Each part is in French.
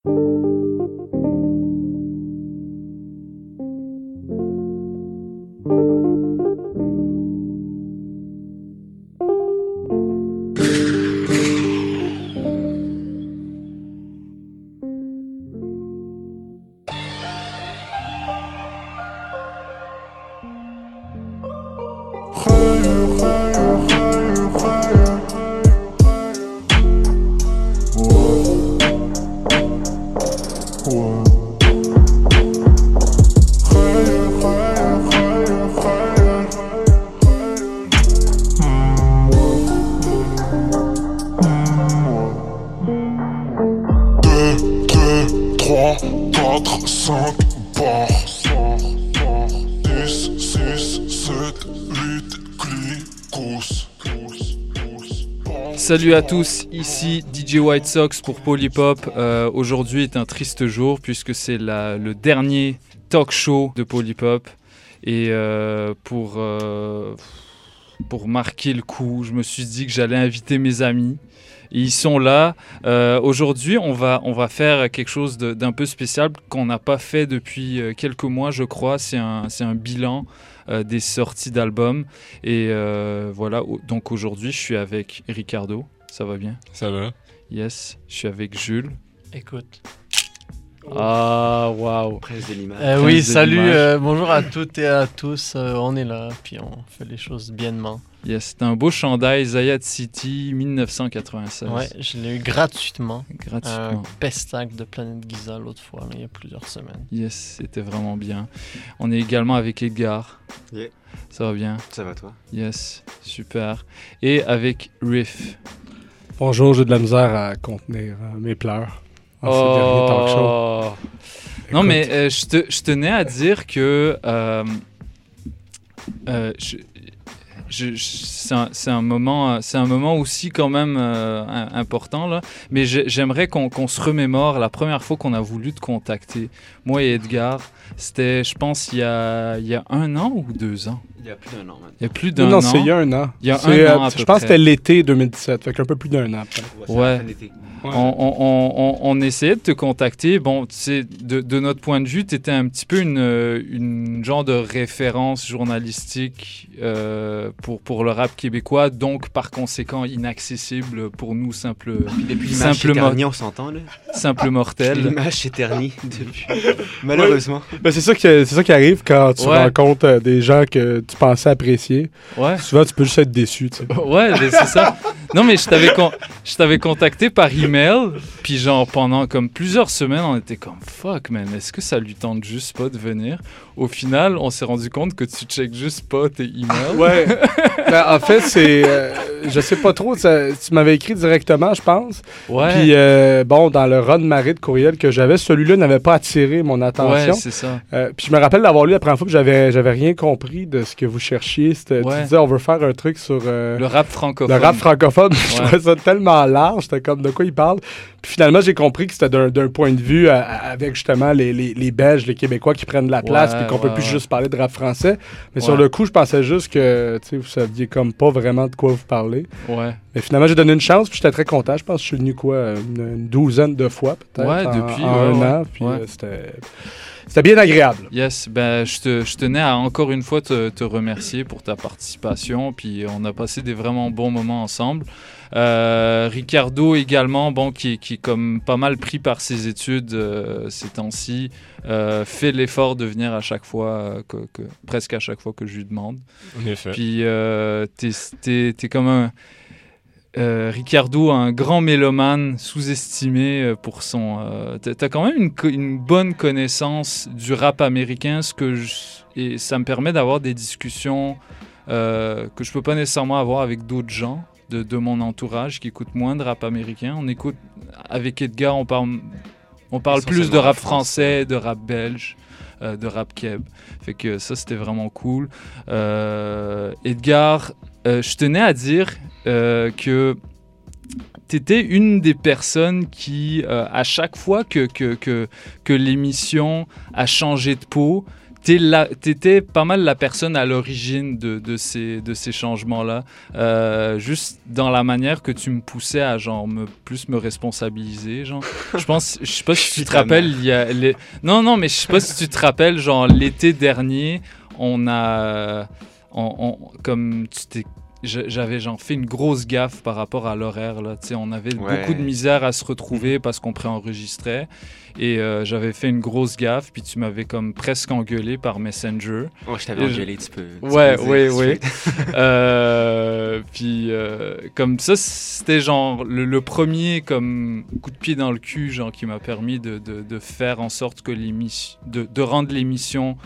Salut à tous, ici DJ White Sox pour Polypop. Aujourd'hui est un triste jour puisque c'est le dernier talk show de Polypop. Et pour marquer le coup, je me suis dit que j'allais inviter mes amis. Et ils sont là. Aujourd'hui, on va faire quelque chose d'un peu spécial qu'on n'a pas fait depuis quelques mois, je crois. C'est un bilan des sorties d'albums. Et voilà, donc aujourd'hui, je suis avec Ricardo. Ça va bien? Ça va. Yes. Je suis avec Jules. Écoute. Ah, waouh. Prince de l'image. Oui, salut, bonjour à toutes et à tous. On est là, puis on fait les choses biennement. Yes, c'est un beau chandail, Zayat City, 1996. Ouais, je l'ai eu gratuitement. Gratuitement. Un pestac de Planète Giza l'autre fois, là, il y a plusieurs semaines. Yes, c'était vraiment bien. On est également avec Edgar. Yeah. Ça va bien? Ça va toi? Yes, super. Et avec Riff. Bonjour, j'ai de la misère à contenir mes pleurs en ce dernier talk show. Non, mais je tenais à dire que c'est un moment aussi quand même important là. Mais j'aimerais qu'on se remémore la première fois qu'on a voulu te contacter. Moi et Edgar, c'était, je pense, il y a 1 an ou 2 ans. Il y a plus d'1 an maintenant. Il y a plus d'1 an. Non, c'est il y a 1 an. Il y a 1 an à peu je pense que près. c'était l'été 2017, fait qu'un peu plus d'1 an. Ouais. On essayait de te contacter. Bon, tu sais, de notre point de vue, tu étais un petit peu une genre de référence journalistique pour le rap québécois, donc par conséquent inaccessible pour nous simples Terni, on s'entend là. Simple mortels. L'image s'éternit depuis. Malheureusement. Ben, c'est ça qui arrive quand tu rencontres des gens que tu pensais apprécier. Ouais. Souvent, tu peux juste être déçu. Tu sais. Ouais, mais c'est ça. Non, mais je t'avais contacté par email, puis genre pendant comme plusieurs semaines, on était comme fuck man, est-ce que ça lui tente juste pas de venir? Au final, on s'est rendu compte que tu checkes juste pas tes emails. Ouais. Ben, en fait, c'est je sais pas trop, tu m'avais écrit directement, je pense. Ouais. Puis bon, dans le run-marée de courriel que j'avais, celui-là n'avait pas attiré mon attention. Ouais, c'est ça. Puis je me rappelle d'avoir lu la première fois que j'avais rien compris de ce que vous cherchiez. Tu disais on veut faire un truc sur le rap francophone. Le rap francophone. Je trouvais ça tellement large, j'étais comme de quoi il parle. Puis finalement, j'ai compris que c'était d'un point de vue avec justement les Belges, les Québécois qui prennent de la place, puis qu'on peut plus juste parler de rap français. Mais sur le coup, je pensais juste que vous saviez comme pas vraiment de quoi vous parler. Ouais. Mais finalement, j'ai donné une chance, puis j'étais très content. Je pense que je suis venu une douzaine de fois peut-être depuis en 1 an. Puis c'était bien agréable. Yes, ben je tenais à encore une fois te remercier pour ta participation, puis on a passé des vraiment bons moments ensemble. Ricardo également, bon, qui est comme pas mal pris par ses études ces temps-ci, fait l'effort de venir à chaque fois, presque à chaque fois que je lui demande. En effet. Puis t'es comme un... Ricardo, un grand mélomane sous-estimé pour son... t'as quand même une bonne connaissance du rap américain, et ça me permet d'avoir des discussions que je peux pas nécessairement avoir avec d'autres gens de mon entourage qui écoutent moins de rap américain. On écoute... Avec Edgar, on parle plus de rap français, de rap belge, de rap keb. Fait que ça, c'était vraiment cool. Edgar... je tenais à dire que tu étais une des personnes qui, à chaque fois que l'émission a changé de peau, t'étais pas mal la personne à l'origine de ces changements-là. Juste dans la manière que tu me poussais à genre plus me responsabiliser, genre. Je sais pas si tu te rappelles, Non, mais je sais pas si tu te rappelles, genre l'été dernier, j'avais genre fait une grosse gaffe par rapport à l'horaire là, tu sais, on avait beaucoup de misère à se retrouver parce qu'on préenregistrait et j'avais fait une grosse gaffe puis tu m'avais comme presque engueulé par Messenger. Oh, je t'avais engueulé, tu peux. Oui. Puis comme ça, c'était genre le premier comme coup de pied dans le cul genre qui m'a permis de faire en sorte que de rendre l'émission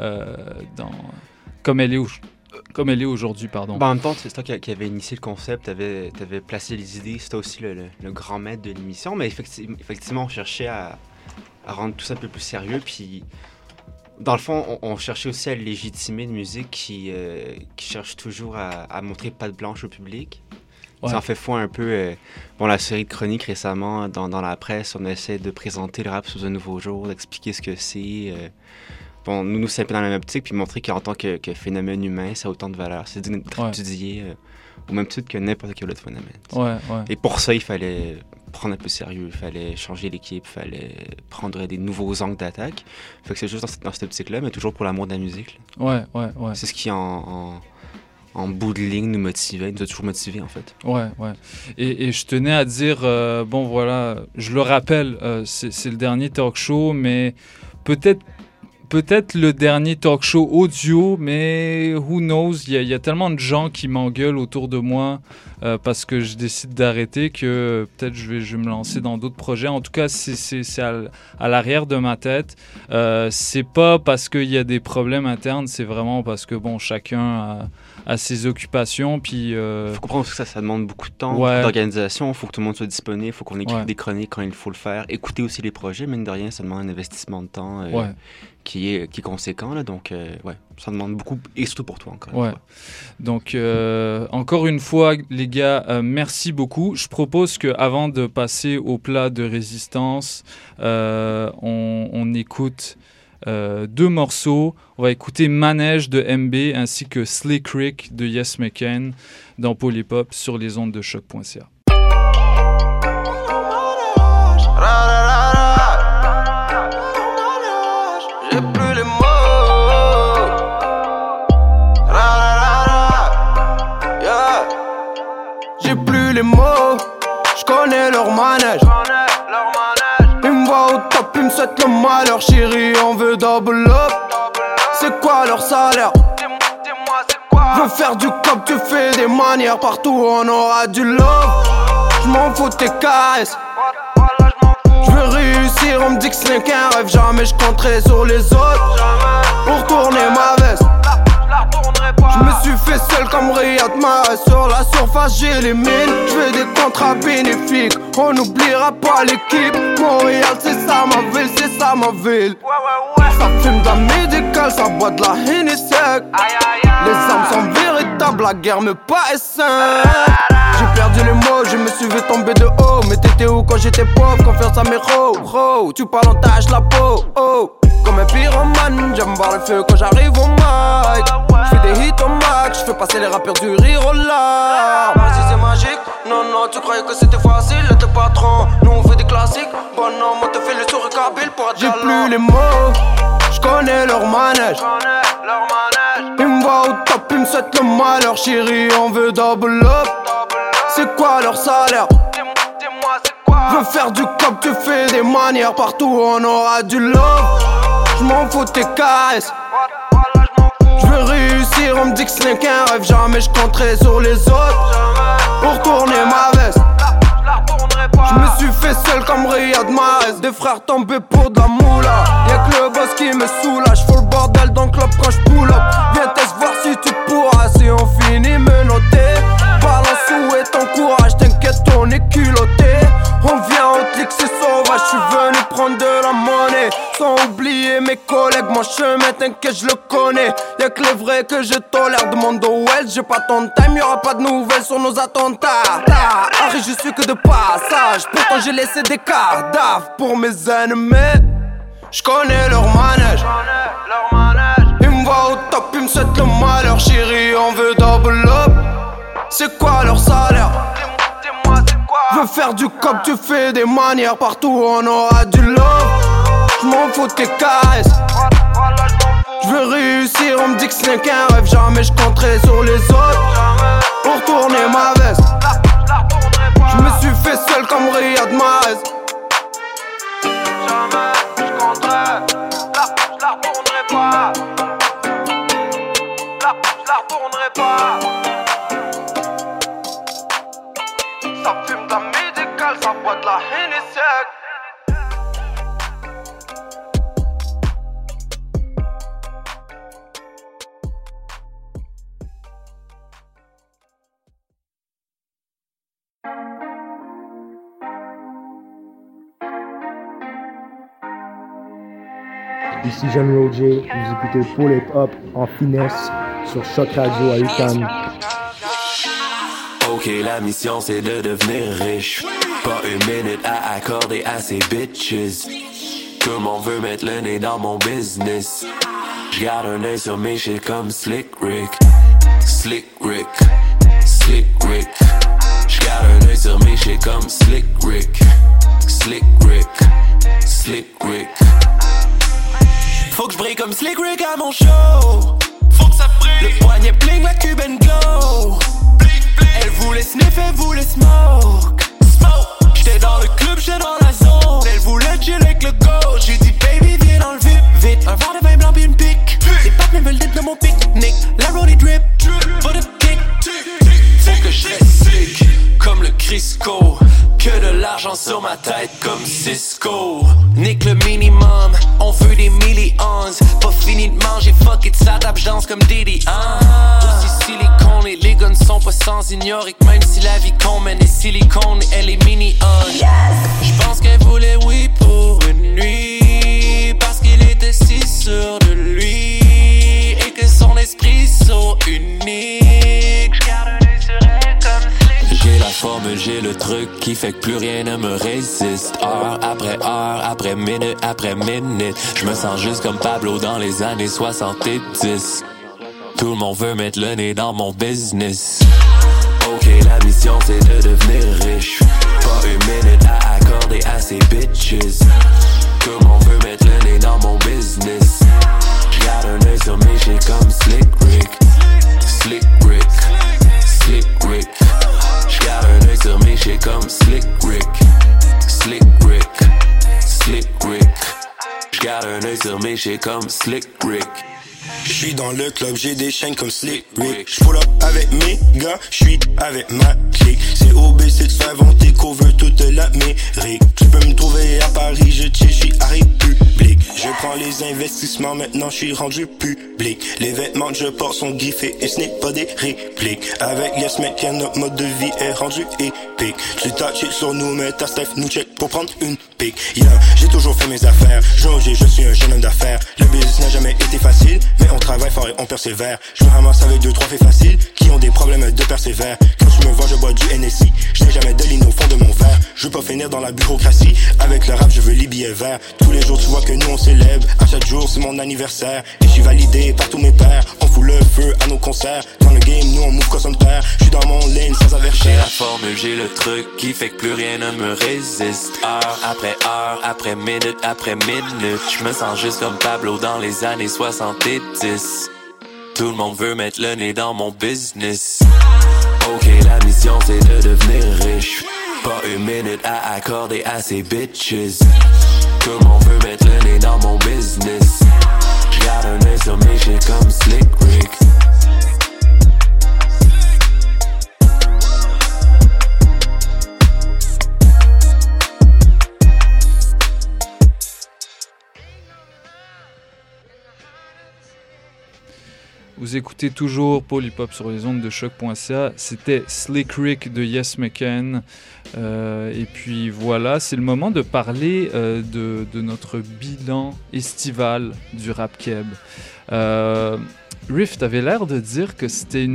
comme elle est aujourd'hui, pardon. En même temps, c'est toi qui avait initié le concept, t'avais placé les idées, c'était aussi le grand maître de l'émission, mais effectivement, on cherchait à rendre tout ça un peu plus sérieux, puis dans le fond, on cherchait aussi à légitimer une musique qui cherche toujours à montrer patte blanche au public. Ouais. Ça en fait foi un peu, la série de chroniques récemment, dans la presse, on essaie de présenter le rap sous un nouveau jour, d'expliquer ce que c'est... nous, c'est un peu dans la même optique, puis montrer qu'en tant que phénomène humain, ça a autant de valeur. C'est étudié au même titre que n'importe quel autre phénomène. Et pour ça, il fallait prendre un peu sérieux, il fallait changer l'équipe, il fallait prendre des nouveaux angles d'attaque. Fait que c'est juste dans cette optique-là, mais toujours pour l'amour de la musique. Ouais. C'est ce qui, en bout de ligne, nous motivait, nous a toujours motivés, en fait. Ouais. Et je tenais à dire, je le rappelle, c'est le dernier talk show, mais peut-être le dernier talk show audio, mais who knows, il y a tellement de gens qui m'engueulent autour de moi parce que je décide d'arrêter que peut-être je vais me lancer dans d'autres projets. En tout cas, c'est à l'arrière de ma tête. C'est pas parce qu'il y a des problèmes internes, c'est vraiment parce que chacun a ses occupations. Puis faut comprendre que ça demande beaucoup de temps, d'organisation. Il faut que tout le monde soit disponible, il faut qu'on écrive des chroniques quand il faut le faire. Écouter aussi les projets, mine de rien, ça demande un investissement de temps. Qui est conséquent, là, donc ça demande beaucoup, et surtout pour toi encore une fois. Donc encore une fois les gars, merci beaucoup. Je propose qu'avant de passer au plat de résistance, on écoute 2 morceaux. On va écouter Manège de MB ainsi que Slick Rick de Yes McCain dans Polypop sur les ondes de choc.ca. J'connais leur manège. Ils me voient au top, ils me souhaitent le malheur. Chérie, on veut double up. C'est quoi leur salaire? Veux faire du cop, tu fais des manières. Partout on aura du love. J'm'en fous de tes caresses. J'veux réussir, on me dit que ce n'est qu'un rêve. Jamais j'compterai sur les autres pour tourner ma veste. Je me suis fait seul comme Riyad Mahrez. Sur la surface j'ai les mines. J'fais des contrats bénéfiques. On n'oubliera pas l'équipe. Montréal c'est ça ma ville, c'est ça ma ville. Ça fume de la médicale, ça boit de la Henny sec. Les armes sont véritables, la guerre me paraît saine. J'ai perdu les mots, je me suis vu tomber de haut. Mais t'étais où quand j'étais pauvre? Confiance à mes ro. Tu parles en tâche la peau, comme un pyromane, j'aime voir le feu quand j'arrive au mic. J'fais des hits au max, j'fais passer les rappeurs du rire au larmes. Vas-y c'est magique, non tu croyais que c'était facile, t'es patron. Nous on fait des classiques, bonhomme on te fait le sourire kabyle pour être. J'ai plus les mots, j'connais leur manège. Ils me voient au top, ils me souhaitent le malheur. Chérie on veut double up. C'est quoi leur salaire? Veux faire du cop, tu fais des manières. Partout on aura du love. J'm'en fous de tes caresses. J'veux réussir, on me dit que ce n'est qu'un rêve. Jamais j'compterai sur les autres pour tourner ma veste. J'me suis fait seul comme Riyad Mahrez. Des frères tombés pour de la moula. Y'a que le boss qui me soulage. J'fous le bordel dans le club quand j'pull up. Viens test voir si tu pourras. Si on finit me noter. Balance où est ton courage. T'inquiète on est culotté. On vient au clic c'est sauvage. J'suis venu prendre de la monnaie. Sans oublier mes collègues. Mon chemin t'inquiète je le connais. Y'a que les vrais que je tolère. Demande au Wells, j'ai pas ton time. Y'aura pas de nouvelles sur nos attentats. Harry je suis que de passage. Pourtant j'ai laissé des cadavres pour mes ennemis. J'connais leur manège. me souhaitent le malheur, chérie, on veut double up. C'est quoi leur salaire? Dis-moi c'est quoi? Je veux faire du cop, tu fais des manières, partout on aura du love. J'm'en fous de tes caresses. Je veux réussir, on me dit que ce n'est qu'un rêve. Jamais je compterai sur les autres pour tourner ma veste. Je me suis fait seul comme Riyad Mahrez. Jamais je compterai, je la retournerai pas. Je la retournerai pas. Ça fume de la médicale, ça boit de la Hennessy. Ici Jeune Roger, vous écoutez Full Hip Hop en finesse sur Choc Radio à UQAM. Ok, la mission c'est de devenir riche. Pas une minute à accorder à ces bitches. Tout le monde veut mettre le nez dans mon business. J'garde un œil sur mes shit comme Slick Rick. Slick Rick, Slick Rick. J'garde un œil sur mes shit comme Slick Rick. Slick Rick, Slick Rick. Faut que je brille comme Slick Rick à mon show. Faut que ça brille. Le poignet bling, ma Cuban glow. Elle voulait sniff, elle voulait smoke. J'étais dans le club, j'étais dans la zone. Elle voulait chill avec le go. J'ai dit baby viens dans le VIP. Vite, un verre de vin blanc puis une pique. Les pattes me veulent dip dans mon pique-nique. La rollie drip, pas de kick. Faut que je reste slick comme le Crisco. Que de l'argent sur ma tête comme Cisco. Nique le minimum, on veut des millions. Pas fini de manger, fuck it, ça tape, j'danse comme Diddy. Aussi silicone et les guns sont pas sans ignorer que même si la vie qu'on mène est silicone et elle est mini-on. J'pense qu'elle voulait oui pour une nuit, parce qu'il était si sûr de lui et que son esprit so unique. J'garde un œil sur elle comme Slick. J'ai la formule, j'ai le truc qui fait que plus rien ne me résiste. Heure, après minute, je me sens juste comme Pablo dans les années 70. Tout le monde veut mettre le nez dans mon business. Ok, la mission c'est de devenir riche. Pas une minute à accorder à ces bitches. Tout le monde veut mettre le nez dans mon business. J'garde un œil sur mes shit comme Slick Rick. Slick Rick, Slick Rick. J'garde un œil sur mes shit comme Slick Rick. Slick Rick, Slick Rick. J'garde un œil sur mes shit comme Slick Rick. J'suis dans le club, j'ai des chaînes comme Slick Rick. J'pull up avec mes gars, j'suis avec ma clique. C'est OBC de se faire vanter qu'on veut toute l'Amérique. Tu peux me trouver à Paris, j'suis à République. Je prends les investissements, maintenant j'suis rendu public. Les vêtements que je porte sont griffés et ce n'est pas des répliques. Avec Yes Mec, notre mode de vie est rendu épique. Tu t'as sur nous, mais ta Steph nous check pour prendre une pique. Yeah, j'ai toujours fait mes affaires, je suis un jeune homme d'affaires. Le business n'a jamais été facile, mais on travaille fort et on persévère. Je me ramasse avec 2-3 faits faciles qui ont des problèmes de persévère. Quand tu me vois, je bois du NSI. Je n'ai jamais de ligne au fond de mon verre. Je veux pas finir dans la bureaucratie. Avec le rap, je veux les billets verts. Tous les jours, tu vois que nous on célèbre. À chaque jour, c'est mon anniversaire. Et je suis validé par tous mes pairs. On fout le feu à nos concerts. Dans le game, nous on move comme son père. Je suis dans mon lane sans avertir. J'ai la formule, j'ai le truc qui fait que plus rien ne me résiste. Heure, après minute, je me sens juste comme Pablo dans les années 70. Tout le monde veut mettre le nez dans mon business. Ok, la mission c'est de devenir riche. Pas une minute à accorder à ces bitches. Tout le monde veut mettre le nez dans mon business. J'garde un œil sur mes shit comme Slick Rick. Vous écoutez toujours Paul Hip Hop sur les ondes de choc.ca. C'était Slick Rick de Yes McCann. Et puis voilà, c'est le moment de parler de notre bilan estival du rap keb. Riff, t'avais l'air de dire que c'était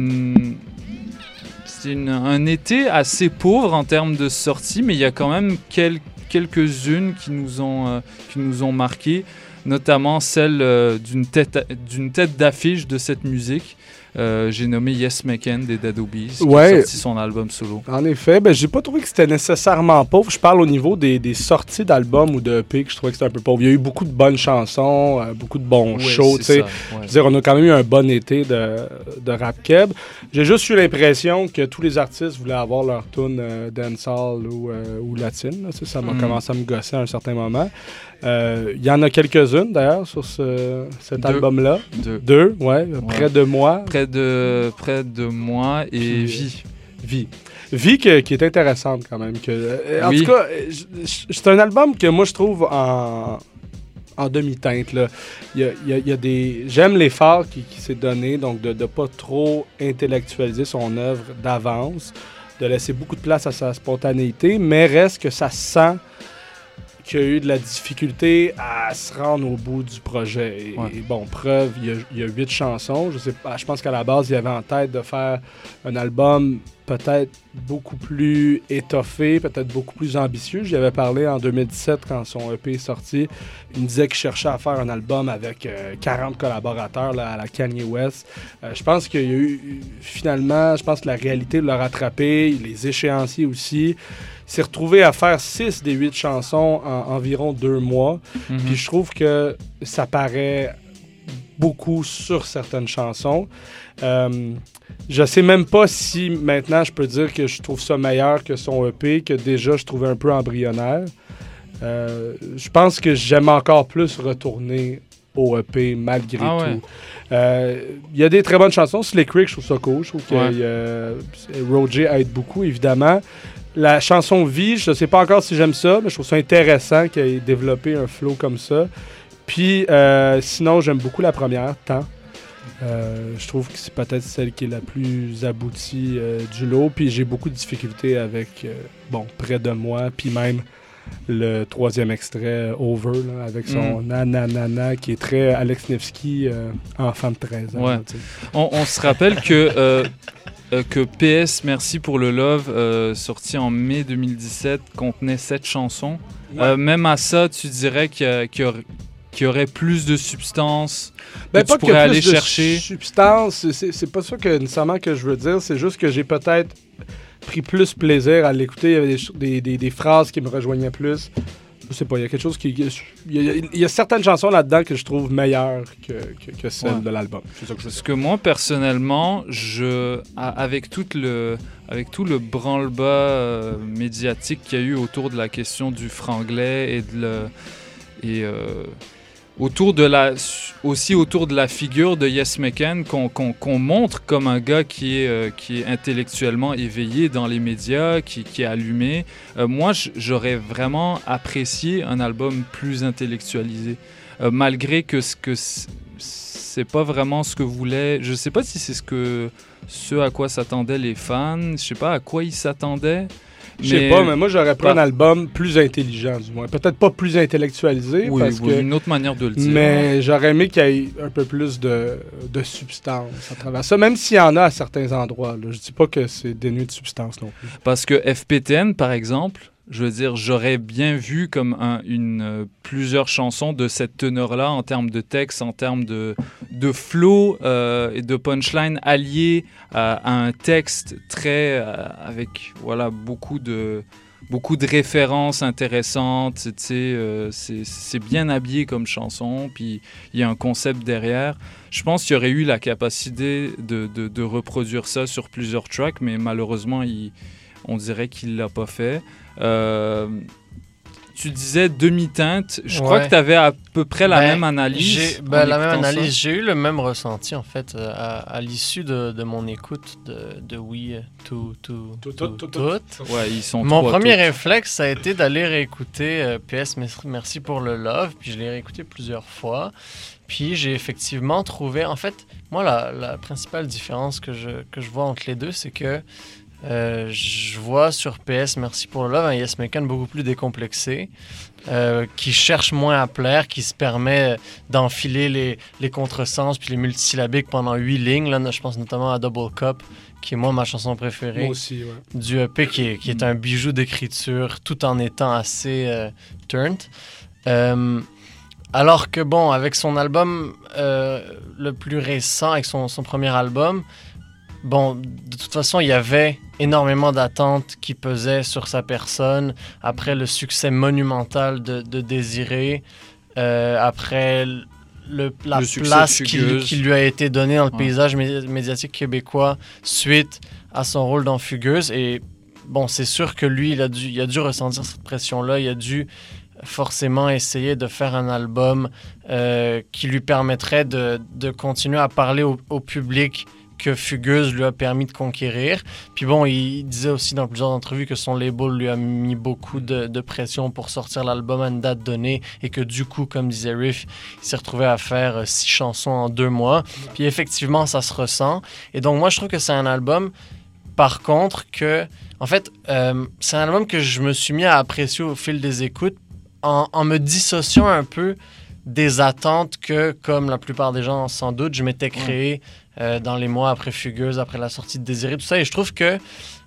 un été assez pauvre en termes de sorties, mais il y a quand même quelques-unes qui nous ont marqué, notamment celle d'une tête d'affiche de cette musique. J'ai nommé Yes Mekan des Dead Obies, qui a sorti son album solo. En effet, j'ai pas trouvé que c'était nécessairement pauvre. Je parle au niveau des sorties d'albums ou de EP que je trouvais que c'était un peu pauvre. Il y a eu beaucoup de bonnes chansons, beaucoup de bons shows. Je veux dire, on a quand même eu un bon été de rap keb. J'ai juste eu l'impression que tous les artistes voulaient avoir leur tune dancehall ou latine. Ça m'a commencé à me gosser à un certain moment. Il y en a quelques-unes d'ailleurs sur cet album-là. Deux, près de moi. Près de moi et puis, Vie qui est intéressante quand même. En tout cas, c'est un album que moi je trouve en demi-teinte. Là. Il y a des... J'aime l'effort qui s'est donné, donc de ne pas trop intellectualiser son œuvre d'avance, de laisser beaucoup de place à sa spontanéité, mais reste que ça sent qu'il y a eu de la difficulté à se rendre au bout du projet. Et bon, preuve, il y a 8 chansons. Je pense qu'à la base, il y avait en tête de faire un album peut-être beaucoup plus étoffé, peut-être beaucoup plus ambitieux. J'y avais parlé en 2017 quand son EP est sorti. Il me disait qu'il cherchait à faire un album avec 40 collaborateurs là, à la Kanye West. Je pense qu'il y a eu, finalement, je pense que la réalité l'a rattrapé, les échéanciers aussi. Il s'est retrouvé à faire 6 des 8 chansons en environ 2 mois. Puis je trouve que ça paraît beaucoup sur certaines chansons. Je sais même pas si maintenant je peux dire que je trouve ça meilleur que son EP, que déjà je trouvais un peu embryonnaire. Je pense que j'aime encore plus retourner au EP malgré tout. Il y a des très bonnes chansons. Slick Rick, je trouve ça cool. Je trouve que Roger aide beaucoup, évidemment. La chanson Vie, je ne sais pas encore si j'aime ça, mais je trouve ça intéressant qu'il ait développé un flow comme ça. Puis, sinon, j'aime beaucoup la première, Temps. Je trouve que c'est peut-être celle qui est la plus aboutie du lot. Puis, j'ai beaucoup de difficultés avec, Près de moi, puis même le 3e extrait, Over, là, avec son nanana, qui est très Alex Nevsky, enfant de 13 ans. Ouais. Là, on se rappelle que PS Merci pour le Love, sorti en mai 2017, contenait 7 chansons. Même à ça, tu dirais qu'il y aurait plus de substance que tu pourrais aller chercher. Substance, c'est pas ça nécessairement que je veux dire. C'est juste que j'ai peut-être pris plus plaisir à l'écouter. Il y avait des phrases qui me rejoignaient plus. Je sais pas, il y a quelque chose qui... Il y a certaines chansons là-dedans que je trouve meilleures que celles de l'album. Parce que moi, personnellement, avec tout le branle-bas médiatique qu'il y a eu autour de la question du franglais autour de la figure de Yes Mekan qu'on montre comme un gars qui est intellectuellement éveillé dans les médias, qui est allumé. Moi, j'aurais vraiment apprécié un album plus intellectualisé, malgré que c'est pas vraiment ce que voulait. Je sais pas si c'est ce à quoi s'attendaient les fans. Je sais pas à quoi ils s'attendaient. Je sais pas, mais moi, j'aurais pris un album plus intelligent, du moins. Peut-être pas plus intellectualisé, parce que... une autre manière de le dire. Mais j'aurais aimé qu'il y ait un peu plus de substance à travers ça, même s'il y en a à certains endroits. Là. Je dis pas que c'est dénué de substance non plus. Parce que FPTN, par exemple, je veux dire, j'aurais bien vu comme plusieurs chansons de cette teneur-là en termes de texte, en termes de flow et de punchline alliés à un texte très avec beaucoup de références intéressantes. Tu sais, c'est bien habillé comme chanson, puis il y a un concept derrière. Je pense qu'il y aurait eu la capacité de reproduire ça sur plusieurs tracks, mais malheureusement, on dirait qu'il l'a pas fait. Tu disais demi-teinte. Je crois que tu avais à peu près la même analyse. La même analyse. J'ai eu le même ressenti, en fait, à l'issue de mon écoute de Oui, tout. Ouais, ils sont mon premier réflexe, ça a été d'aller réécouter PS Merci pour le Love. Puis je l'ai réécouté plusieurs fois. Puis j'ai effectivement trouvé... En fait, moi, la principale différence que je vois entre les deux, c'est que Je vois sur PS Merci pour le Love un Yes Mekan beaucoup plus décomplexé, qui cherche moins à plaire, qui se permet d'enfiler les contresens puis les multisyllabiques pendant 8 lignes. Là, je pense notamment à Double Cup, qui est moi ma chanson préférée. Moi aussi, ouais. Du EP, qui est un bijou d'écriture tout en étant assez turned. Alors que bon, avec son album le plus récent, avec son premier album, bon, de toute façon, il y avait énormément d'attentes qui pesaient sur sa personne. Après le succès monumental de Désiré, après la place qui lui a été donnée dans le paysage médiatique québécois suite à son rôle dans Fugueuse. Et bon, c'est sûr que lui, il a dû ressentir cette pression-là. Il a dû forcément essayer de faire un album qui lui permettrait de continuer à parler au public que Fugueuse lui a permis de conquérir. Puis bon, il disait aussi dans plusieurs entrevues que son label lui a mis beaucoup de pression pour sortir l'album à une date donnée et que du coup, comme disait Riff, il s'est retrouvé à faire 6 chansons en 2 mois. Puis effectivement, ça se ressent. Et donc moi, je trouve que c'est un album, par contre, que... En fait, c'est un album que je me suis mis à apprécier au fil des écoutes en me dissociant un peu des attentes que, comme la plupart des gens sans doute, je m'étais créé dans les mois après Fugueuse, après la sortie de Désiré, tout ça. Et je trouve que,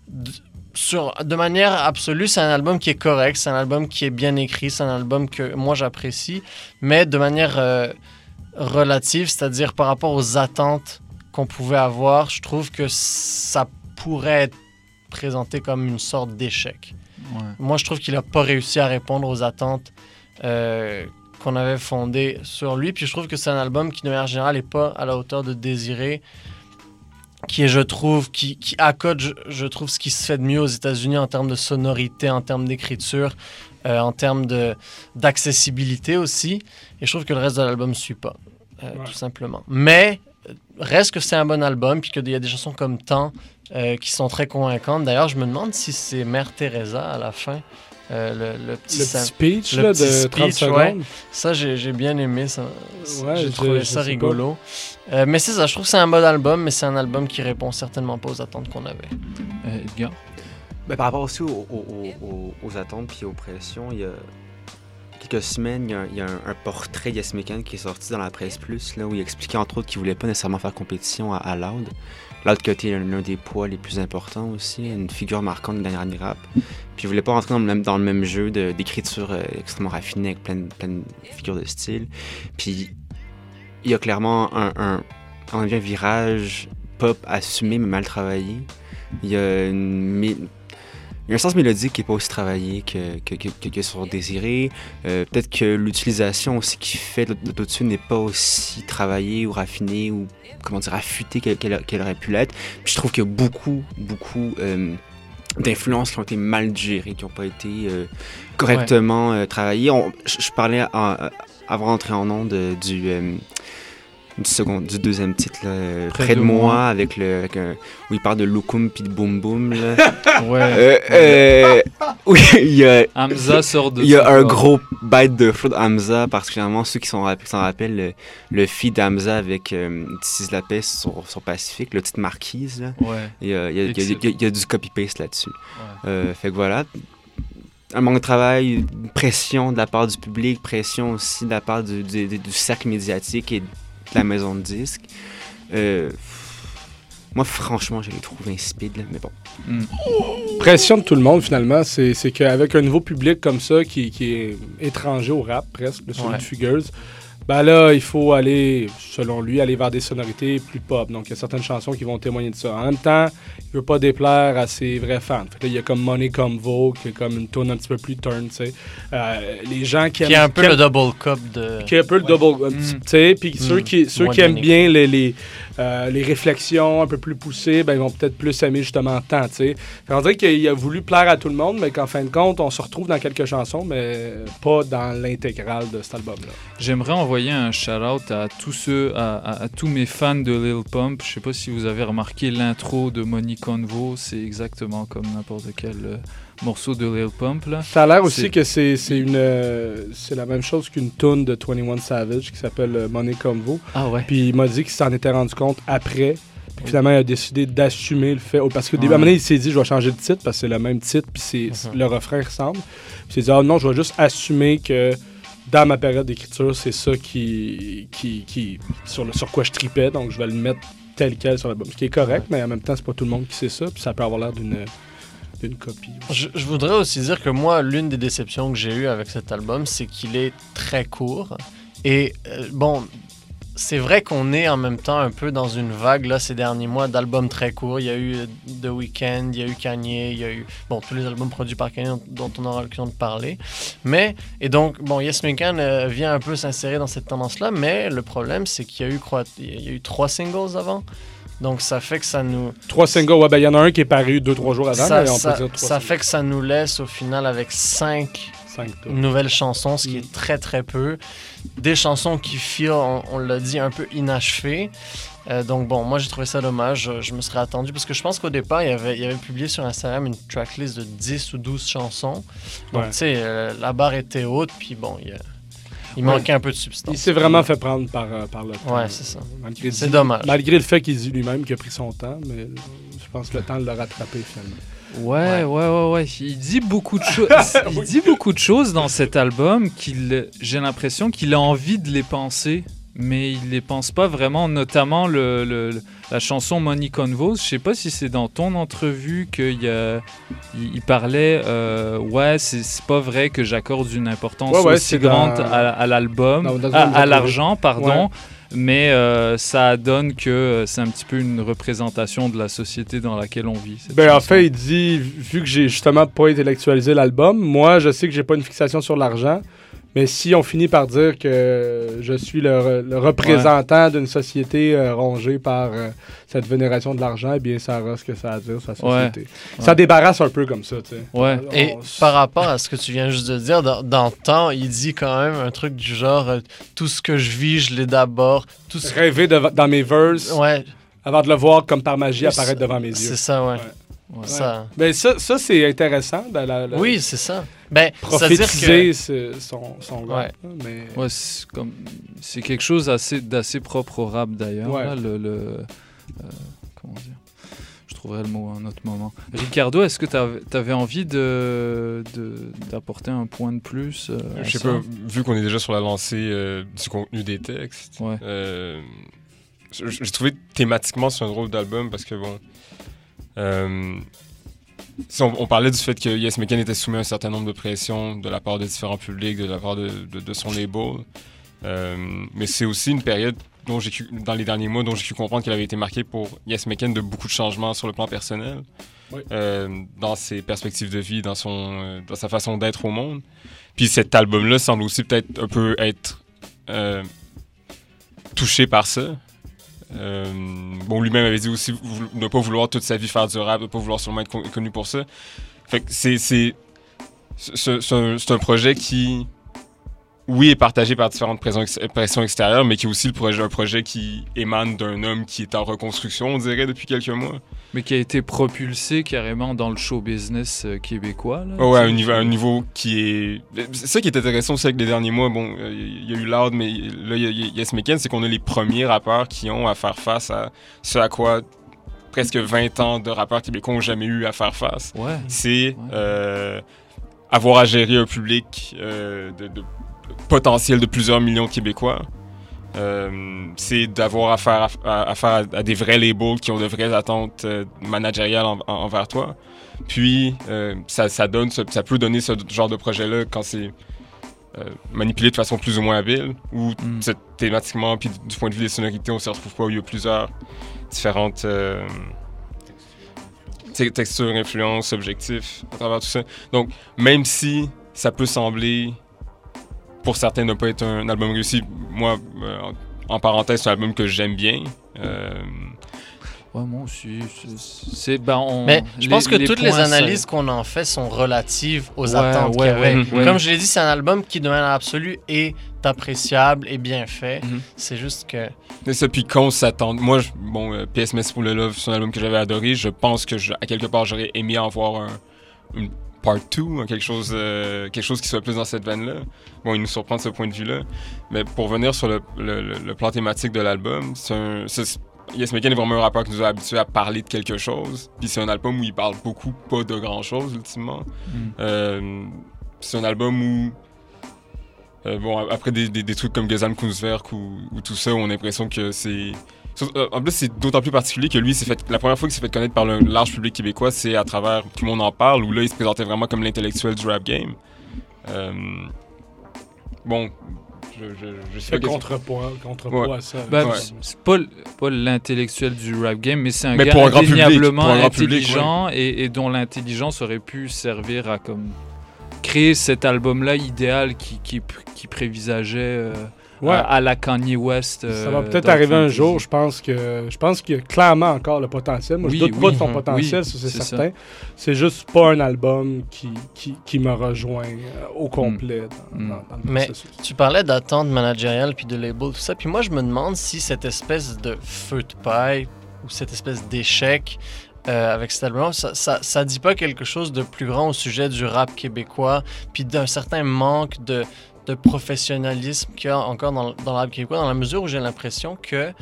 de manière absolue, c'est un album qui est correct, c'est un album qui est bien écrit, c'est un album que moi j'apprécie, mais de manière relative, c'est-à-dire par rapport aux attentes qu'on pouvait avoir, je trouve que ça pourrait être présenté comme une sorte d'échec. Ouais. Moi, je trouve qu'il n'a pas réussi à répondre aux attentes qu'on avait fondées sur lui. Puis je trouve que c'est un album qui, de manière générale, n'est pas à la hauteur de Désiré, qui est, je trouve, qui accode, je trouve, ce qui se fait de mieux aux États-Unis en termes de sonorité, en termes d'écriture, en termes d'accessibilité aussi. Et je trouve que le reste de l'album ne suit pas, tout simplement. Mais reste que c'est un bon album, puis qu'il y a des chansons comme Temps qui sont très convaincantes. D'ailleurs, je me demande si c'est Mère Teresa à la fin. Le petit speech là, de 30 secondes. Ouais. Ça, j'ai bien aimé ça. J'ai trouvé ça rigolo. Mais c'est ça, je trouve que c'est un bon album, mais c'est un album qui répond certainement pas aux attentes qu'on avait. Edgar? Ben, par rapport aussi aux attentes puis aux pressions, il y a quelques semaines, il y a un portrait Yes Mekan qui est sorti dans la Presse Plus, là, où il expliquait entre autres qu'il voulait pas nécessairement faire compétition à Loud. Loud qui a été l'un des poids les plus importants aussi, une figure marquante de la dernière rap. Puis il voulait pas rentrer dans le même jeu d'écriture extrêmement raffinée avec plein de figures de style. Puis il y a clairement un virage pop assumé mais mal travaillé. Il y a un sens mélodique qui n'est pas aussi travaillé que sur Désiré. Peut-être que l'utilisation aussi qu'il fait de l'autotune n'est pas aussi travaillée ou raffinée ou, comment dire, affûtée qu'elle aurait pu l'être. Puis je trouve qu'il y a beaucoup d'influences qui ont été mal gérées, qui n'ont pas été correctement travaillées. Je parlais avant d'entrer en onde du deuxième titre, là, Près de moi, avec où il parle de Loukoum puis de Boum Boum. Oui, il y a Hamza sort de. Il y a un gros bite de flow d'Hamza, particulièrement ceux qui s'en rappellent le feat d'Hamza avec This is la paix sur Pacifique, le titre Marquise. Là. Ouais. Il y a du copy-paste là-dessus. Ouais. Fait que voilà. Un manque de travail, une pression de la part du public, pression aussi de la part du cercle médiatique et de la maison de disques. Moi, franchement, je les trouve insipides, là, mais bon. Pression de tout le monde, finalement. C'est qu'avec un nouveau public comme ça, qui est étranger au rap, presque, celui de Fugueuse, ben là, il faut aller, selon lui, aller vers des sonorités plus pop. Donc, il y a certaines chansons qui vont témoigner de ça. En même temps, il veut pas déplaire à ses vrais fans. Fait que là, il y a comme Money Convo, qui est comme une tune un petit peu plus turn, tu sais. Les gens qui aiment... Qui est un peu le double cup de... Qui est un peu le double... Tu sais, puis ceux qui aiment bien les réflexions un peu plus poussées, ben, ils vont peut-être plus aimer justement Temps, tu sais. On dirait qu'il a voulu plaire à tout le monde, mais qu'en fin de compte, on se retrouve dans quelques chansons, mais pas dans l'intégrale de cet album-là. J'aimerais envoyer un shout-out à tous mes fans de Lil Pump. Je sais pas si vous avez remarqué l'intro de Money Convo, c'est exactement comme n'importe quel morceau de Lil Pump, là. Ça a l'air aussi que c'est la même chose qu'une tune de 21 Savage qui s'appelle Money Convo. Ah ouais. Puis il m'a dit qu'il s'en était rendu compte après. Finalement, il a décidé d'assumer le fait. Parce que début, à un moment donné, il s'est dit, je vais changer de titre parce que c'est le même titre, puis le refrain ressemble. Puis il s'est dit, non, je vais juste assumer que dans ma période d'écriture, c'est ça sur quoi je tripais, donc je vais le mettre tel quel sur l'album. Ce qui est correct, mais en même temps, c'est pas tout le monde qui sait ça, puis ça peut avoir l'air d'une copie. Je voudrais aussi dire que moi, l'une des déceptions que j'ai eues avec cet album, c'est qu'il est très court. Et c'est vrai qu'on est en même temps un peu dans une vague là, ces derniers mois d'albums très courts. Il y a eu The Weeknd, il y a eu Kanye, il y a eu tous les albums produits par Kanye dont on aura l'occasion de parler. Et donc, Yes Mecan vient un peu s'insérer dans cette tendance-là, mais le problème, c'est qu'il y a eu 3 singles avant. Donc, ça fait que ça nous... 3 singles, il y en a un qui est paru 2-3 jours avant. Ça fait que ça nous laisse au final avec 5 nouvelles chansons, ce qui est très très peu. Des chansons qui feel, on l'a dit, un peu inachevées. Donc moi j'ai trouvé ça dommage. Je me serais attendu parce que je pense qu'au départ il avait publié sur Instagram une tracklist de 10 ou 12 chansons. Donc tu sais, la barre était haute, puis il manquait un peu de substance. Il s'est vraiment fait prendre par le temps. Ouais, c'est ça. C'est dommage. Malgré le fait qu'il dit lui-même qu'il a pris son temps, mais je pense que le temps de le rattraper finalement. Ouais. Il dit beaucoup de choses. Il dit beaucoup de choses dans cet album j'ai l'impression qu'il a envie de les penser, mais il les pense pas vraiment. Notamment la chanson Money Convos. Je sais pas si c'est dans ton entrevue qu'il parlait. C'est pas vrai que j'accorde une importance aussi grande à l'album, à l'argent, pardon. Ouais. Mais ça donne que c'est un petit peu une représentation de la société dans laquelle on vit. En fait, il dit, vu que j'ai justement pas intellectualisé l'album, moi, je sais que j'ai pas une fixation sur l'argent, mais si on finit par dire que je suis le représentant d'une société rongée par cette vénération de l'argent, eh bien, ça aura ce que ça a à dire sur la société. Ça débarrasse un peu comme ça, tu sais. Ouais. Et par rapport à ce que tu viens juste de dire, dans le temps, il dit quand même un truc du genre tout ce que je vis, je l'ai d'abord. Rêver dans mes verses avant de le voir comme par magie apparaître devant mes yeux. C'est ça, ouais. Ça. Ben ça c'est intéressant. Oui, c'est ça. Prophétiser son gars. Mais... c'est quelque chose d'assez propre au rap d'ailleurs. Là, comment dire? Je trouverai le mot à un autre moment. Ricardo, est-ce que tu avais envie d'apporter un point de plus je sais pas, vu qu'on est déjà sur la lancée du contenu des textes, j'ai trouvé thématiquement c'est un drôle d'album parce que on parlait du fait que Yes Mecan était soumis à un certain nombre de pressions de la part de différents publics, de la part de son label. Mais c'est aussi une période dans les derniers mois dont j'ai pu comprendre qu'elle avait été marquée pour Yes Mecan de beaucoup de changements sur le plan personnel, dans ses perspectives de vie, dans sa façon d'être au monde. Puis cet album-là semble aussi peut-être un peu être touché par ça. Lui-même avait dit aussi ne pas vouloir toute sa vie faire du rap, ne pas vouloir seulement être connu pour ça. Fait que c'est un projet qui, est partagé par différentes pressions extérieures, mais qui est aussi un projet qui émane d'un homme qui est en reconstruction, on dirait, depuis quelques mois. Mais qui a été propulsé carrément dans le show business québécois. Là, à un niveau qui est... C'est ça qui est intéressant aussi avec les derniers mois. Il y a eu Loud, mais là, il y a Yes Mecan, c'est qu'on a les premiers rappeurs qui ont à faire face à ce à quoi presque 20 ans de rappeurs québécois n'ont jamais eu à faire face. C'est avoir à gérer un public de potentiel de plusieurs millions de Québécois. C'est d'avoir affaire à des vrais labels qui ont de vraies attentes managériales envers toi. Puis, ça peut donner ce genre de projet-là quand c'est manipulé de façon plus ou moins habile, ou thématiquement, puis du point de vue des sonorités, on se retrouve pas où il y a plusieurs différentes textures, influences, objectifs à travers tout ça. Donc, même si ça peut sembler... pour certains ne pas être un album réussi. Moi, en parenthèse, c'est un album que j'aime bien. Moi aussi. Mais je pense que toutes les analyses qu'on en fait sont relatives aux attentes qu'il y avait. Comme je l'ai dit, c'est un album qui, de manière absolue, est appréciable et bien fait. C'est juste que... Et ça, puis qu'on s'attend... Moi, PS Messi pour le Love, c'est un album que j'avais adoré. Je pense que, à quelque part, j'aurais aimé en voir une part 2, quelque chose qui soit plus dans cette veine-là. Il nous surprend de ce point de vue-là. Mais pour venir sur le plan thématique de l'album, Yes McCann est vraiment un rappeur qui nous a habitués à parler de quelque chose. Puis c'est un album où il parle beaucoup, pas de grand-chose, ultimement. C'est un album où... après des trucs comme Gesam Kunstwerk ou tout ça, on a l'impression que c'est... En plus, c'est d'autant plus particulier que lui, la première fois qu'il s'est fait connaître par le large public québécois, c'est à travers Tout le monde en parle, où là, il se présentait vraiment comme l'intellectuel du rap game. Je sais pas contrepoids à ça. C'est pas l'intellectuel du rap game, mais c'est un gars indéniablement intelligent et dont l'intelligence aurait pu servir à comme créer cet album-là idéal qui prévisageait à la Kanye West. Ça va peut-être arriver un jour. Je pense qu'il y a clairement encore le potentiel. Moi, je doute pas de son potentiel, ça, c'est certain. Ça. C'est juste pas un album qui me rejoint au complet dans le processus. Tu parlais d'attente managériale puis de label, tout ça. Puis moi, je me demande si cette espèce de feu de paille ou cette espèce d'échec avec cet album, ça dit pas quelque chose de plus grand au sujet du rap québécois puis d'un certain manque de professionnalisme qu'il y a encore dans le rap québécois, dans la mesure où j'ai l'impression que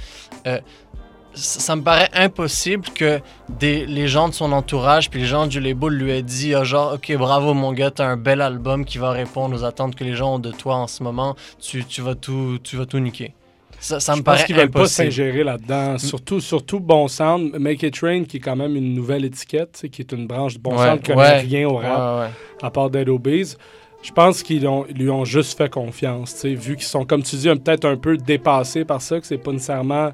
ça me paraît impossible que les gens de son entourage puis les gens du label lui aient dit genre « Ok, bravo mon gars, t'as un bel album qui va répondre aux attentes que les gens ont de toi en ce moment, tu vas tout niquer. » Ça me paraît impossible. Je pense qu'ils veulent pas s'ingérer là-dedans. Surtout Bon Sound, Make It Rain, qui est quand même une nouvelle étiquette, qui est une branche de Bon Sound qui connaît rien au rap, à part Dead Obeez. Je pense qu'ils lui ont juste fait confiance, vu qu'ils sont, comme tu dis, peut-être un peu dépassés par ça, que c'est pas nécessairement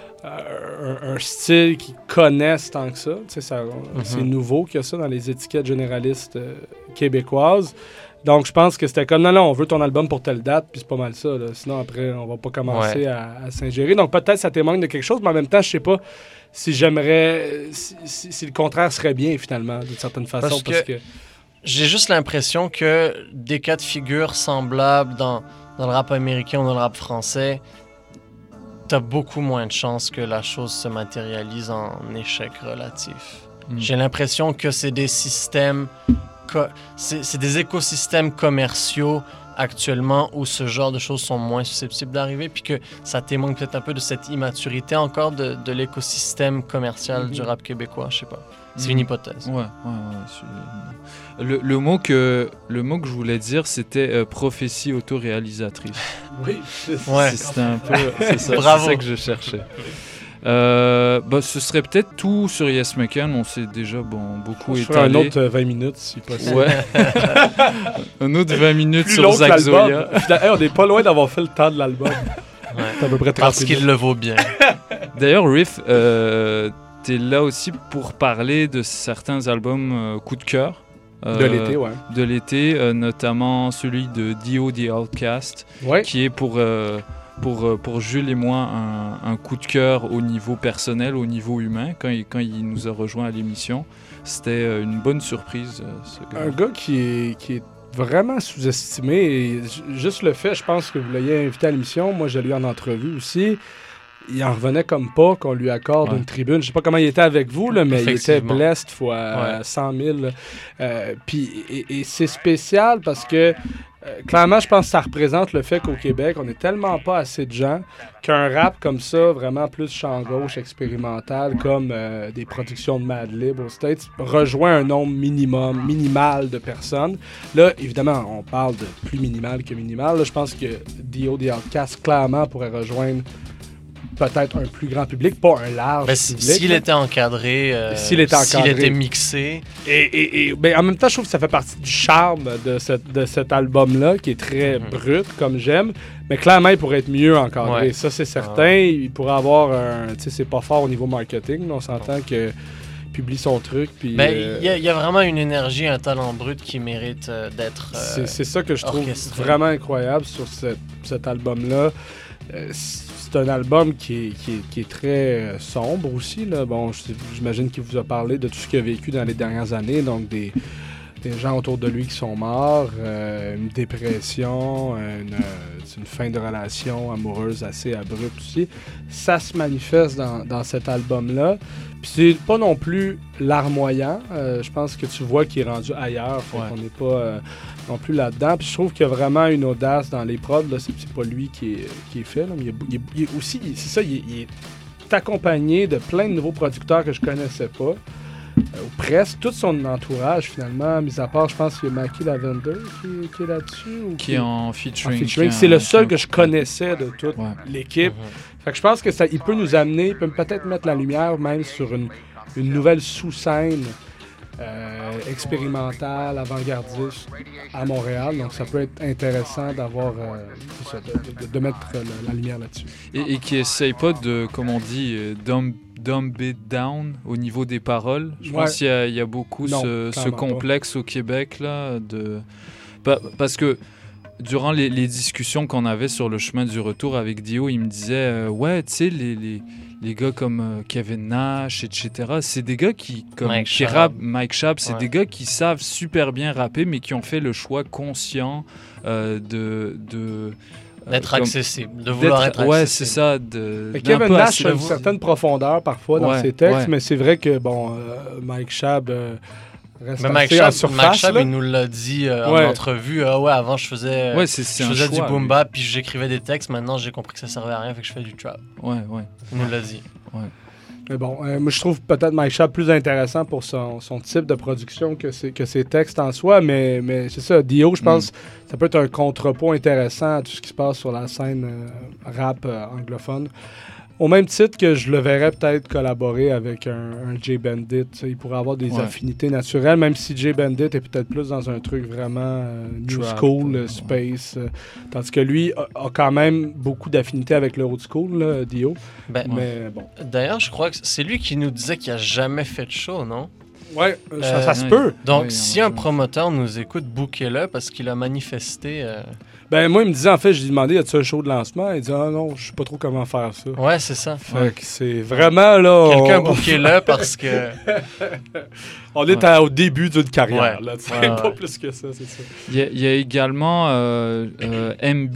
un style qu'ils connaissent tant que ça. C'est nouveau qu'il y a ça dans les étiquettes généralistes québécoises. Donc, je pense que c'était comme, non, on veut ton album pour telle date, puis c'est pas mal ça. Là. Sinon, après, on va pas commencer à s'ingérer. Donc, peut-être ça témoigne de quelque chose, mais en même temps, je sais pas si j'aimerais... Si le contraire serait bien, finalement, d'une certaine façon. Parce que... J'ai juste l'impression que des cas de figure semblables dans le rap américain ou dans le rap français, t'as beaucoup moins de chances que la chose se matérialise en échec relatif. J'ai l'impression que c'est des systèmes... C'est des écosystèmes commerciaux actuellement où ce genre de choses sont moins susceptibles d'arriver, puis que ça témoigne peut-être un peu de cette immaturité encore de l'écosystème commercial du rap québécois, je sais pas. C'est une hypothèse. Le mot que je voulais dire, c'était prophétie autoréalisatrice. Oui, c'était un peu... C'est ça, Bravo. C'est ça que je cherchais. Ce serait peut-être tout sur Yes McCann. On s'est déjà beaucoup étalé. Un autre 20 minutes, si possible. Ouais. Un autre 20 minutes sur Zach Zoya. On n'est pas loin d'avoir fait le temps de l'album. C'est à peu près 30 Parce qu'il le vaut bien. D'ailleurs, Riff, t'es là aussi pour parler de certains albums coup de cœur. De l'été, ouais. De l'été, notamment celui de Dio The Outcast, qui est pour Jules et moi un coup de cœur au niveau personnel, au niveau humain, quand il nous a rejoint à l'émission. C'était une bonne surprise, ce gars. Un gars qui est vraiment sous-estimé. Et juste le fait, je pense que vous l'ayez invité à l'émission, moi je l'ai eu en entrevue aussi, il en revenait comme pas qu'on lui accorde une tribune. Je sais pas comment il était avec vous, là, mais il était blessed fois 100 000. Et c'est spécial parce que clairement, je pense que ça représente le fait qu'au Québec, on n'est tellement pas assez de gens qu'un rap comme ça, vraiment plus champ gauche, expérimental, comme des productions de Madlib aux States, rejoint un nombre minimal de personnes. Là, évidemment, on parle de plus minimal que minimal. Là, je pense que Dio The Outcast, clairement, pourrait rejoindre peut-être un plus grand public, pas un large public. S'il était encadré, s'il était mixé. Et en même temps, je trouve que ça fait partie du charme de cet album-là, qui est très brut, comme j'aime. Mais clairement, il pourrait être mieux encadré. Ouais. Ça, c'est certain. Il pourrait avoir un... Tu sais, c'est pas fort au niveau marketing, mais on s'entend que publie son truc. Puis, il y a vraiment une énergie, un talent brut qui mérite d'être c'est ça que je trouve vraiment incroyable sur cet album-là. C'est un album qui est très sombre aussi. Là. Bon, j'imagine qu'il vous a parlé de tout ce qu'il a vécu dans les dernières années. Donc, des gens autour de lui qui sont morts, une dépression, une fin de relation amoureuse assez abrupte aussi. Ça se manifeste dans cet album-là. Puis c'est pas non plus larmoyant. Je pense que tu vois qu'il est rendu ailleurs. On n'est pas non plus là-dedans. Puis je trouve qu'il y a vraiment une audace dans les prods. Là. C'est pas lui qui est fait. Là. Mais il est aussi... C'est ça, il est accompagné de plein de nouveaux producteurs que je connaissais pas. Ou presque, tout son entourage finalement, mis à part, je pense qu'il y a Mackie Lavender qui est là-dessus. Ou qui est en featuring. C'est le seul que je connaissais de toute l'équipe. Fait que je pense que il peut nous amener, il peut peut-être mettre la lumière même sur une nouvelle sous-scène expérimentale, avant-gardiste à Montréal. Donc ça peut être intéressant d'avoir de mettre la lumière là-dessus. Et qui essaye pas de, comme on dit, dumb it down au niveau des paroles. Je pense qu'il y a beaucoup ce complexe au Québec là parce que durant les discussions qu'on avait sur le chemin du retour avec Dio, il me disait tu sais les gars comme Kevin Nash, etc. C'est des gars qui rappent, Mike Schaap, c'est des gars qui savent super bien rapper, mais qui ont fait le choix conscient d'être accessible, de vouloir être accessible. Ouais, c'est ça. Kevin Nash a une certaine profondeur parfois dans ses textes, mais c'est vrai que Mike Schaap reste assez en surface. Mike Schaap, il nous l'a dit en entrevue. Avant, je faisais du boom bap, puis j'écrivais des textes. Maintenant, j'ai compris que ça servait à rien, fait que je fais du trap. Ouais. Il nous l'a dit. Ouais. Mais bon, moi, je trouve peut-être Mike Schaap plus intéressant pour son type de production que ses textes en soi, mais c'est ça, Dio, je pense, ça peut être un contrepoint intéressant à tout ce qui se passe sur la scène rap anglophone. Au même titre que je le verrais peut-être collaborer avec un Jay Bandit. Il pourrait avoir des affinités naturelles, même si Jay Bandit est peut-être plus dans un truc vraiment new school, space. Tandis que lui a quand même beaucoup d'affinités avec le old school, là, Dio. Mais bon. D'ailleurs, je crois que c'est lui qui nous disait qu'il n'a jamais fait de show, non? Ouais, ça se peut. Donc, si un promoteur nous écoute, booker-le parce qu'il a manifesté... moi, il me disait, en fait, je lui demandais, y a-tu un show de lancement? Il dit, non, je sais pas trop comment faire ça. Ouais, c'est ça. Fait que c'est vraiment, là... Quelqu'un booké-le parce que... On est au début d'une carrière, là. Pas plus que ça, c'est ça. Il y a également MB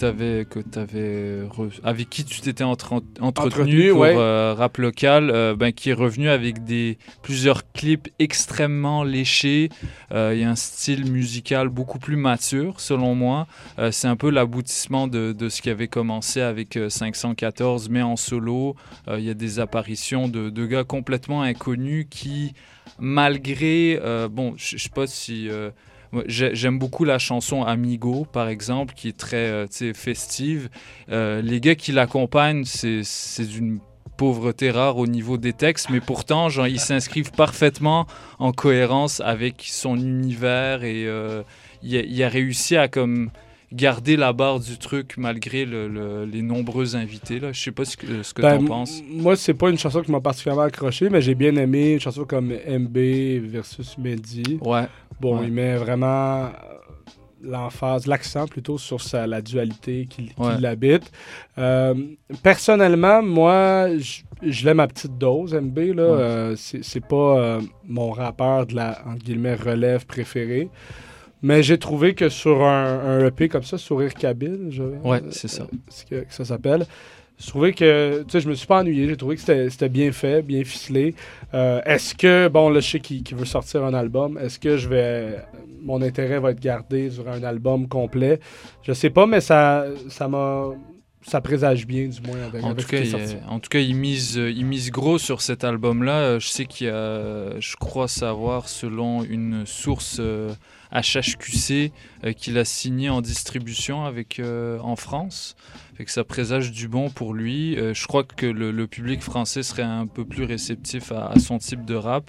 avec qui tu t'étais entretenu pour Rap Local, qui est revenu avec plusieurs clips extrêmement léchés. Il y a un style musical beaucoup plus mature, selon moi. C'est un peu l'aboutissement de ce qui avait commencé avec 514, mais en solo. Il y a des apparitions de gars complètement inconnus qui, malgré... je sais pas si... j'aime beaucoup la chanson Amigo, par exemple, qui est très festive. Les gars qui l'accompagnent, c'est d'une pauvreté rare au niveau des textes, mais pourtant, ils s'inscrivent parfaitement en cohérence avec son univers et il a réussi à garder la barre du truc malgré les nombreux invités. Là. Je sais pas ce que t'en penses. Moi, c'est pas une chanson qui m'a particulièrement accroché, mais j'ai bien aimé une chanson comme MB versus Mehdi. Ouais. Il met vraiment l'emphase, l'accent plutôt sur la dualité qui l'habite. Personnellement, moi, je l'aime à petite dose, MB. Là. C'est pas mon rappeur de la, entre guillemets, relève préférée. Mais j'ai trouvé que sur un EP comme ça, Sourire Kabyle, c'est ça. Que ça s'appelle. Je trouvais que, je me suis pas ennuyé. J'ai trouvé que c'était bien fait, bien ficelé. Est-ce que, là, je sais qu'il veut sortir un album. Est-ce que mon intérêt va être gardé sur un album complet? Je sais pas, mais ça présage bien, du moins, avec ce qui est sorti. En tout cas, il mise gros sur cet album-là. Je sais qu'il y a, je crois savoir, selon une source HHQC, qu'il a signé en distribution en France. Fait que ça présage du bon pour lui. Je crois que le public français serait un peu plus réceptif à son type de rap.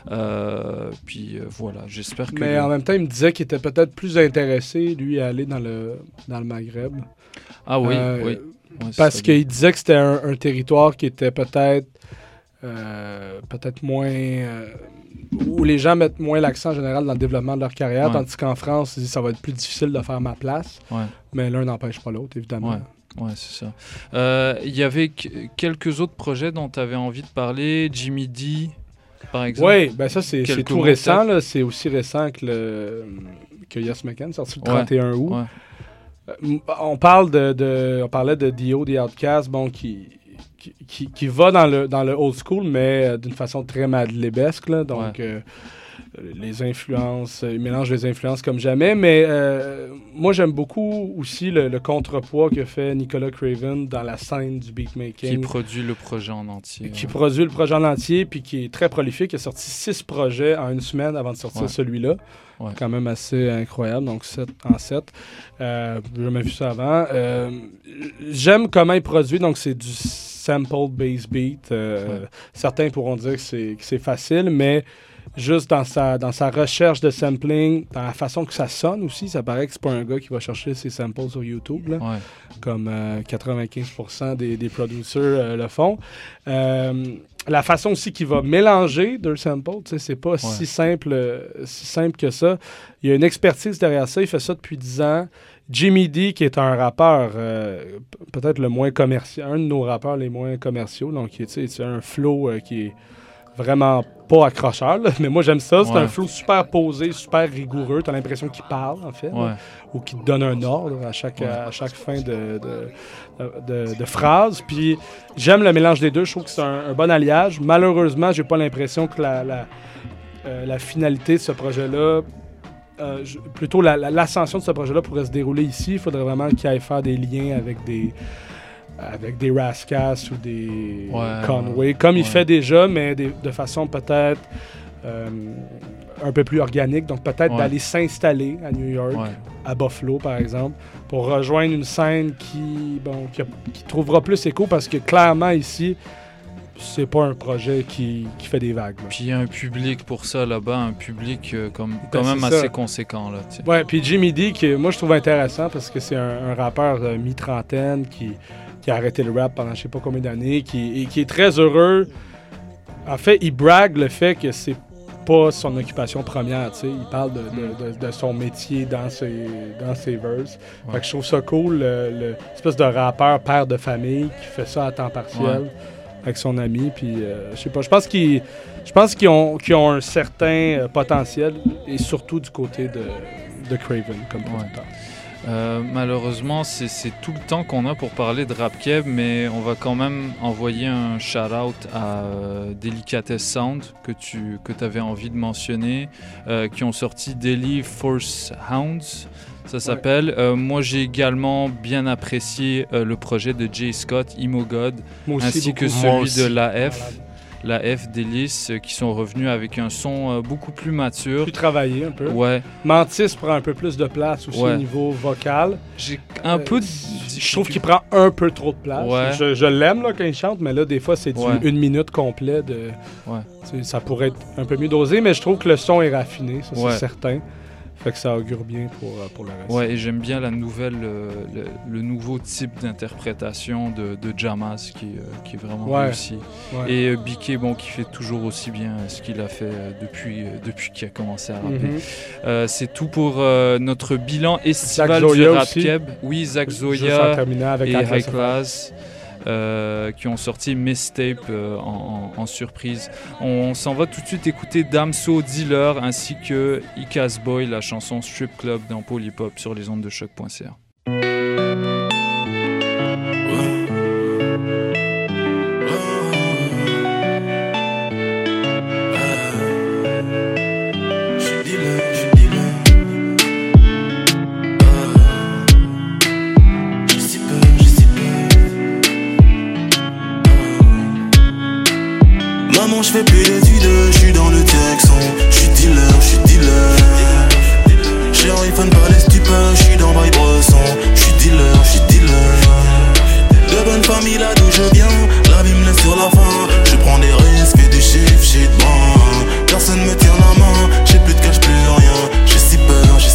Voilà, j'espère que... Mais en même temps, il me disait qu'il était peut-être plus intéressé, lui, à aller dans le Maghreb. Ah oui, oui. Parce qu'il disait que c'était un territoire qui était peut-être moins... où les gens mettent moins l'accent en général dans le développement de leur carrière, tandis qu'en France, ils disent que ça va être plus difficile de faire ma place. Ouais. Mais l'un n'empêche pas l'autre, évidemment. Ouais, c'est ça. Il y avait quelques autres projets dont tu avais envie de parler. Jimmy D, par exemple. Oui, ça, c'est tout récent. Là. C'est aussi récent que Yes McCann, sorti le 31 août. Ouais. On parlait de Dio, The Outcast, qui va dans le old school, mais d'une façon très madlibesque. Là, donc, les influences, il mélange les influences comme jamais, mais moi j'aime beaucoup aussi le contrepoids que fait Nicolas Craven dans la scène du beatmaking. Qui produit le projet en entier. Qui produit le projet en entier, puis qui est très prolifique. Il a sorti 6 projets en une semaine avant de sortir celui-là. Ouais. Quand même assez incroyable, donc 7 en 7. J'ai jamais vu ça avant. J'aime comment il produit, donc c'est du sample-based beat. Certains pourront dire que c'est facile, mais juste dans sa recherche de sampling, dans la façon que ça sonne aussi, ça paraît que c'est pas un gars qui va chercher ses samples sur YouTube, là, comme 95% des producers le font. La façon aussi qu'il va mélanger deux samples, c'est pas si simple que ça. Il y a une expertise derrière ça, il fait ça depuis 10 ans. Jimmy D, qui est un rappeur peut-être le moins commercial, un de nos rappeurs les moins commerciaux, donc c'est un flow qui est vraiment pas accrocheur, là. Mais moi j'aime ça, c'est un flow super posé, super rigoureux, t'as l'impression qu'il parle en fait, ou qu'il te donne un ordre à chaque fin de phrase, puis j'aime le mélange des deux, je trouve que c'est un bon alliage. Malheureusement, j'ai pas l'impression que la finalité de ce projet-là, plutôt l'ascension de ce projet-là pourrait se dérouler ici. Il faudrait vraiment qu'il aille faire des liens avec des Rascas ou des Conway, comme il fait déjà, mais de façon peut-être un peu plus organique. Donc peut-être d'aller s'installer à New York, à Buffalo par exemple, pour rejoindre une scène qui trouvera plus écho, parce que clairement ici, c'est pas un projet qui fait des vagues. Là. Puis il y a un public pour ça là-bas, un public quand même assez conséquent. Là, t'sais. Ouais, puis Jimmy D, que moi je trouve intéressant parce que c'est un rappeur mi-trentaine qui a arrêté le rap pendant je sais pas combien d'années, qui est très heureux. En fait, il brague le fait que c'est pas son occupation première, tu sais. Il parle de son métier dans ses verses. Fait que je trouve ça cool, l'espèce de rappeur père de famille qui fait ça à temps partiel. Avec son ami, puis je sais pas, je pense qu'ils ont un certain potentiel, et surtout du côté de Craven comme producteur. Malheureusement, c'est tout le temps qu'on a pour parler de Rap Keb, mais on va quand même envoyer un shout-out à Delicatess Sound que tu avais envie de mentionner, qui ont sorti Daily Force Hounds. Ça s'appelle. Moi, j'ai également bien apprécié le projet de Jay Scott, Emo God, ainsi que celui de la F Délice, qui sont revenus avec un son beaucoup plus mature. Plus travaillé un peu. Ouais. Mantis prend un peu plus de place aussi au niveau vocal. J'ai un peu... Je trouve qu'il prend un peu trop de place. Ouais. Je l'aime là, quand il chante, mais là, des fois, c'est du 1 minute complet. Ça pourrait être un peu mieux dosé, mais je trouve que le son est raffiné, ça c'est certain. Fait que ça augure bien pour le reste. Ouais, et j'aime bien la nouvelle, le nouveau type d'interprétation de Jamaz qui est vraiment réussi. Ouais. Et Biké, qui fait toujours aussi bien ce qu'il a fait depuis qu'il a commencé à rapper. C'est tout pour notre bilan estival du Rap Keb. Oui, Zach Zoya et High Class. Qui ont sorti Mistape en surprise. On s'en va tout de suite écouter Damso Dealer ainsi que Icaz Boy, la chanson Strip Club dans Polypop sur les ondes de choc.ca. Maman, je fais plus d'études, je suis dans le Texan. Je suis dealer. J'ai un iPhone par les stupeurs, je suis dans Bail Bresson. Je suis dealer. De bonne famille là d'où je viens, la vie me laisse sur la faim. Je prends des risques et des chiffres, j'ai de bon. Personne me tient la main, j'ai plus de cash, plus rien. J'ai si peur.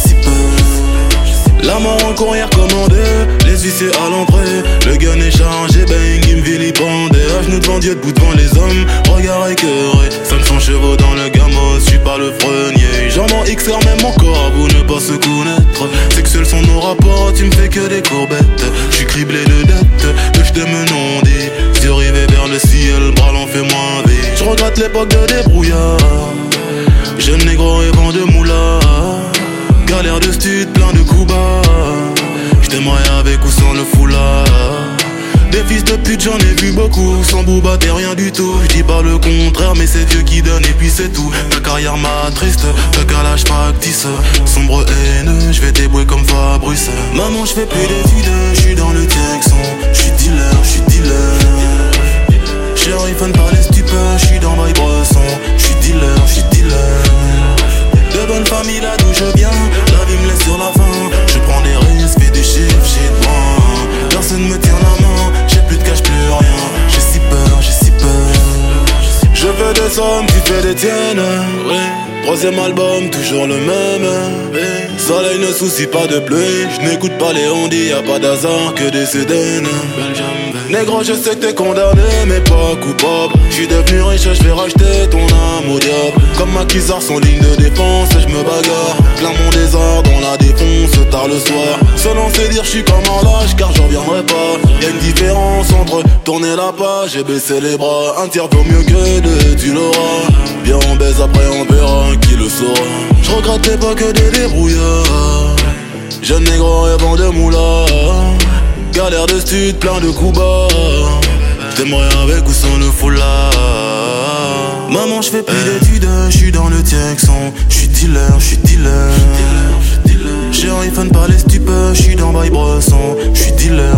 La mort en courrière commandée, les huissiers à l'entrée. Le gun est chargé, bang, il me vilipendait. À genoux devant Dieu, debout devant les hommes, regard écœuré. 500 chevaux dans le gamos, je suis pas le frenier. J'en m'en XR même encore, vous ne pas se connaître. Sexuels sont nos rapports, tu me fais que des courbettes. Je suis criblé de dettes, que je t'aime non dit. Yeux rivés vers le ciel, bras l'en fait moins vite. Je regrette l'époque de débrouillard. Jeune négro rêvant de moula. Galère de stud, plein de coups bas. J't'aimerais avec ou sans le foulard. Des fils de pute, J'en ai vu beaucoup, sans Booba t'es rien du tout. Je dis pas le contraire mais c'est Dieu qui donne et puis c'est tout. Ta carrière m'attriste, ta calage factice. Sombre haineux, je vais débrouiller comme Fabrice. Maman je fais plus d'études, je suis dans le Texan. Je suis dealer. Chérie fan par les stupeurs, je suis dans my bresson. Je suis dealer. De bonne famille là d'où je viens, la vie me laisse sur la fin. Je prends des risques, fais des chiffres, j'ai de bon. Personne me tient la main, j'ai plus de cash, plus rien. J'ai si peur. Je veux des sommes, tu fais des tiennes. Troisième album, toujours le même. Soleil ne soucie pas de pluie. Je n'écoute pas les ondits, y'a pas d'hasard que des Cédènes. Négro, je sais que t'es condamné, mais pas coupable. J'suis devenu riche, je vais racheter ton âme au diable. Comme Maquisard, son ligne de défense, je me bagarre. Plein mon désordre, on la défonce tard le soir. Selon c'est dire, j'suis comme un lâche, car j'en reviendrai pas. Y'a une différence entre tourner la page et baisser les bras. Un tiers vaut mieux que deux, tu l'auras. Bien on baise, après on verra qui le saura. Je regrette pas que des débrouillards. Jeune négro rêvant de moula. Galère de stud, plein de coups bas. J't'aimerais avec ou sans le foulard. Maman j'fais plus d'études, j'suis dans le Texan. J'suis dealer. Chérie fan par les stupeurs, j'suis dans my bresson. J'suis dealer.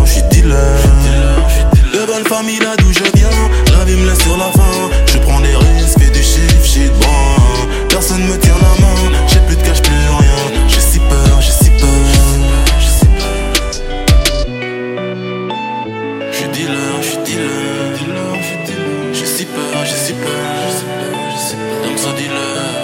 De bonne famille là d'où je viens, la vie me laisse sur la fin. Je prends des risques et des chiffres, j'ai de bon. Personne me tient la main, j'ai plus de cash, plus rien. J'ai si peur. Je suis dealer. J'ai si peur. Donc ça dealer.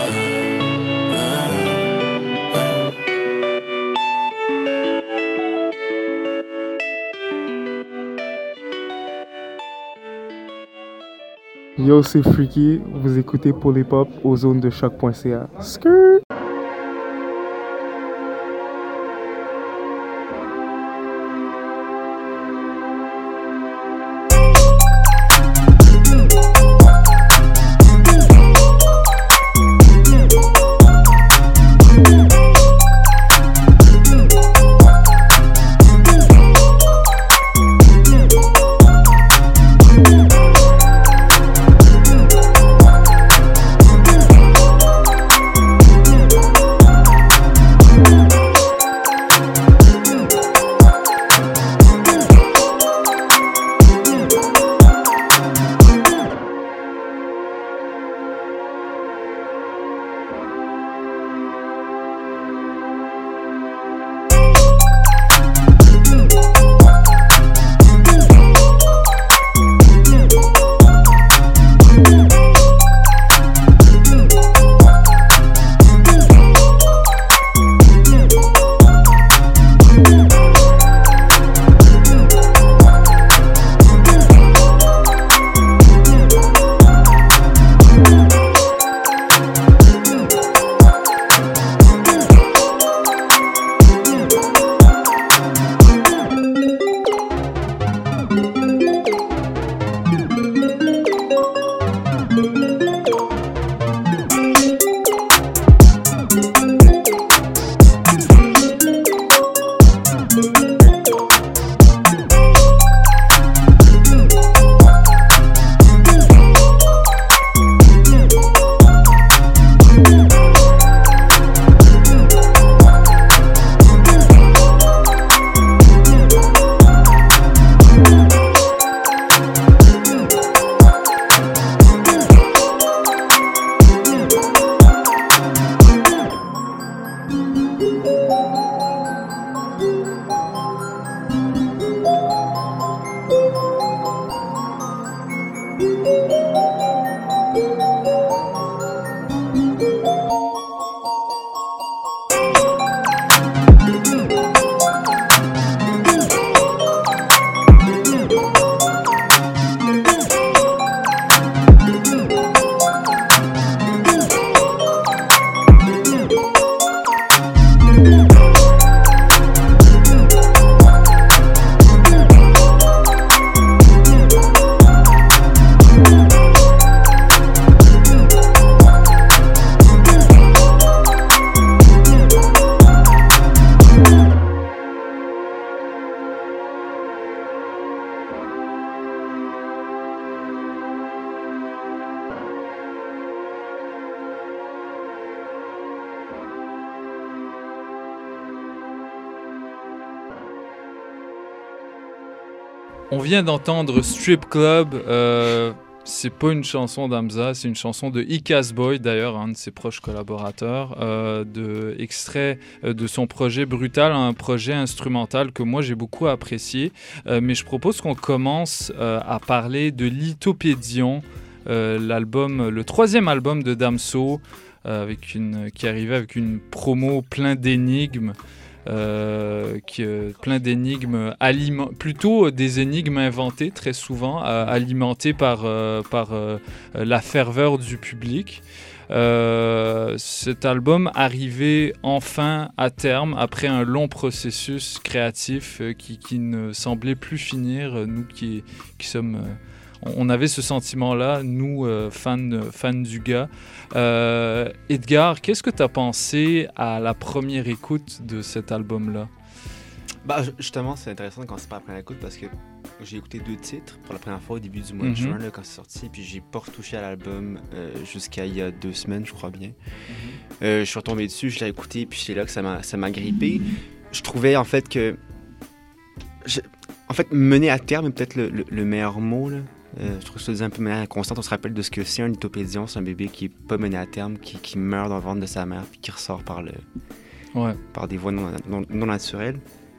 Yo, c'est Freaky, vous écoutez Pour les Pop aux zones de choc.ca. Skirt! On vient d'entendre Strip Club. C'est pas une chanson d'Hamza, c'est une chanson de Icaz Boy, d'ailleurs, un de ses proches collaborateurs, extrait de son projet Brutal, un projet instrumental que moi j'ai beaucoup apprécié. Mais je propose qu'on commence à parler de Lithopédion, le 3e album de Damso, qui arrivait avec une promo plein d'énigmes. Plein d'énigmes, plutôt des énigmes inventées très souvent, alimentées par la ferveur du public. Cet album arrivait enfin à terme après un long processus créatif qui ne semblait plus finir. Nous qui sommes... on avait ce sentiment-là, nous, fans du gars. Edgar, qu'est-ce que tu as pensé à la première écoute de cet album-là? Justement, c'est intéressant quand c'est pas la première écoute parce que j'ai écouté 2 titres pour la première fois au début du mois de juin là, quand c'est sorti, puis j'ai pas retouché à l'album jusqu'à il y a 2 semaines, je crois bien. Je suis retombé dessus, je l'ai écouté, puis c'est là que ça m'a grippé. Je trouvais en fait que... mener à terme est peut-être le meilleur mot, là. Je trouve que ça disait un peu de manière constante. On se rappelle de ce que c'est un lithopédion, c'est un bébé qui est pas mené à terme, qui meurt dans le ventre de sa mère puis qui ressort par des voies non naturelles.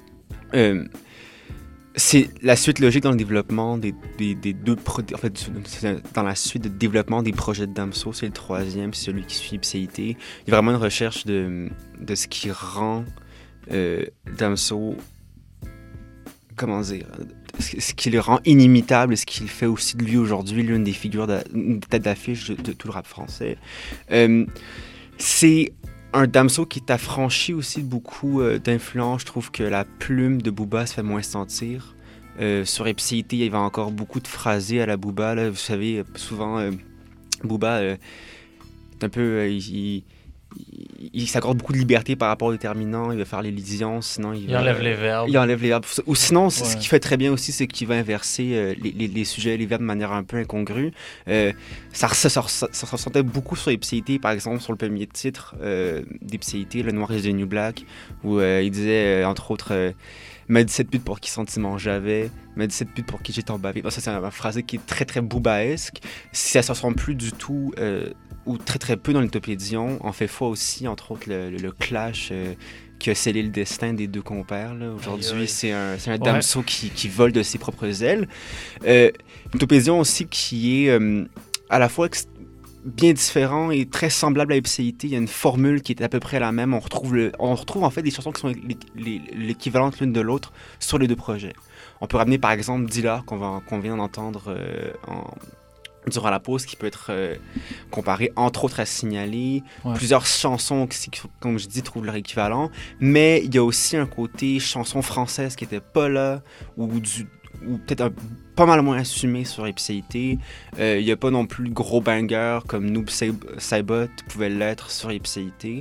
C'est la suite logique dans le développement des 2 projets. En fait, dans la suite de développement des projets de Damso, c'est le 3e, c'est celui qui suit Ipséité. Il y a vraiment une recherche de ce qui rend Damso, comment dire, ce qui le rend inimitable, ce qui fait aussi de lui aujourd'hui l'une des figures, une tête d'affiche de tout le rap français. C'est un Damso qui est affranchi aussi de beaucoup d'influences. Je trouve que la plume de Booba se fait moins sentir. Sur Ipséité, il y avait encore beaucoup de phrasés à la Booba. Là. Vous savez, souvent, Booba est un peu... il s'accorde beaucoup de liberté par rapport aux déterminants, il va faire l'élision, sinon il enlève les verbes. Il enlève les verbes. Ou sinon, ce qu'il fait très bien aussi, c'est qu'il va inverser les sujets et les verbes de manière un peu incongrue. Ça ressentait beaucoup sur Ipséité, par exemple, sur le premier titre d'Ipséité, Le Noir is the New Black, où il disait, entre autres... m'a 17 putes pour qui sentiment j'avais, m'a 17 putes pour qui j'ai tant bavé. Ça, c'est un phrasé qui est très, très boobaesque. Ça ne se ressemble plus du tout, ou très, très peu dans Lithopédion. En fait foi aussi, entre autres, le clash qui a scellé le destin des 2 compères. Là. Aujourd'hui, c'est un Damso qui vole de ses propres ailes. Lithopédion aussi qui est à la fois bien différent et très semblable à Ipséité. Il y a une formule qui est à peu près la même. On retrouve en fait des chansons qui sont l'équivalente l'une de l'autre sur les 2 projets. On peut ramener par exemple Dilla qu'on vient d'entendre durant la pause, qui peut être comparé entre autres à Signaler. Plusieurs chansons qui, comme je dis, trouvent leur équivalent. Mais il y a aussi un côté chanson française qui n'était pas là, ou peut-être pas mal moins assumé sur Ipséité. Il n'y a pas non plus de gros bangers comme Noob Saibot pouvait l'être sur Ipséité.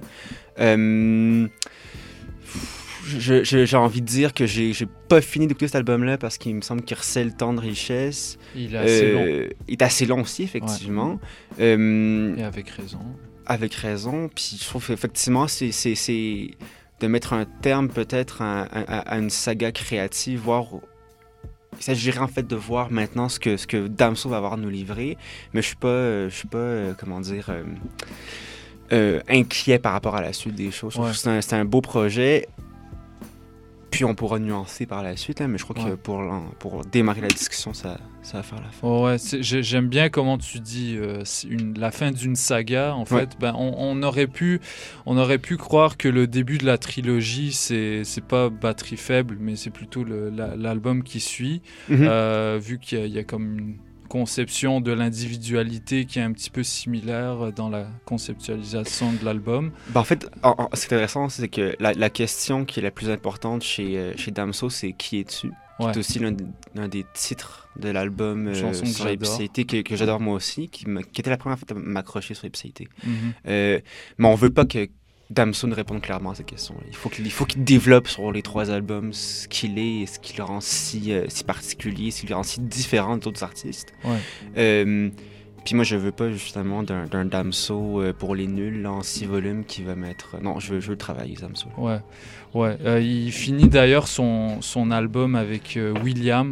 J'ai envie de dire que j'ai pas fini d'écouter cet album-là parce qu'il me semble qu'il recèle tant de richesse. Il est assez long. Il est assez long aussi, effectivement. Et avec raison. Avec raison. Puis je trouve qu'effectivement, c'est de mettre un terme peut-être à une saga créative, voire... Il s'agirait en fait de voir maintenant ce que Damso va avoir à nous livrer, mais je suis pas comment dire, inquiet par rapport à la suite des choses. C'est un beau projet. Puis on pourra nuancer par la suite, là, mais je crois que pour démarrer la discussion, ça va faire la fin. J'aime bien comment tu dis la fin d'une saga. En fait, on aurait pu croire que le début de la trilogie, c'est pas Batterie Faible, mais c'est plutôt l'album qui suit, vu qu'il y a comme une conception de l'individualité qui est un petit peu similaire dans la conceptualisation de l'album. En fait, ce qui est intéressant, c'est que la question qui est la plus importante chez Damso, c'est « Qui es-tu » qui est aussi l'un des titres de l'album sur Ipséité que j'adore moi aussi, qui était la première fois à m'accrocher sur Ipséité. Mais on veut pas que Damso ne réponde clairement à cette question. Il faut qu'il développe sur les 3 albums ce qu'il est et ce qui le rend si particulier, ce qui le rend si différent d'autres artistes. Puis moi, je veux pas justement d'un Damso pour les nuls là, en 6 volumes qui va mettre... Non, je veux le travailler, Damso. Il finit d'ailleurs son album avec William.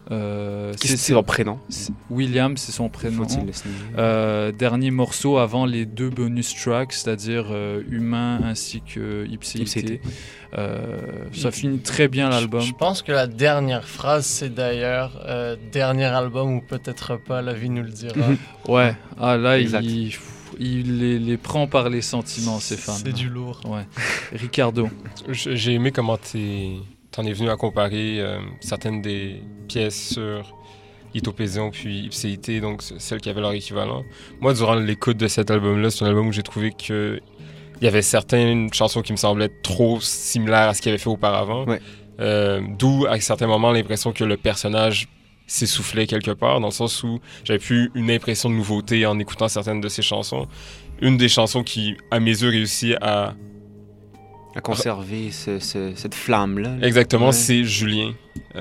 C'est son prénom. William, c'est son prénom. Faut-il le signer? Dernier morceau avant les 2 bonus tracks, c'est-à-dire Humain ainsi que Ipséité. Ça finit très bien l'album. Je pense que la dernière phrase, c'est d'ailleurs dernier album ou peut-être pas, la vie nous le dira. Ouais, là, il les prend par les sentiments, ces fans. C'est du lourd. Ouais. Ricardo. J'ai aimé comment t'en es venu à comparer certaines des pièces sur Itopésion puis Ipséité, donc celles qui avaient leur équivalent. Moi, durant l'écoute de cet album-là, c'est un album où j'ai trouvé que il y avait certaines chansons qui me semblaient trop similaires à ce qu'il avait fait auparavant. Ouais. D'où, à certains moments, l'impression que le personnage s'essoufflait quelque part, dans le sens où j'avais plus une impression de nouveauté en écoutant certaines de ses chansons. Une des chansons qui, à mes yeux, réussit à conserver cette flamme-là. Exactement, ouais. C'est Julien.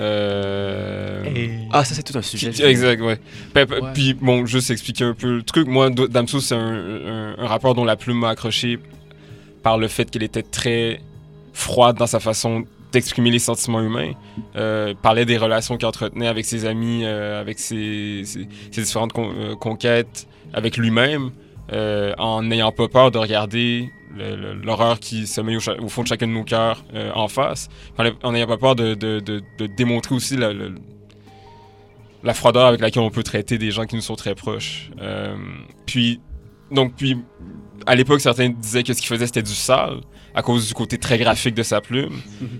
Ça, c'est tout un sujet. Exact, ouais. Puis, bon, juste expliquer un peu le truc. Moi, Damso, c'est un rappeur dont la plume m'a accroché par le fait qu'elle était très froide dans sa façon d'exprimer les sentiments humains. Parlait des relations qu'il entretenait avec ses amis, avec ses différentes conquêtes, avec lui-même, en n'ayant pas peur de regarder l'horreur qui se met au fond de chacun de nos cœurs en face, en n'ayant pas peur de démontrer aussi la froideur avec laquelle on peut traiter des gens qui nous sont très proches. Puis, à l'époque, certains disaient que ce qu'il faisait, c'était du sale, à cause du côté très graphique de sa plume.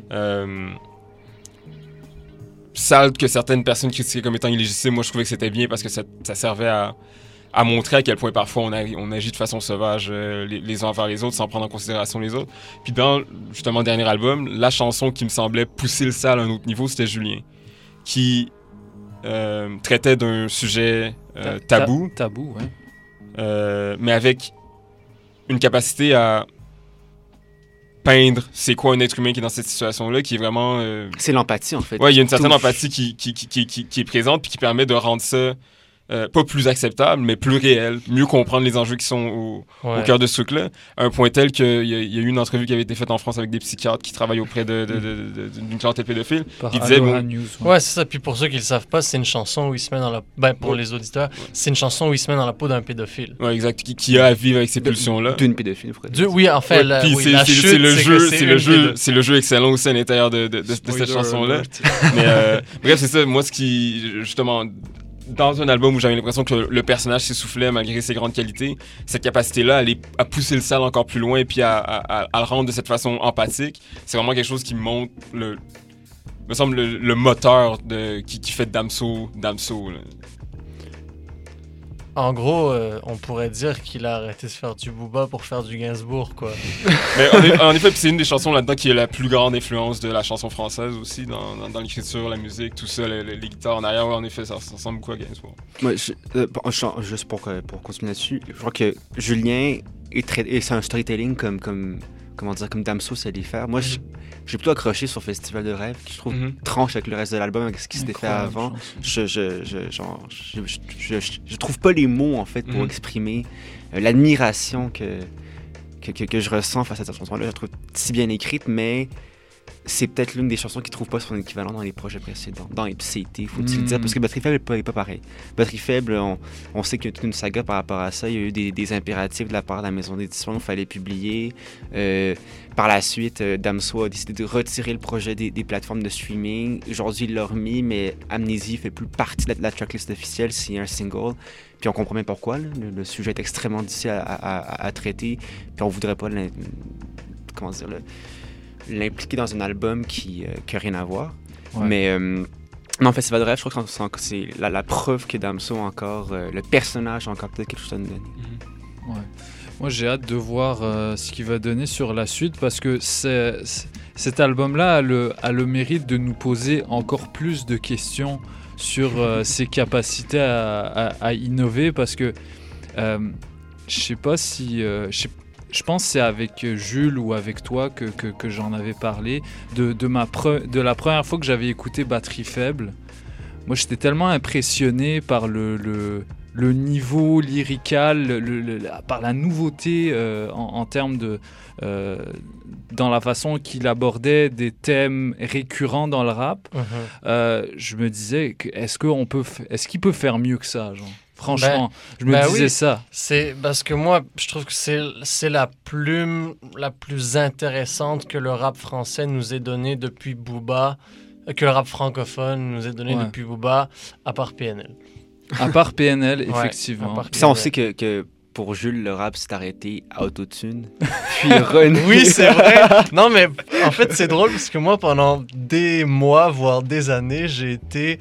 Sale que certaines personnes critiquaient comme étant illégitime, moi je trouvais que c'était bien parce que ça servait à montrer à quel point parfois on agit de façon sauvage les uns envers les autres sans prendre en considération les autres. Puis dans justement le dernier album, la chanson qui me semblait pousser le sale à un autre niveau, c'était Julien, qui traitait d'un sujet tabou. Tabou, ouais. Mais avec une capacité à peindre c'est quoi un être humain qui est dans cette situation-là, qui est vraiment... C'est l'empathie, en fait. Ouais, il y a une certaine empathie qui est présente puis qui permet de rendre ça pas plus acceptable, mais plus réel, mieux comprendre les enjeux qui sont au cœur de ce truc-là, à un point tel qu'il y a eu une entrevue qui avait été faite en France avec des psychiatres qui travaillent auprès d'une clientèle pédophile. Ils disaient, ouais, c'est ça. Puis pour ceux qui le savent pas, c'est une chanson où il se met dans la... pour les auditeurs, c'est une chanson où il se met dans la peau d'un pédophile. Ouais, exact. Qui a à vivre avec ces pulsions-là. D'une pédophile, oui, en fait, la chute, c'est le jeu excellent aussi à l'intérieur de cette chanson-là. Mais bref, c'est ça. Moi, ce qui, justement... Dans un album où j'avais l'impression que le personnage s'essoufflait malgré ses grandes qualités, cette capacité-là à pousser le sale encore plus loin et puis à le rendre de cette façon empathique, c'est vraiment quelque chose qui montre me semble le moteur qui fait Damso là. En gros, on pourrait dire qu'il a arrêté de faire du Booba pour faire du Gainsbourg, quoi. Mais en effet, c'est une des chansons là-dedans qui est la plus grande influence de la chanson française aussi, dans l'écriture, la musique, tout ça, les guitares en arrière. Ouais, en effet, ça ressemble beaucoup à Gainsbourg. Ouais, juste pour continuer là-dessus, je crois que Julien c'est un storytelling comme Damso sait les faire. Moi, j'ai plutôt accroché sur Festival de rêve, qui je trouve tranche avec le reste de l'album, avec ce qui s'était fait avant. Je trouve pas les mots, en fait, pour exprimer l'admiration que je ressens face à cette chanson-là. Je la trouve si bien écrite, mais c'est peut-être l'une des chansons qui ne trouve pas son équivalent dans les projets précédents. Dans Ipséité, faut-il dire, parce que Batterie Faible n'est pas pareil. Batterie Faible, on sait qu'il y a toute une saga par rapport à ça. Il y a eu des impératifs de la part de la maison d'édition, il fallait publier. Par la suite, Damso a décidé de retirer le projet des plateformes de streaming. Aujourd'hui, il l'a remis, mais Amnésie fait plus partie de la tracklist officielle, c'est un single. Puis on comprend bien pourquoi. Le sujet est extrêmement difficile à traiter. Puis on voudrait pas l'impliquer dans un album qui n'a rien à voir. Ouais. Mais non, Festival de rêve, je crois que c'est la preuve que Damso encore, le personnage a encore peut-être quelque chose à nous donner. Ouais. Moi, j'ai hâte de voir ce qu'il va donner sur la suite parce que cet album-là a le mérite de nous poser encore plus de questions sur ses capacités à innover parce que je sais pas si... Je pense que c'est avec Jules ou avec toi que j'en avais parlé de la première fois que j'avais écouté Batterie Faible. Moi, j'étais tellement impressionné par le le niveau lyrical, par la nouveauté en termes de... dans la façon qu'il abordait des thèmes récurrents dans le rap, je me disais, est-ce qu'il peut faire mieux que ça, genre? Franchement, je me disais ça. C'est parce que moi, je trouve que c'est la plume la plus intéressante que le rap français nous ait donnée depuis Booba, que le rap francophone nous ait donné depuis Booba, à part PNL. À part PNL, effectivement. Part PNL. Ça, on sait que pour Jules, le rap s'est arrêté à Autotune, puis Run. Oui, c'est vrai. Non, mais en fait, c'est drôle parce que moi, pendant des mois, voire des années, j'ai été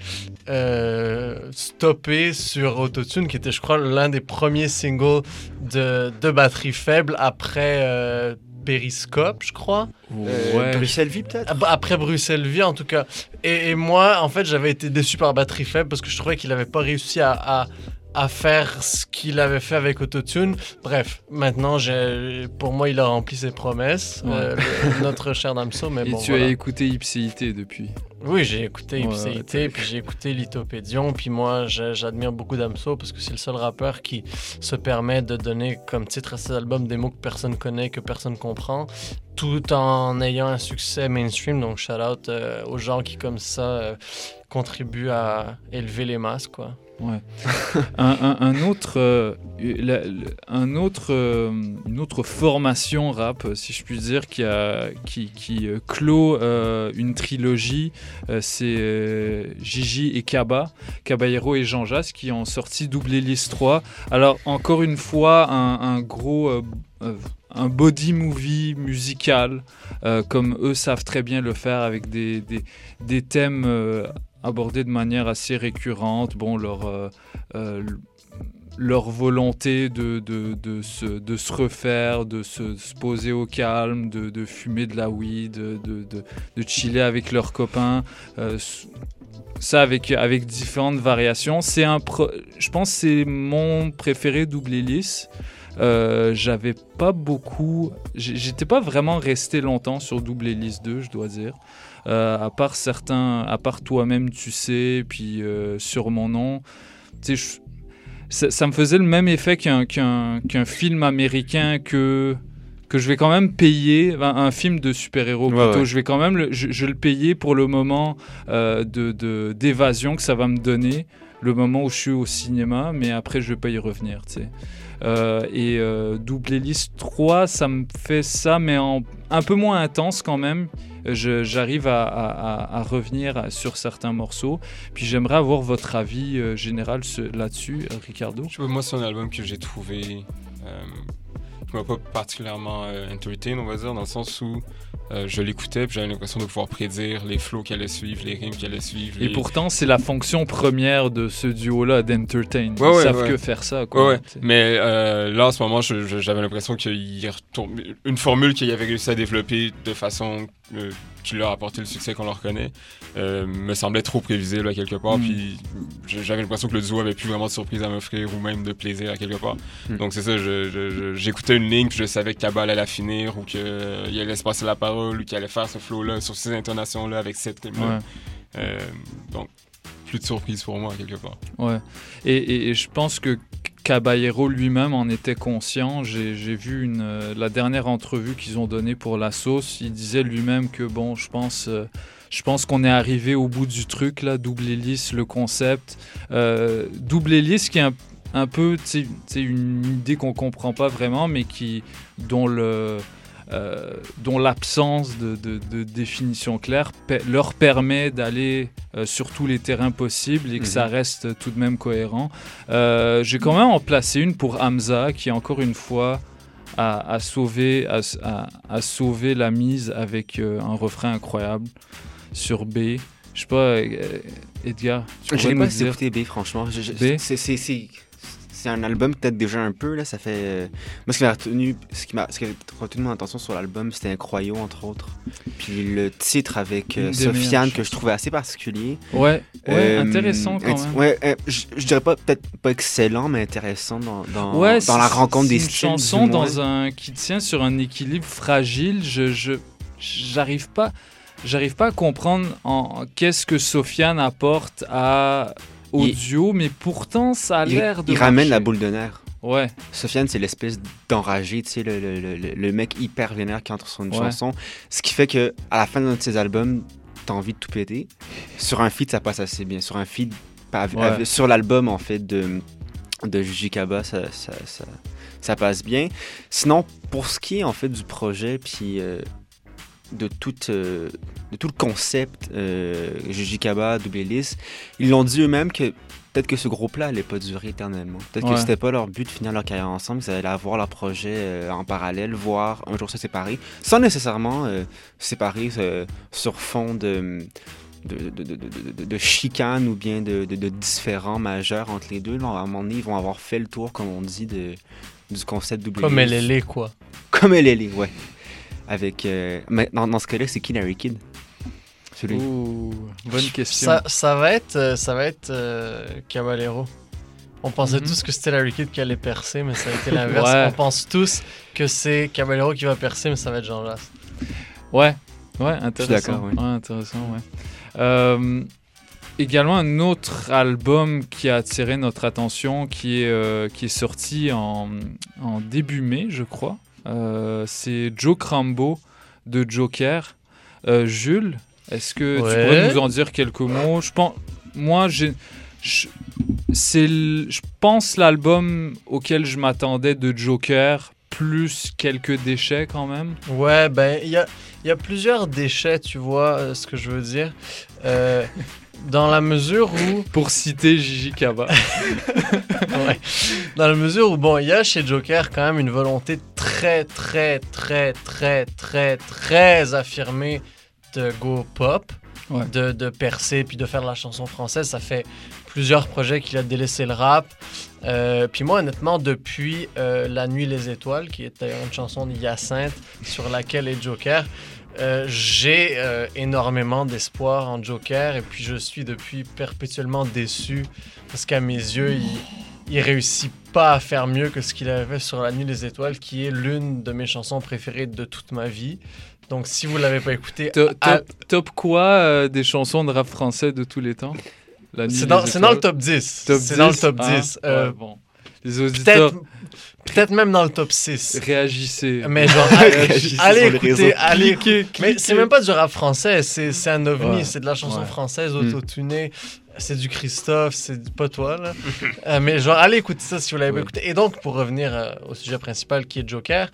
stoppé sur Autotune, qui était, je crois, l'un des premiers singles de batterie faible après Périscope, je crois. Bruxelles Vie, peut-être? Après Bruxelles Vie, en tout cas. Et moi, en fait, j'avais été déçu par batterie faible parce que je trouvais qu'il n'avait pas réussi à faire ce qu'il avait fait avec Autotune. Bref, maintenant, pour moi, il a rempli ses promesses, notre cher Damso. Mais et tu as écouté Ipséité depuis? Oui, j'ai écouté Ipséité, puis j'ai écouté Lithopédion, puis moi, j'admire beaucoup Damso parce que c'est le seul rappeur qui se permet de donner comme titre à ses albums des mots que personne connaît, que personne comprend, tout en ayant un succès mainstream. Donc, shout-out aux gens qui, comme ça, contribuent à élever les masses, quoi. Ouais. Une autre formation rap, si je puis dire, qui clôt une trilogie, c'est Gigi et Caballero et Jean Jass qui ont sorti Double Hélice 3. Alors encore une fois, un gros un body movie musical, comme eux savent très bien le faire, avec des thèmes abordés de manière assez récurrente. Bon, leur volonté de se refaire, de se poser au calme, de fumer de la weed, de chiller avec leurs copains. Ça avec différentes variations. Je pense que c'est mon préféré, Double Hélice. J'avais pas beaucoup... J'étais pas vraiment resté longtemps sur Double Hélice 2, je dois dire. À part Toi-même tu sais, puis Sur mon nom, tu sais, ça me faisait le même effet qu'un film américain que je vais quand même payer, un film de super-héros plutôt. Je vais quand même je le payer pour le moment d'évasion que ça va me donner, le moment où je suis au cinéma, mais après je vais pas y revenir, tu sais. Double Hélice 3, ça me fait ça, mais un peu moins intense quand même. J'arrive à revenir sur certains morceaux. Puis j'aimerais avoir votre avis général là-dessus, Ricardo. Moi, c'est un album que j'ai trouvé qui m'a pas particulièrement entertain, on va dire, dans le sens où je l'écoutais puis j'avais l'impression de pouvoir prédire les flows qui allaient suivre, les rimes qui allaient suivre. Et pourtant, c'est la fonction première de ce duo-là, d'entertain. Ils savent que faire ça, quoi. Mais là, en ce moment, j'avais l'impression qu'il retourne une formule qu'il avait réussi à développer de façon qui leur a apporté le succès qu'on leur connaît, me semblait trop prévisible à quelque part. Puis j'avais l'impression que le duo avait plus vraiment de surprise à m'offrir ou même de plaisir à quelque part. Donc c'est ça, j'écoutais une ligne puis je savais que Cabal allait finir ou qu'il allait se passer la parole ou qu'il allait faire ce flow-là sur ces intonations-là avec cette rime-là. Donc plus de surprise pour moi à quelque part. Ouais. Et je pense que Caballero lui-même en était conscient. J'ai vu la dernière entrevue qu'ils ont donnée pour La Sauce. Il disait lui-même que bon, je pense qu'on est arrivé au bout du truc là. Double Hélice, le concept. Double Hélice qui est un peu, tu sais, une idée qu'on comprend pas vraiment, mais dont l'absence de définition claire leur permet d'aller sur tous les terrains possibles et que ça reste tout de même cohérent. J'ai quand même en placé une pour Hamza, qui encore une fois a sauvé la mise avec un refrain incroyable sur B. Je sais pas, Edgar, tu pourrais nous dire? Je n'ai pas écouté B, franchement. B? C'est un album peut-être déjà un peu, là, ça fait... Moi, ce qui avait retenu mon attention sur l'album, c'était Incroyo, entre autres. Puis le titre avec Sofiane, que je trouvais assez particulier. Ouais, intéressant quand même. Je dirais peut-être pas excellent, mais intéressant dans la rencontre des styles. C'est une chanson qui tient sur un équilibre fragile. J'arrive pas à comprendre qu'est-ce que Sofiane apporte à audio, mais pourtant, ça a l'air de Il ramène marcher. la boule de nerfs. Ouais. Sofiane, c'est l'espèce d'enragé, tu sais, le mec hyper vénère qui entre sur une chanson. Ce qui fait que à la fin de ses albums, t'as envie de tout péter. Sur un feat, ça passe assez bien. Sur un feat, sur l'album, en fait, de Jujikaba, ça passe bien. Sinon, pour ce qui est, en fait, du projet, puis de tout le concept Jujikaba, Double Hélice, ils l'ont dit eux-mêmes que peut-être que ce groupe-là allait pas durer éternellement. Peut-être que c'était pas leur but de finir leur carrière ensemble, qu'ils allaient avoir leur projet en parallèle, voire un jour se séparer, sans nécessairement se séparer sur fond de chicanes ou bien de différends majeurs entre les deux. Là, à un moment donné, ils vont avoir fait le tour, comme on dit, du concept double. Comme LL, quoi. Comme LL, ouais. Avec, mais dans ce cas-là, c'est qui Larry Kidd? Ouh, bonne question. Ça va être Caballero. On pensait tous que c'était Larry Kidd qui allait percer, mais ça a été l'inverse. On pense tous que c'est Caballero qui va percer, mais ça va être Jean Jas. Ouais, intéressant. Je suis d'accord, oui. Intéressant, ouais. Également, un autre album qui a attiré notre attention, qui est sorti en début mai, je crois. C'est Joe Crambo de Joker. Jules, est-ce que tu pourrais nous en dire quelques mots? Je pense l'album auquel je m'attendais de Joker, plus quelques déchets quand même. Ouais, ben il y a plusieurs déchets, tu vois ce que je veux dire. Dans la mesure où... Pour citer Gigi Kaba. Ouais. Dans la mesure où, bon, il y a chez Joker quand même une volonté très, très, très, très, très, très affirmée de go pop, de percer puis de faire de la chanson française. Ça fait plusieurs projets qu'il a délaissé le rap. Puis moi, honnêtement, depuis La Nuit les Étoiles, qui est d'ailleurs une chanson de Hyacinthe sur laquelle est Joker, j'ai énormément d'espoir en Joker, et puis je suis depuis perpétuellement déçu parce qu'à mes yeux, il réussit pas à faire mieux que ce qu'il avait fait sur La Nuit des Étoiles, qui est l'une de mes chansons préférées de toute ma vie. Donc si vous l'avez pas écouté... Top quoi des chansons de rap français de tous les temps? C'est dans le top 10. C'est dans le top 10. Bon. Les auditeurs... Peut-être même dans le top 6. Réagissez. Mais genre, allez écouter, allez cliquer. Mais c'est même pas du rap français, c'est un ovni, c'est de la chanson française autotunée. C'est du Christophe, c'est pas toi, là. Mais genre, allez écouter ça si vous l'avez pas écouté. Et donc, pour revenir au sujet principal qui est Joker,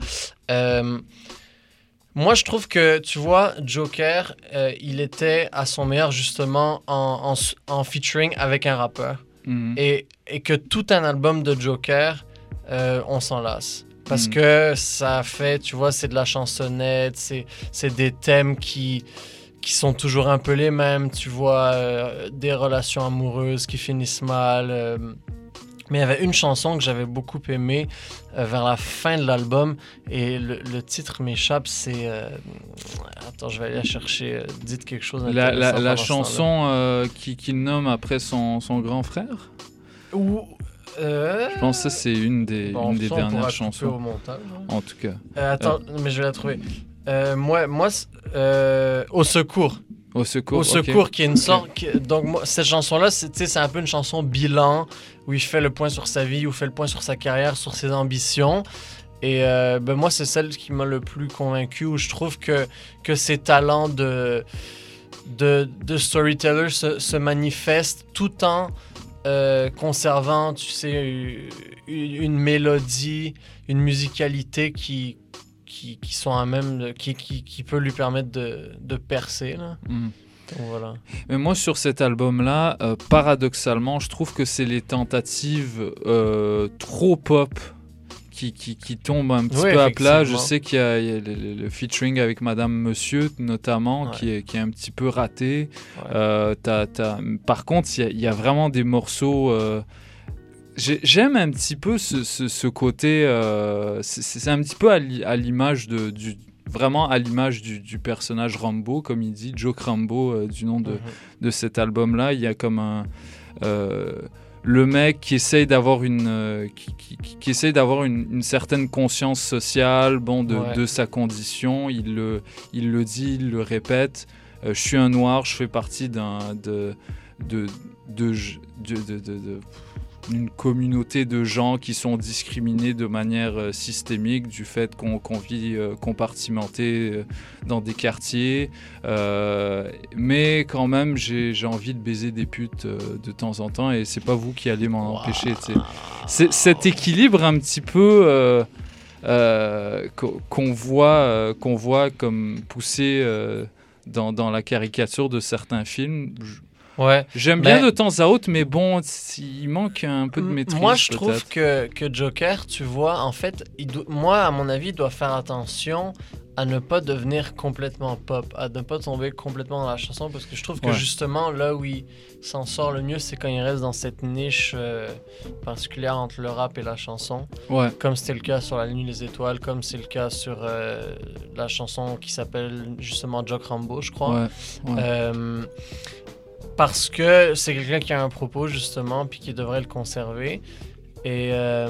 moi, je trouve que, tu vois, Joker, il était à son meilleur justement en featuring avec un rappeur. Et que tout un album de Joker, on s'en lasse. Parce que ça fait, tu vois, c'est de la chansonnette, c'est des thèmes qui sont toujours un peu les mêmes, tu vois, des relations amoureuses qui finissent mal. Mais il y avait une chanson que j'avais beaucoup aimée vers la fin de l'album, et le titre m'échappe, c'est... Attends, je vais aller la chercher. Dites quelque chose d'intéressant. La chanson qu'il nomme après son grand frère? Je pense que ça, c'est une des dernières chansons. Au montage, en tout cas. Attends, mais je vais la trouver. Moi Au secours. Au secours, qui est une sorte... Donc, cette chanson-là, c'est un peu une chanson bilan, où il fait le point sur sa vie, où il fait le point sur sa carrière, sur ses ambitions. Et moi, c'est celle qui m'a le plus convaincu, où je trouve que ses talents de storyteller se manifestent tout en conservant, tu sais, une mélodie, une musicalité qui sont à même qui peut lui permettre de percer là. Donc, voilà. Mais moi sur cet album là, paradoxalement, je trouve que c'est les tentatives trop pop qui tombent un petit peu à plat. Je sais qu'il y a le featuring avec Madame Monsieur notamment, qui est un petit peu raté. Par contre, il y a vraiment des morceaux... J'aime un petit peu ce côté... c'est un petit peu à l'image vraiment à l'image du personnage Rambo, comme il dit, Joe Crambo, du nom de cet album-là. Il y a comme un... le mec qui essaye d'avoir une certaine conscience sociale, de sa condition. Il le dit, il le répète. Je suis un noir, je fais partie une communauté de gens qui sont discriminés de manière systémique du fait qu'on vit compartimenté dans des quartiers. Mais quand même, j'ai envie de baiser des putes de temps en temps et c'est pas vous qui allez m'en empêcher. C'est cet équilibre un petit peu qu'on voit comme poussé dans la caricature de certains films. Ouais. J'aime bien de temps à autre, mais bon, il manque un peu de maîtrise. Moi, je trouve que Joker, tu vois, en fait, moi, à mon avis, il doit faire attention à ne pas devenir complètement pop, à ne pas tomber complètement dans la chanson, parce que je trouve que justement, là où il s'en sort le mieux, c'est quand il reste dans cette niche particulière entre le rap et la chanson. Ouais. Comme c'était le cas sur La Nuit des Étoiles, comme c'est le cas sur la chanson qui s'appelle justement Jock Rambo, je crois. Ouais. Parce que c'est quelqu'un qui a un propos, justement, puis qui devrait le conserver. Et...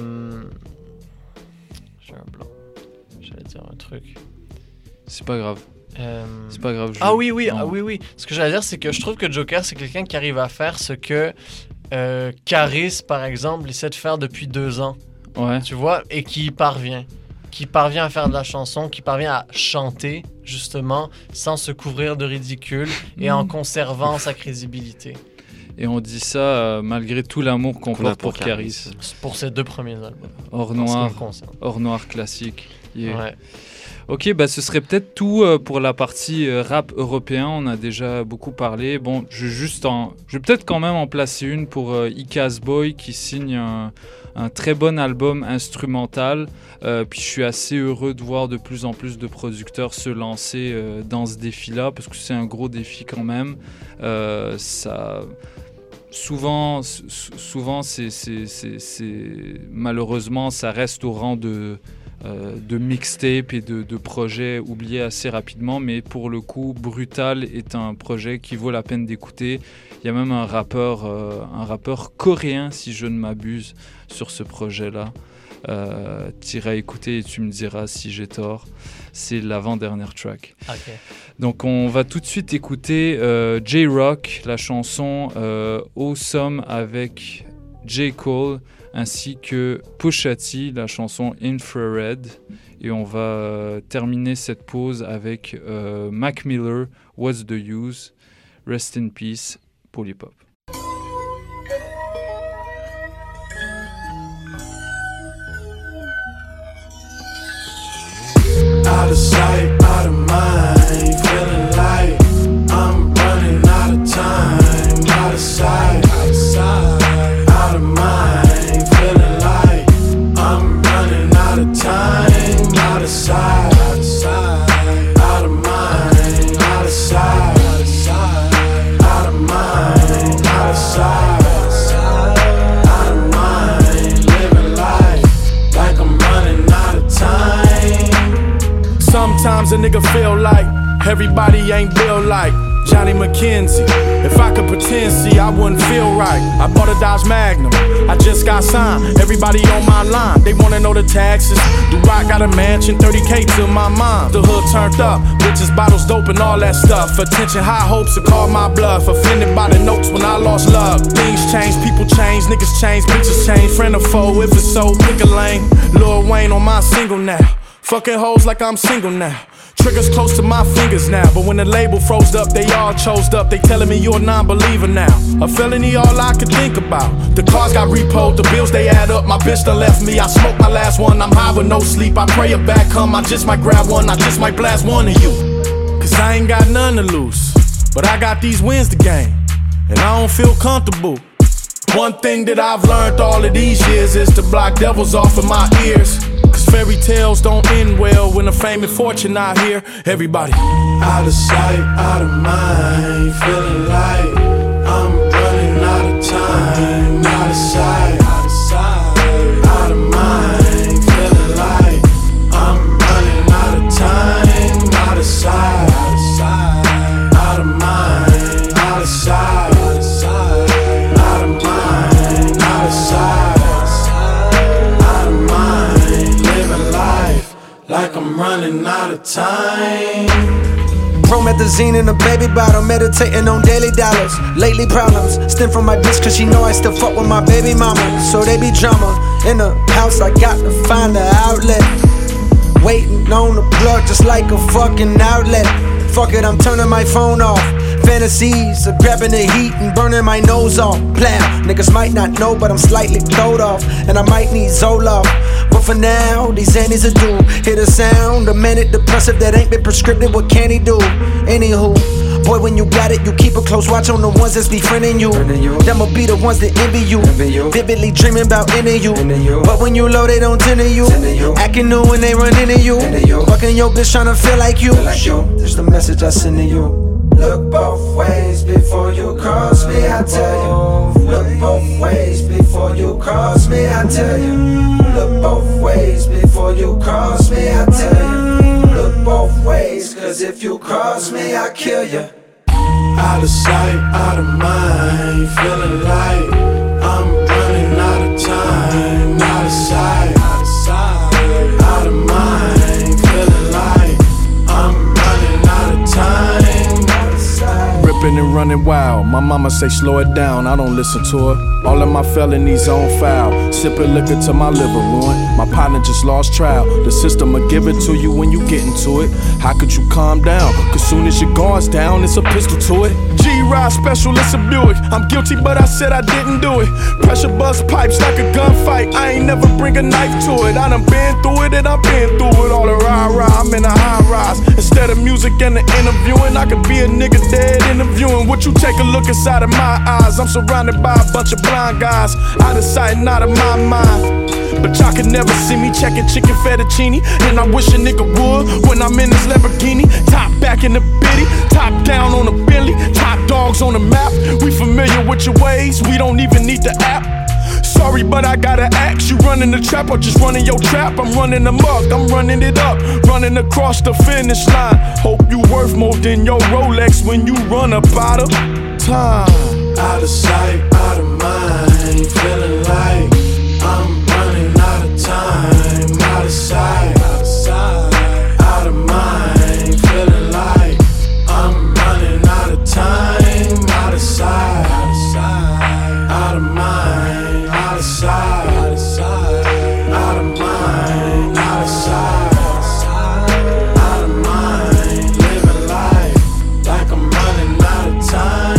j'ai un blanc. J'allais dire un truc. C'est pas grave. C'est pas grave. Oui. Ce que j'allais dire, c'est que je trouve que Joker, c'est quelqu'un qui arrive à faire ce que Caris, par exemple, essaie de faire depuis 2 ans. Ouais. Tu vois, et qui y parvient. Qui parvient à faire de la chanson, qui parvient à chanter, justement, sans se couvrir de ridicule et en conservant sa crédibilité. Et on dit ça malgré tout l'amour qu'on porte pour Caris. Pour ses 2 premiers albums. Hors noir classique. Yeah. Ouais. Ok, ce serait peut-être tout pour la partie rap européen. On a déjà beaucoup parlé. Bon, je vais peut-être quand même en placer une pour Icaz Boy qui signe un très bon album instrumental. Puis je suis assez heureux de voir de plus en plus de producteurs se lancer dans ce défi-là parce que c'est un gros défi quand même. Souvent, malheureusement, ça reste au rang de mixtape et de projets oubliés assez rapidement, mais pour le coup, Brutal est un projet qui vaut la peine d'écouter. Il y a même un rappeur coréen, si je ne m'abuse, sur ce projet-là. Tu iras écouter et tu me diras si j'ai tort. C'est l'avant-dernière track. Okay. Donc on va tout de suite écouter J-Rock, la chanson Awesome avec J. Cole, ainsi que Pusha T, la chanson Infrared. Et on va terminer cette pause avec Mac Miller, What's the Use? Rest in Peace, Polypop. Out of sight, out of mind, feeling like I'm running out of time. Out of sight, out of mind, feeling like I'm running out of time. Out of sight, out of mind, out of sight, out of mind, out of sight, out of mind, living life like I'm running out of time. Sometimes a nigga feel like everybody ain't built like Johnny McKenzie. If I could pretend, see, I wouldn't feel right. I bought a Dodge Magnum, I just got signed. Everybody on my line, they wanna know the taxes. Do I got a mansion, 30K to my mom? The hood turned up, bitches, bottles, dope and all that stuff. Attention, high hopes to call my bluff. Offended by the notes when I lost love. Things change, people change, niggas change, bitches change. Friend or foe, if it's so, pick a lane. Lil Wayne on my single now. Fucking hoes like I'm single now. Triggers close to my fingers now. But when the label froze up, they all chose up. They telling me you're a non-believer now. A felony, all I could think about. The cars got repoed, the bills they add up. My bitch done left me, I smoked my last one. I'm high with no sleep, I pray a back come. I just might grab one, I just might blast one of you. Cause I ain't got none to lose, but I got these wins to gain, and I don't feel comfortable. One thing that I've learned all of these years is to block devils off of my ears. Cause fairy tales don't end well when the fame and fortune out here. Everybody out of sight, out of mind, feeling like I'm running out of time. Out of sight, out of mind, feeling like I'm running out of time. Out of sight, out of mind, out of sight. Like I'm running out of time. promethazine in a baby bottle, meditating on daily dollars. Lately problems stem from my bitch, cause she know I still fuck with my baby mama. So they be drama in the house, I got to find the outlet. Waiting on the plug just like a fucking outlet. Fuck it, I'm turning my phone off. Fantasies of grabbing the heat and burning my nose off. Plow, niggas might not know, but I'm slightly throwed off. And I might need Zoloft. But for now, these Xannies are due. Hear the sound, a manic depressive that ain't been prescribed, what can he do? Anywho, boy, when you got it, you keep a close watch on the ones that's befriending you. Them'll be the ones that envy you. Vividly dreaming about ending you. But when you low, they don't tend to you. Acting new when they run into you. Fucking your bitch tryna feel like you. There's the message I send to you. Look both ways before you cross me, I tell you. Look both ways before you cross me, I tell you. Look both ways before you cross me, I tell you. Look both ways, cause if you cross me, I kill you. Out of sight, out of mind, feeling like I'm running out of time. Out of sight, out of mind, feeling like I'm running out of time. Ripping and running wild, my mama say slow it down, I don't listen to her. All of my felonies on file, sipping liquor till my liver ruined. My partner just lost trial, the system will give it to you when you get into it. How could you calm down? Cause soon as your guard's down, it's a pistol to it. G-Ride special, it's a Buick. I'm guilty, but I said I didn't do it. Pressure bust pipes like a gunfight, I ain't never bring a knife to it. I done been through it and I've been through it. All the rah-rah, I'm in a high rise. Instead of music and the interviewing, I could be a nigga dead interviewing. Would you take a look inside of my eyes? I'm surrounded by a bunch of blind guys, out of sight and out of my mind. But y'all can never see me checking chicken fettuccine. And I wish a nigga would when I'm in this Lamborghini. Top back in the bitty, top down on the Bentley. Top dogs on the map, we familiar with your ways, we don't even need the app. Sorry, but I gotta ask, you running the trap or just running your trap? I'm running amok, I'm running it up, running across the finish line. Hope you worth more than your Rolex when you run up out of time. Out of sight, out of mind, feeling like I'm running out of time. Out of sight, out of mind, feeling like I'm running out of time. Out of sight, out of mind, out of sight, out of mind, out of sight, out of mind, living life like I'm running out of time.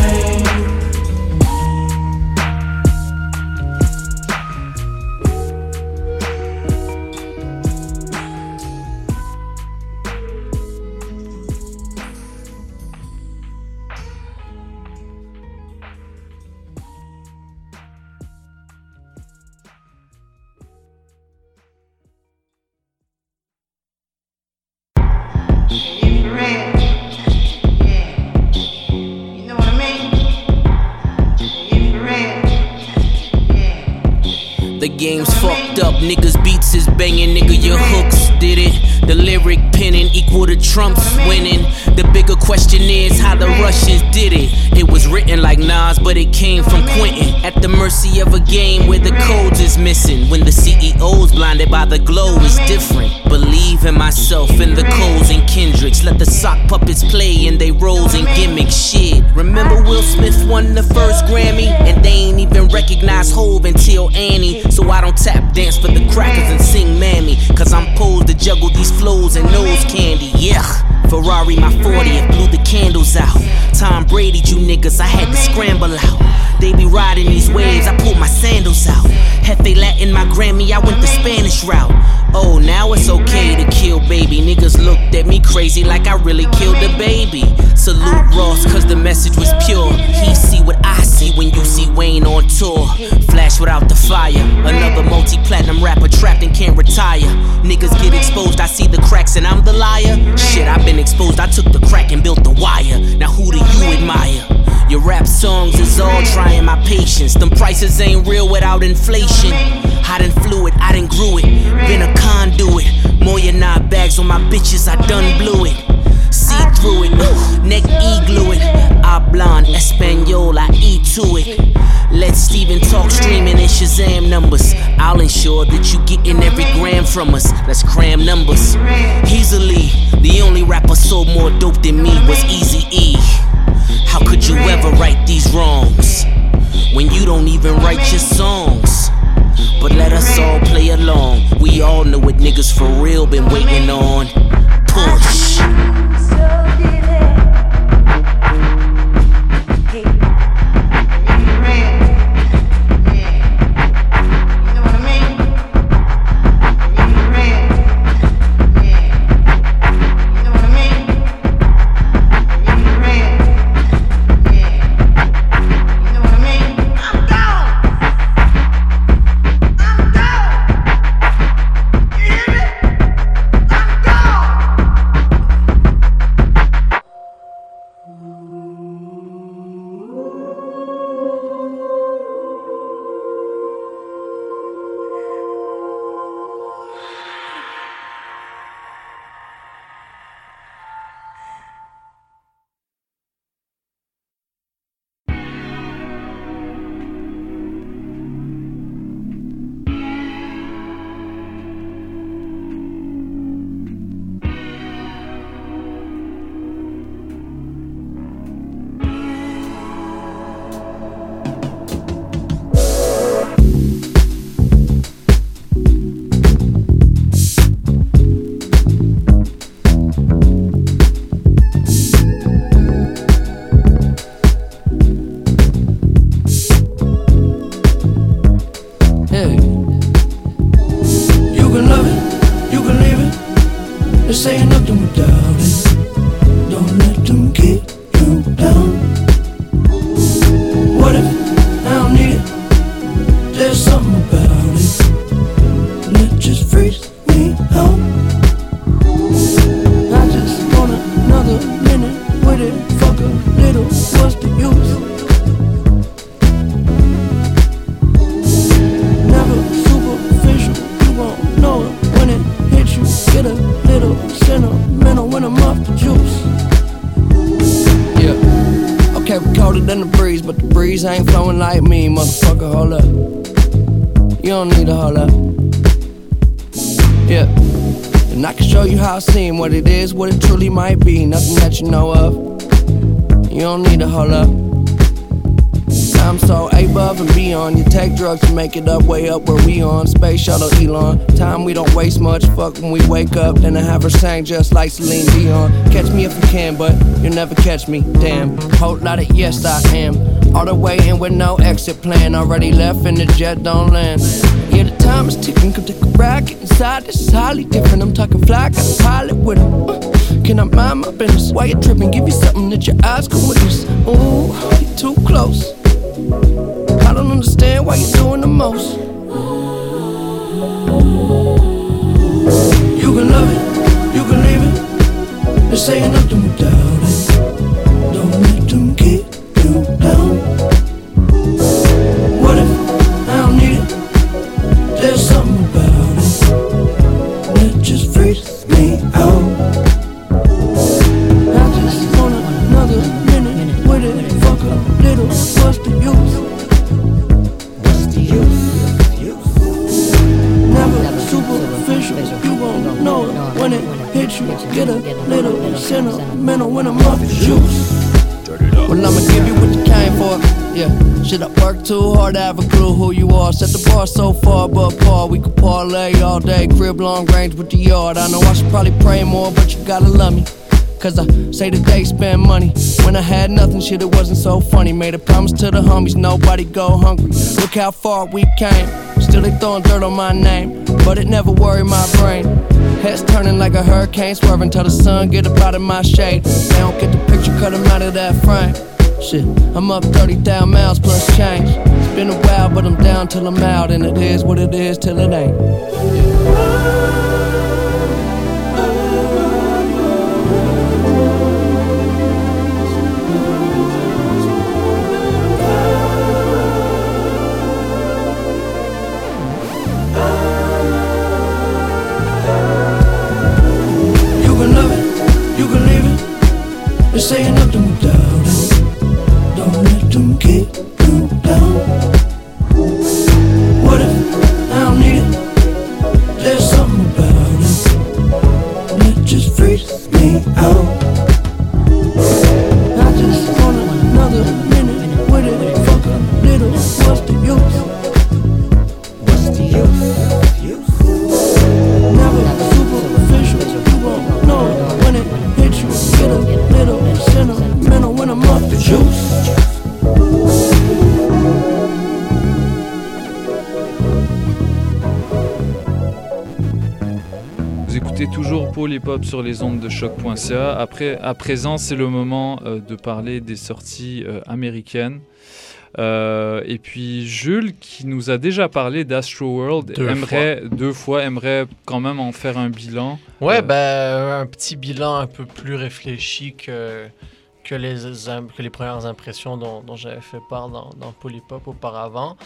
The game's fucked up, niggas beats is banging, nigga your hooks did it. The lyric penning equal to Trump's winning. The bigger question is how the Russians did it. It was written like Nas, but it came from Quentin. At the mercy of a game where the codes is missing. When the CEO's blinded by the glow is different. Believe in myself and the Coles and Kendricks. Let the sock puppets play in they roles and gimmicks. Shit, remember Will Smith won the first Grammy? And they ain't even recognize Hove until Annie. So I don't tap dance for the crackers and sing Mammy. Cause I'm posed to juggle these flows and nose candy, yeah. Ferrari my 40th, blew the candles out. Tom Brady, you niggas, I had to scramble out. They be riding these waves, I pulled my sandals out. Hefe Latin my Grammy, I went the Spanish route. Oh, now it's okay to kill baby. Niggas looked at me crazy like I really killed the baby. Salute Ross, cause the message was pure. He see what I see when you see Wayne on tour. Flash without the fire, another multi-platinum rapper trapped and can't retire. Niggas get exposed, I see the cracks and I'm the liar. Shit, I've been exposed, I took the crack and built the wire. Now who do you admire? Your rap songs is all trying my patience. Them prices ain't real without inflation. I done flew it, I done grew it. Been a conduit. More than 9 bags on my bitches, I done blew it. See see through it. Neck E-glue it. Hablan Espanol, I E to it. Let Steven talk streaming and Shazam numbers. I'll ensure that you getting every gram from us. Let's cram numbers. Easily, the only rapper sold more dope than me was Eazy-E. How could you ever right these wrongs when you don't even write your songs? But let us all play along. We all know what niggas for real been waiting on. Push. Ain't flowing like me, motherfucker, hold up. You don't need to hold up. Yeah. And I can show you how I seem, what it is, what it truly might be. Nothing that you know of. You don't need to hold up. I'm so above and beyond. You take drugs to make it up, way up where we on. Space shuttle Elon. Time we don't waste much. Fuck when we wake up. Then I have her sang just like Celine Dion. Catch me if you can, but you'll never catch me. Damn. Whole lot of yes I am. All the way in with no exit plan. Already left and the jet don't land. Yeah, the time is ticking. Come take a ride, get inside. This is highly different. I'm talking fly, got a pilot with him. Can I mind my business? Why you tripping? Give you something that your eyes can witness. Ooh, you too close. I don't understand why you're doing the most. You can love it, you can leave it. This ain't nothing without it. Don't let them keep you down. What if I don't need it? There's something about it that just freaks me out. I just want another minute with it. Fuck a little, what's the use? What's the use? Never superficial, you won't know it when it hits you. Get a little sentimental when I'm off the juice. Well, I'ma give you what you came for. Yeah, shit, I work too hard to have a clue who you are. Set the bar so far, but Paul, we could parlay all day. Crib long range with the yard. I know I should probably pray more, but you gotta love me. Cause I say that they spend money. When I had nothing, shit, it wasn't so funny. Made a promise to the homies, nobody go hungry. Look how far we came. Still they throwing dirt on my name, but it never worried my brain. Heads turning like a hurricane, swerving till the sun get up out of my shade. They don't get the picture, cut them out of that frame. Shit, I'm up 30,000 miles plus change. It's been a while, but I'm down till I'm out. And it is what it is till it ain't. écoutez toujours Paul Hip Hop sur les ondes de choc.ca. À présent, c'est le moment de parler des sorties américaines. Et puis Jules, qui nous a déjà parlé d'Astroworld, aimerait quand même en faire un bilan. Ouais, un petit bilan un peu plus réfléchi que les premières impressions dont j'avais fait part dans Paul Hip Hop auparavant.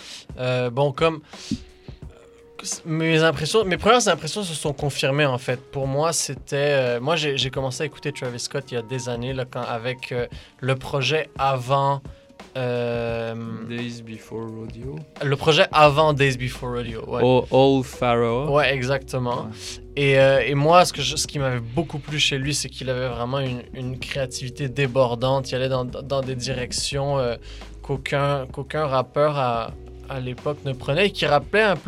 Mes premières impressions se sont confirmées en fait. Pour moi, c'était... moi, j'ai commencé à écouter Travis Scott il y a des années là, avec le projet avant... Days Before Rodeo. Le projet avant Days Before Rodeo. Ouais. All Pharaoh. Ouais, exactement. Ouais. Et moi, ce qui m'avait beaucoup plu chez lui, c'est qu'il avait vraiment une créativité débordante. Il allait dans des directions qu'aucun rappeur à l'époque ne prenait et qui rappelait un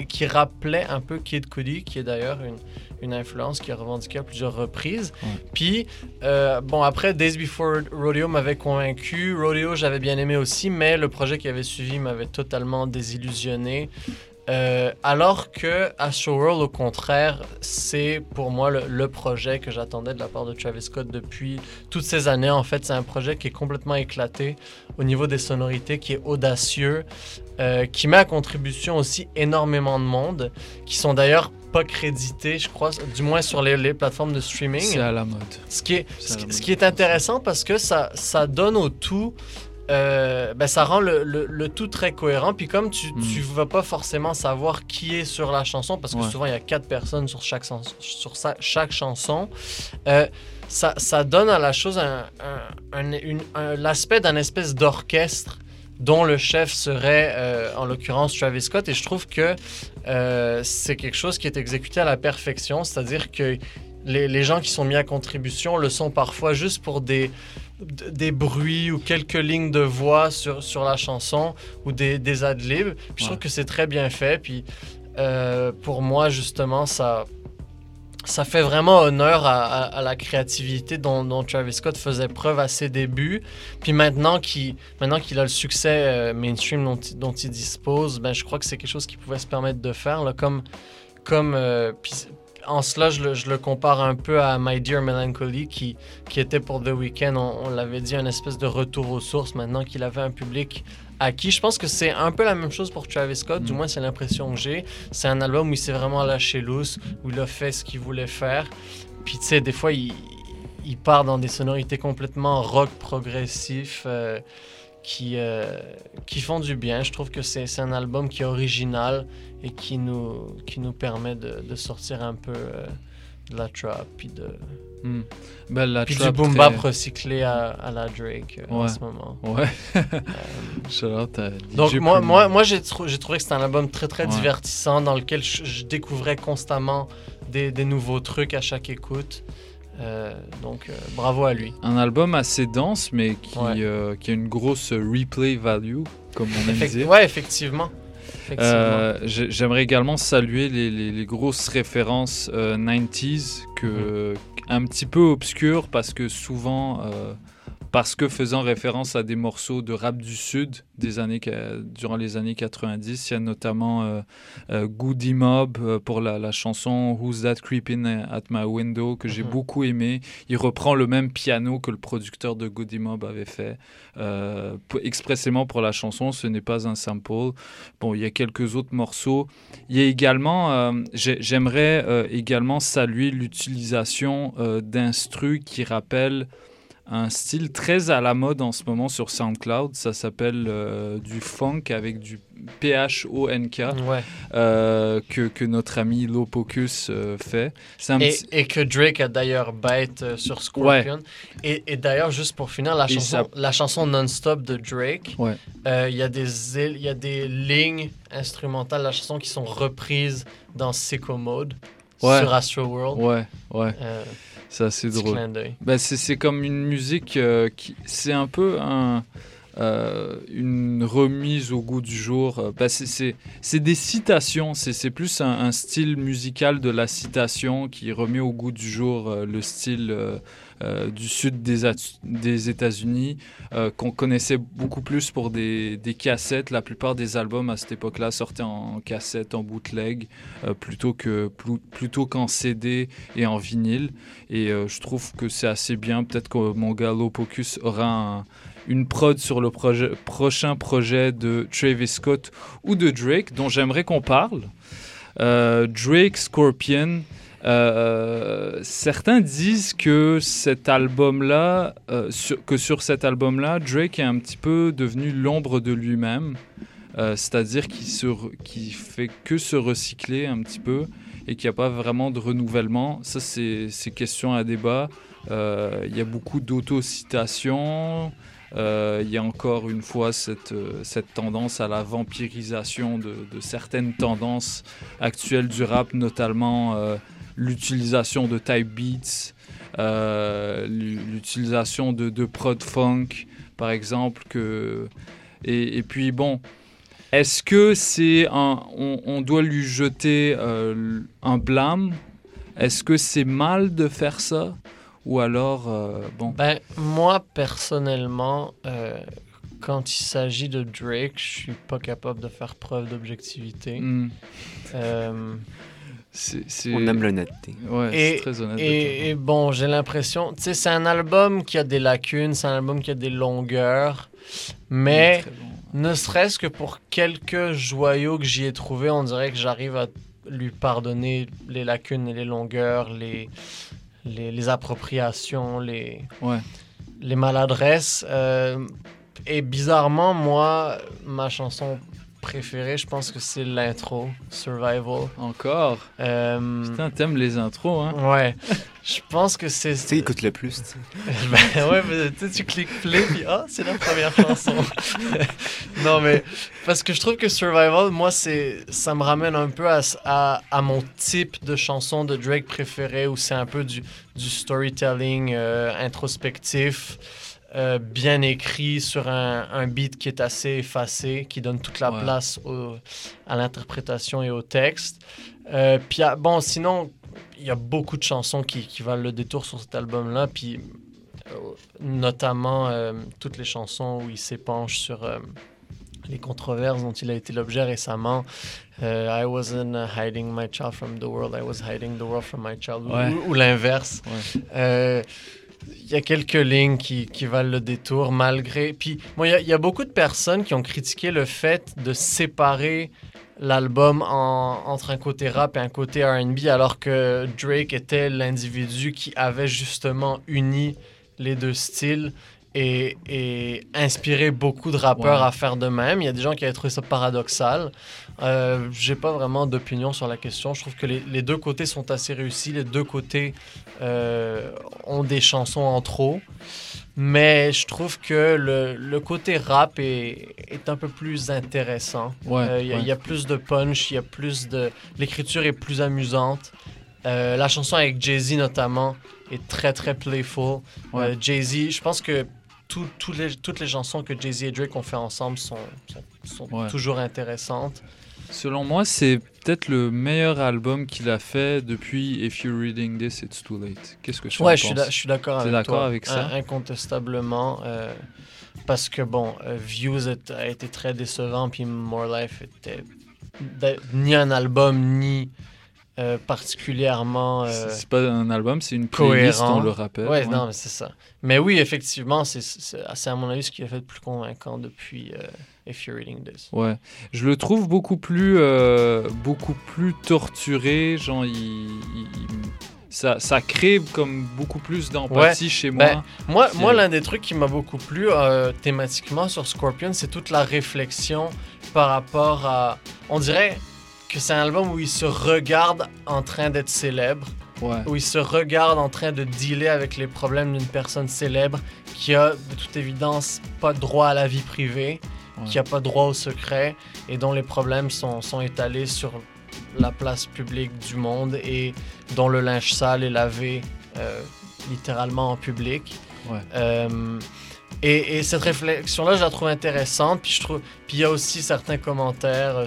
peu Kid Cudi, qui est d'ailleurs une influence qui a revendiqué à plusieurs reprises. Ouais. Puis, après, Days Before Rodeo m'avait convaincu. Rodeo, j'avais bien aimé aussi, mais le projet qui avait suivi m'avait totalement désillusionné. Alors que Astroworld, au contraire, c'est pour moi le projet que j'attendais de la part de Travis Scott depuis toutes ces années. En fait, c'est un projet qui est complètement éclaté au niveau des sonorités, qui est audacieux, qui met à contribution aussi énormément de monde, qui sont d'ailleurs pas crédités, je crois, du moins sur les plateformes de streaming. C'est à la mode. Ce qui est intéressant parce que ça donne au tout... ça rend le tout très cohérent. Puis comme tu vas pas forcément savoir qui est sur la chanson, parce que souvent il y a 4 personnes sur chaque chanson, ça donne à la chose l'aspect d'un espèce d'orchestre dont le chef serait en l'occurrence Travis Scott. Et je trouve que c'est quelque chose qui est exécuté à la perfection, c'est-à-dire que les gens qui sont mis à contribution le sont parfois juste pour des bruits ou quelques lignes de voix sur la chanson ou des ad-libs. Je trouve que c'est très bien fait. Puis pour moi, justement, ça fait vraiment honneur à la créativité dont Travis Scott faisait preuve à ses débuts. Puis maintenant qu'il a le succès mainstream dont il dispose, je crois que c'est quelque chose qu'il pouvait se permettre de faire. Là, en cela, je le compare un peu à My Dear Melancholy qui était pour The Weeknd, on l'avait dit, un espèce de retour aux sources maintenant qu'il avait un public acquis. Je pense que c'est un peu la même chose pour Travis Scott, du moins c'est l'impression que j'ai. C'est un album où il s'est vraiment lâché loose, où il a fait ce qu'il voulait faire. Puis tu sais, des fois, il part dans des sonorités complètement rock progressif qui font du bien. Je trouve que c'est un album qui est original et qui nous permet de sortir un peu de la trap puis du boom bap recyclé à la Drake en ce moment. Ouais. Donc moi j'ai trouvé que c'était un album très très divertissant dans lequel je découvrais constamment des nouveaux trucs à chaque écoute. Donc bravo à lui. Un album assez dense mais qui a une grosse replay value, comme on aime dire. Ouais, effectivement. J'aimerais également saluer les grosses références 90s un petit peu obscures parce que souvent faisant référence à des morceaux de rap du Sud durant les années 90. Il y a notamment Goody Mob pour la chanson Who's That Creeping at My Window que j'ai beaucoup aimé. Il reprend le même piano que le producteur de Goody Mob avait fait expressément pour la chanson. Ce n'est pas un sample. Bon, il y a quelques autres morceaux. Il y a également, j'aimerais également saluer l'utilisation d'instrus qui rappellent un style très à la mode en ce moment sur SoundCloud. Ça s'appelle du funk avec du PHONK que notre ami Lopocus fait. Et que Drake a d'ailleurs bête sur Scorpion. Ouais. Et d'ailleurs, juste pour finir, la chanson Non-Stop de Drake, il y a des lignes instrumentales de la chanson qui sont reprises dans Sicko Mode sur Astroworld. C'est assez drôle. C'est comme une musique c'est un peu une remise au goût du jour. C'est des citations, c'est plus un style musical de la citation qui remet au goût du jour le style du sud des États-Unis, qu'on connaissait beaucoup plus pour des cassettes. La plupart des albums à cette époque-là sortaient en cassette, en bootleg, plutôt qu'en CD et en vinyle. Et je trouve que c'est assez bien. Peut-être que mon gars Lopocus aura une prod sur le prochain projet de Travis Scott ou de Drake, dont j'aimerais qu'on parle. Drake, Scorpion. Certains disent que cet album-là, sur cet album-là, Drake est un petit peu devenu l'ombre de lui-même, c'est-à-dire qu'il fait que se recycler un petit peu et qu'il n'y a pas vraiment de renouvellement. Ça, c'est question à débat. Il y a beaucoup d'autocitations. Il y a encore une fois cette tendance à la vampirisation de certaines tendances actuelles du rap, notamment l'utilisation de type beats, l'utilisation de prod funk, par exemple. Et puis bon, est-ce que on doit lui jeter un blâme? Est-ce que c'est mal de faire ça? Ou alors, bon... moi, personnellement, quand il s'agit de Drake, je suis pas capable de faire preuve d'objectivité. On aime l'honnêteté. Ouais, c'est très honnête. Et bon, j'ai l'impression... Tu sais, c'est un album qui a des lacunes, c'est un album qui a des longueurs, mais ne serait-ce que pour quelques joyaux que j'y ai trouvés, on dirait que j'arrive à lui pardonner les lacunes et les longueurs, les appropriations, les maladresses. Et bizarrement, moi, ma chanson préférée, je pense que c'est l'intro, Survival. Encore? Putain, t'aimes les intros, hein? Ouais. Je pense que c'est... C'est qui écoute le plus, tu sais. Ouais, mais tu cliques play, puis c'est la première chanson. Non, mais parce que je trouve que Survival, moi, ça me ramène un peu à mon type de chanson de Drake préféré, où c'est un peu du storytelling introspectif, bien écrit sur un beat qui est assez effacé, qui donne toute la place à l'interprétation et au texte. Puis bon, sinon, il y a beaucoup de chansons qui valent le détour sur cet album-là, puis notamment toutes les chansons où il s'épanche sur les controverses dont il a été l'objet récemment. I wasn't hiding my child from the world, I was hiding the world from my child, ou l'inverse. Il y a quelques lignes qui valent le détour, malgré... Puis, bon, il y a beaucoup de personnes qui ont critiqué le fait de séparer l'album entre un côté rap et un côté R&B, alors que Drake était l'individu qui avait justement uni les deux styles et inspiré beaucoup de rappeurs à faire de même. Il y a des gens qui avaient trouvé ça paradoxal. J'ai pas vraiment d'opinion sur la question. Je trouve que les deux côtés sont assez réussis. Les deux côtés ont des chansons en trop. Mais je trouve que le côté rap est un peu plus intéressant. Il y a plus de punch, l'écriture est plus amusante. La chanson avec Jay-Z notamment est très très playful. Jay-Z, je pense que toutes les chansons que Jay-Z et Drake ont fait ensemble sont toujours intéressantes. Selon moi, c'est peut-être le meilleur album qu'il a fait depuis If You're Reading This, It's Too Late. Qu'est-ce que tu en penses? Je suis d'accord avec toi. T'es d'accord avec ça? Incontestablement. Parce que, bon, Views a été très décevant, puis More Life était ni un album, ni particulièrement c'est pas un album, c'est une playlist, on le rappelle. Non, mais c'est ça. Mais oui, effectivement, c'est à mon avis ce qui a fait le plus convaincant depuis If You're Reading This. Ouais, je le trouve beaucoup plus torturé, genre ça crée comme beaucoup plus d'empathie chez moi. Moi, l'un des trucs qui m'a beaucoup plu thématiquement sur Scorpion, c'est toute la réflexion par rapport à... On dirait que c'est un album où il se regarde en train d'être célèbre, où il se regarde en train de dealer avec les problèmes d'une personne célèbre qui a, de toute évidence, pas droit à la vie privée, qui a pas droit au secret et dont les problèmes sont étalés sur la place publique du monde et dont le linge sale est lavé littéralement en public. Et cette réflexion-là, je la trouve intéressante. Puis il y a aussi certains commentaires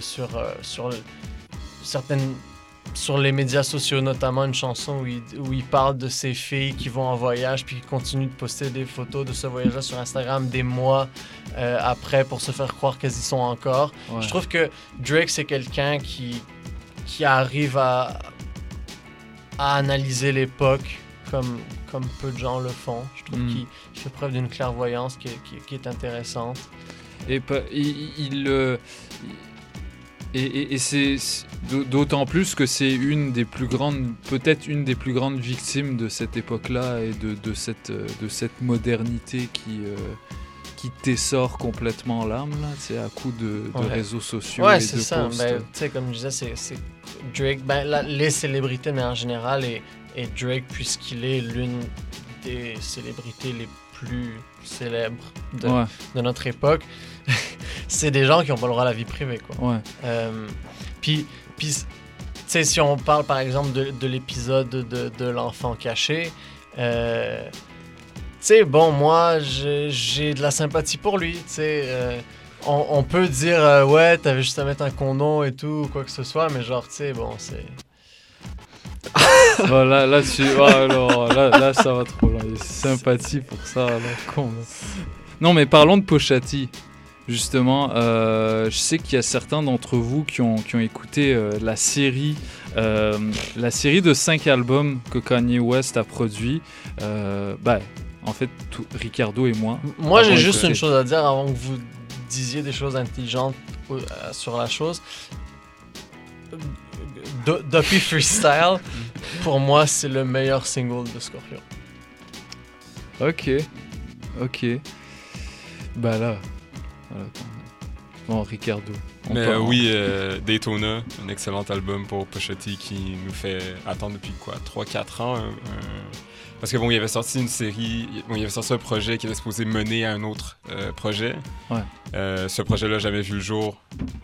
sur les médias sociaux, notamment une chanson où il parle de ces filles qui vont en voyage puis qui continuent de poster des photos de ce voyage-là sur Instagram des mois après pour se faire croire qu'elles y sont encore. Ouais. Je trouve que Drake, c'est quelqu'un qui arrive à analyser l'époque comme peu de gens le font. Je trouve qu'il fait preuve d'une clairvoyance qui est intéressante. Et c'est d'autant plus que c'est peut-être une des plus grandes victimes de cette époque-là et de cette modernité qui t'essore complètement l'âme, là, à coup de réseaux sociaux et de posts. Ouais, c'est ça. Comme je disais, c'est Drake, les célébrités, mais en général, et Drake, puisqu'il est l'une des célébrités les plus célèbres de notre époque, c'est des gens qui n'ont pas le droit à la vie privée, quoi. Ouais. Puis si on parle par exemple de l'épisode de l'enfant caché, moi j'ai de la sympathie pour lui, on peut dire ouais, t'avais juste à mettre un condom et tout ou quoi que ce soit, mais genre c'est voilà, là ça va trop loin. Il y a sympathie pour ça, là, con. Non, mais parlons de Pochati. Justement, je sais qu'il y a certains d'entre vous qui ont écouté la série de 5 albums que Kanye West a produit. En fait, Ricardo et moi. Moi, j'ai juste une chose à dire avant que vous disiez des choses intelligentes sur la chose. Duppy Freestyle, pour moi, c'est le meilleur single de Scorpion. Ok. Bah là. Voilà. Bon, Ricardo. Daytona, un excellent album pour Pochati qui nous fait attendre depuis 3-4 ans. Parce que il avait sorti une série, il avait sorti un projet qui était supposé mener à un autre projet. Ouais. Ce projet-là n'a jamais vu le jour.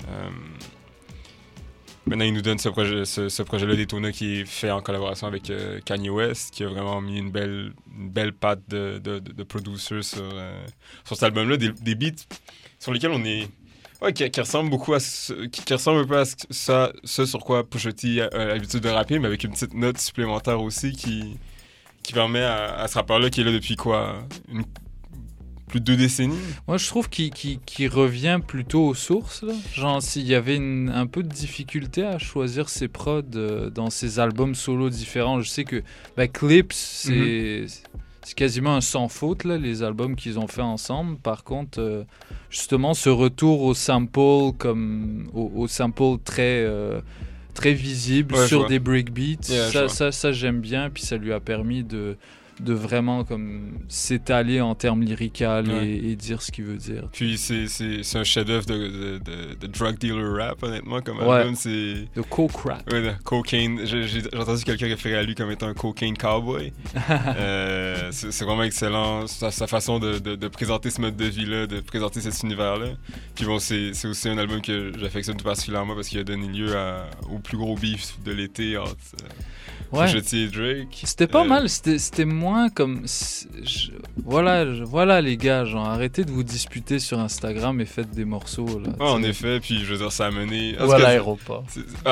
Maintenant, il nous donne ce projet-là Daytona qui est fait en collaboration avec Kanye West, qui a vraiment mis une belle patte de producer sur cet album-là. Des beats sur lesquels on est... Ouais, qui ressemble beaucoup à qui ressemble un peu à ça sur quoi Pochati a l'habitude de rapper, mais avec une petite note supplémentaire aussi qui permet à ce rappeur-là qui est là depuis plus de 2 décennies. Moi, je trouve qu'il revient plutôt aux sources, là. Genre, s'il y avait un peu de difficulté à choisir ses prods dans ses albums solo différents. Je sais que Clips, c'est quasiment un sans faute, là, les albums qu'ils ont fait ensemble. Par contre, justement, ce retour au sample, au sample très visible sur des breakbeats, ça j'aime bien. Puis ça lui a permis de vraiment comme s'étaler en termes lyricales et dire ce qu'il veut dire. Puis c'est un chef-d'œuvre de drug dealer rap, honnêtement, comme album. C'est de coke rap. Ouais, de cocaine. J'ai entendu quelqu'un référer à lui comme étant un cocaine cowboy. C'est vraiment excellent sa façon de présenter ce mode de vie-là, de présenter cet univers-là. Puis bon, c'est aussi un album que j'affectionne tout particulièrement parce qu'il a donné lieu au plus gros beef de l'été entre Pochati et Drake. C'était pas mal, c'était moins comme... Voilà les gars, genre arrêtez de vous disputer sur Instagram et faites des morceaux. Là, en effet, puis je veux dire, ça a mené... Ou à l'aéroport.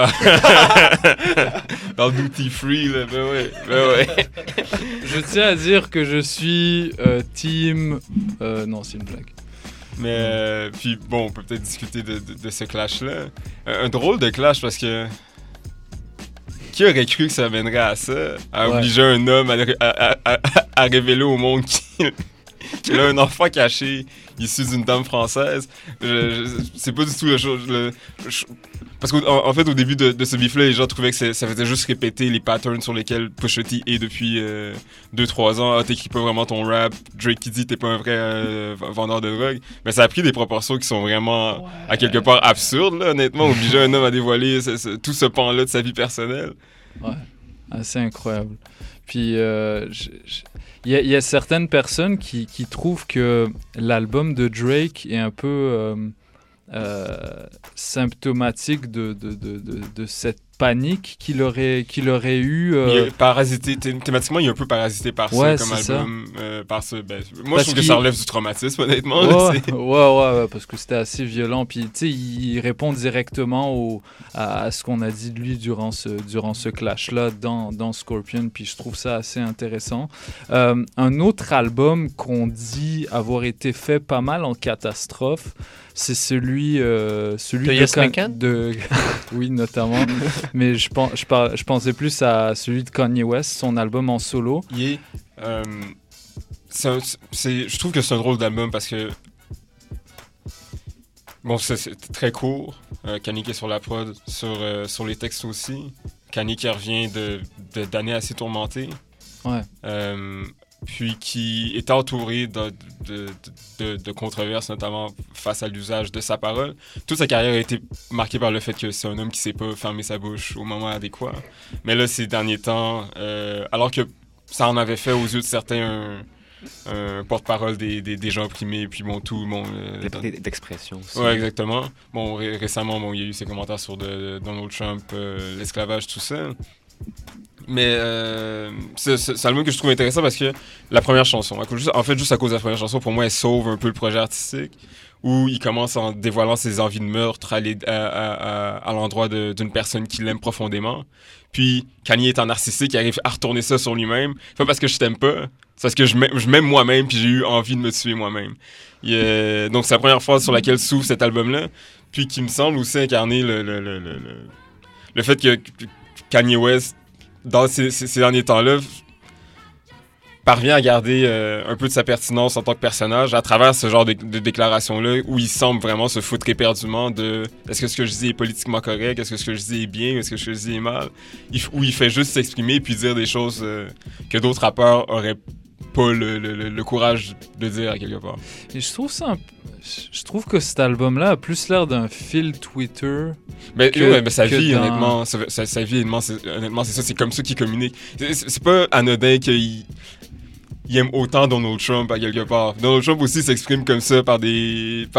Dans le duty free, là, ben ouais. Je tiens à dire que je suis team... non, c'est une blague. Mais puis bon, on peut peut-être discuter de ce clash-là. Un drôle de clash parce que... Qui aurait cru que ça mènerait à ça? À obliger un homme à révéler au monde qu'il a un enfant caché issu d'une dame française. C'est pas du tout la chose. Parce qu'en fait, au début de ce bif-là, les gens trouvaient que ça faisait juste répéter les patterns sur lesquels Pochati est depuis 2-3 ans. Ah, t'écris pas vraiment ton rap. Drake qui dit t'es pas un vrai vendeur de drogue. Mais ça a pris des proportions qui sont vraiment, à quelque part, absurdes, là, honnêtement. Obliger un homme à dévoiler tout ce pan-là de sa vie personnelle. Ouais, assez incroyable. Puis, il y a certaines personnes qui trouvent que l'album de Drake est un peu symptomatique de cette Panic qu'il aurait eu. Il a parasité, thématiquement, il est un peu parasité par ça comme album. Par ça. Moi, je trouve que ça relève du traumatisme, honnêtement. Ouais, parce que c'était assez violent. Puis, tu sais, il répond directement à ce qu'on a dit de lui durant ce clash-là dans Scorpion. Puis, je trouve ça assez intéressant. Un autre album qu'on dit avoir été fait pas mal en catastrophe, c'est celui de Yes McCann? Oui, notamment. Mais je pensais plus à celui de Kanye West, son album en solo. Je trouve que c'est un drôle d'album parce que bon, c'est très court. Kanye qui est sur la prod, sur les textes aussi. Kanye qui revient d'années assez tourmentées. Ouais. Puis qui est entouré de controverses, notamment face à l'usage de sa parole. Toute sa carrière a été marquée par le fait que c'est un homme qui ne sait pas fermer sa bouche au moment adéquat. Mais là, ces derniers temps, alors que ça en avait fait aux yeux de certains un porte-parole des gens opprimés, puis bon, tout... Bon, d'expression aussi. Ouais, exactement. Bon, récemment, il y a eu ses commentaires sur Donald Trump, l'esclavage, tout ça. Mais c'est un album que je trouve intéressant parce que la première chanson, juste à cause de la première chanson, pour moi, elle sauve un peu le projet artistique, où il commence en dévoilant ses envies de meurtre à l'endroit d'une personne qu'il aime profondément. Puis Kanye étant narcissique, il arrive à retourner ça sur lui-même. Pas parce que je t'aime pas, c'est parce que je m'aime moi-même, puis j'ai eu envie de me tuer moi-même. Donc c'est la première fois sur laquelle s'ouvre cet album-là, puis qui me semble aussi incarner le fait que Kanye West, dans ces derniers temps-là, parvient à garder un peu de sa pertinence en tant que personnage à travers ce genre de déclarations-là où il semble vraiment se foutre éperdument de est-ce que ce que je dis est politiquement correct, est-ce que ce que je dis est bien, est-ce que ce que je dis est mal, où il fait juste s'exprimer puis dire des choses que d'autres rappeurs auraient pas le courage de dire à quelque part. Et je trouve que cet album-là a plus l'air d'un fil Twitter. Mais sa vie, honnêtement, sa vie, honnêtement, c'est ça, c'est comme ça qu'il communique. C'est pas anodin qu'il aime autant Donald Trump à quelque part. Donald Trump aussi s'exprime comme ça par des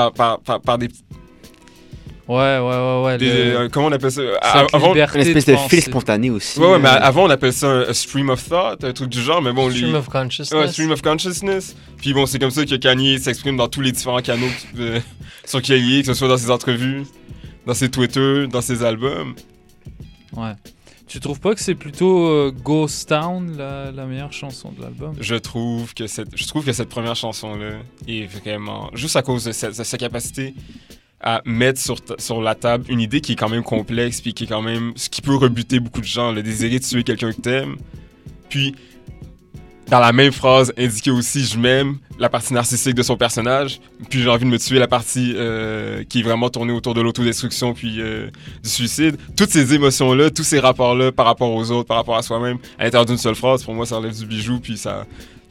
Ouais. Comment on appelle ça? Avant, une espèce de fil spontané aussi. Ouais, mais avant, on appelle ça un stream of thought, un truc du genre, mais bon... Stream of consciousness. Ouais, stream of consciousness. Puis bon, c'est comme ça que Kanye s'exprime dans tous les différents canaux sur qui il est, que ce soit dans ses entrevues, dans ses Twitter, dans ses albums. Ouais. Tu trouves pas que c'est plutôt Ghost Town, la meilleure chanson de l'album? Je trouve que cette première chanson-là est vraiment... Juste à cause de sa capacité à mettre sur la table une idée qui est quand même complexe, puis qui est quand même... Ce qui peut rebuter beaucoup de gens, le désirer de tuer quelqu'un que t'aimes. Puis, dans la même phrase, indiquer aussi « je m'aime », la partie narcissique de son personnage, puis j'ai envie de me tuer la partie qui est vraiment tournée autour de l'autodestruction, puis du suicide. Toutes ces émotions-là, tous ces rapports-là par rapport aux autres, par rapport à soi-même, à l'intérieur d'une seule phrase, pour moi, ça enlève du bijou, puis ça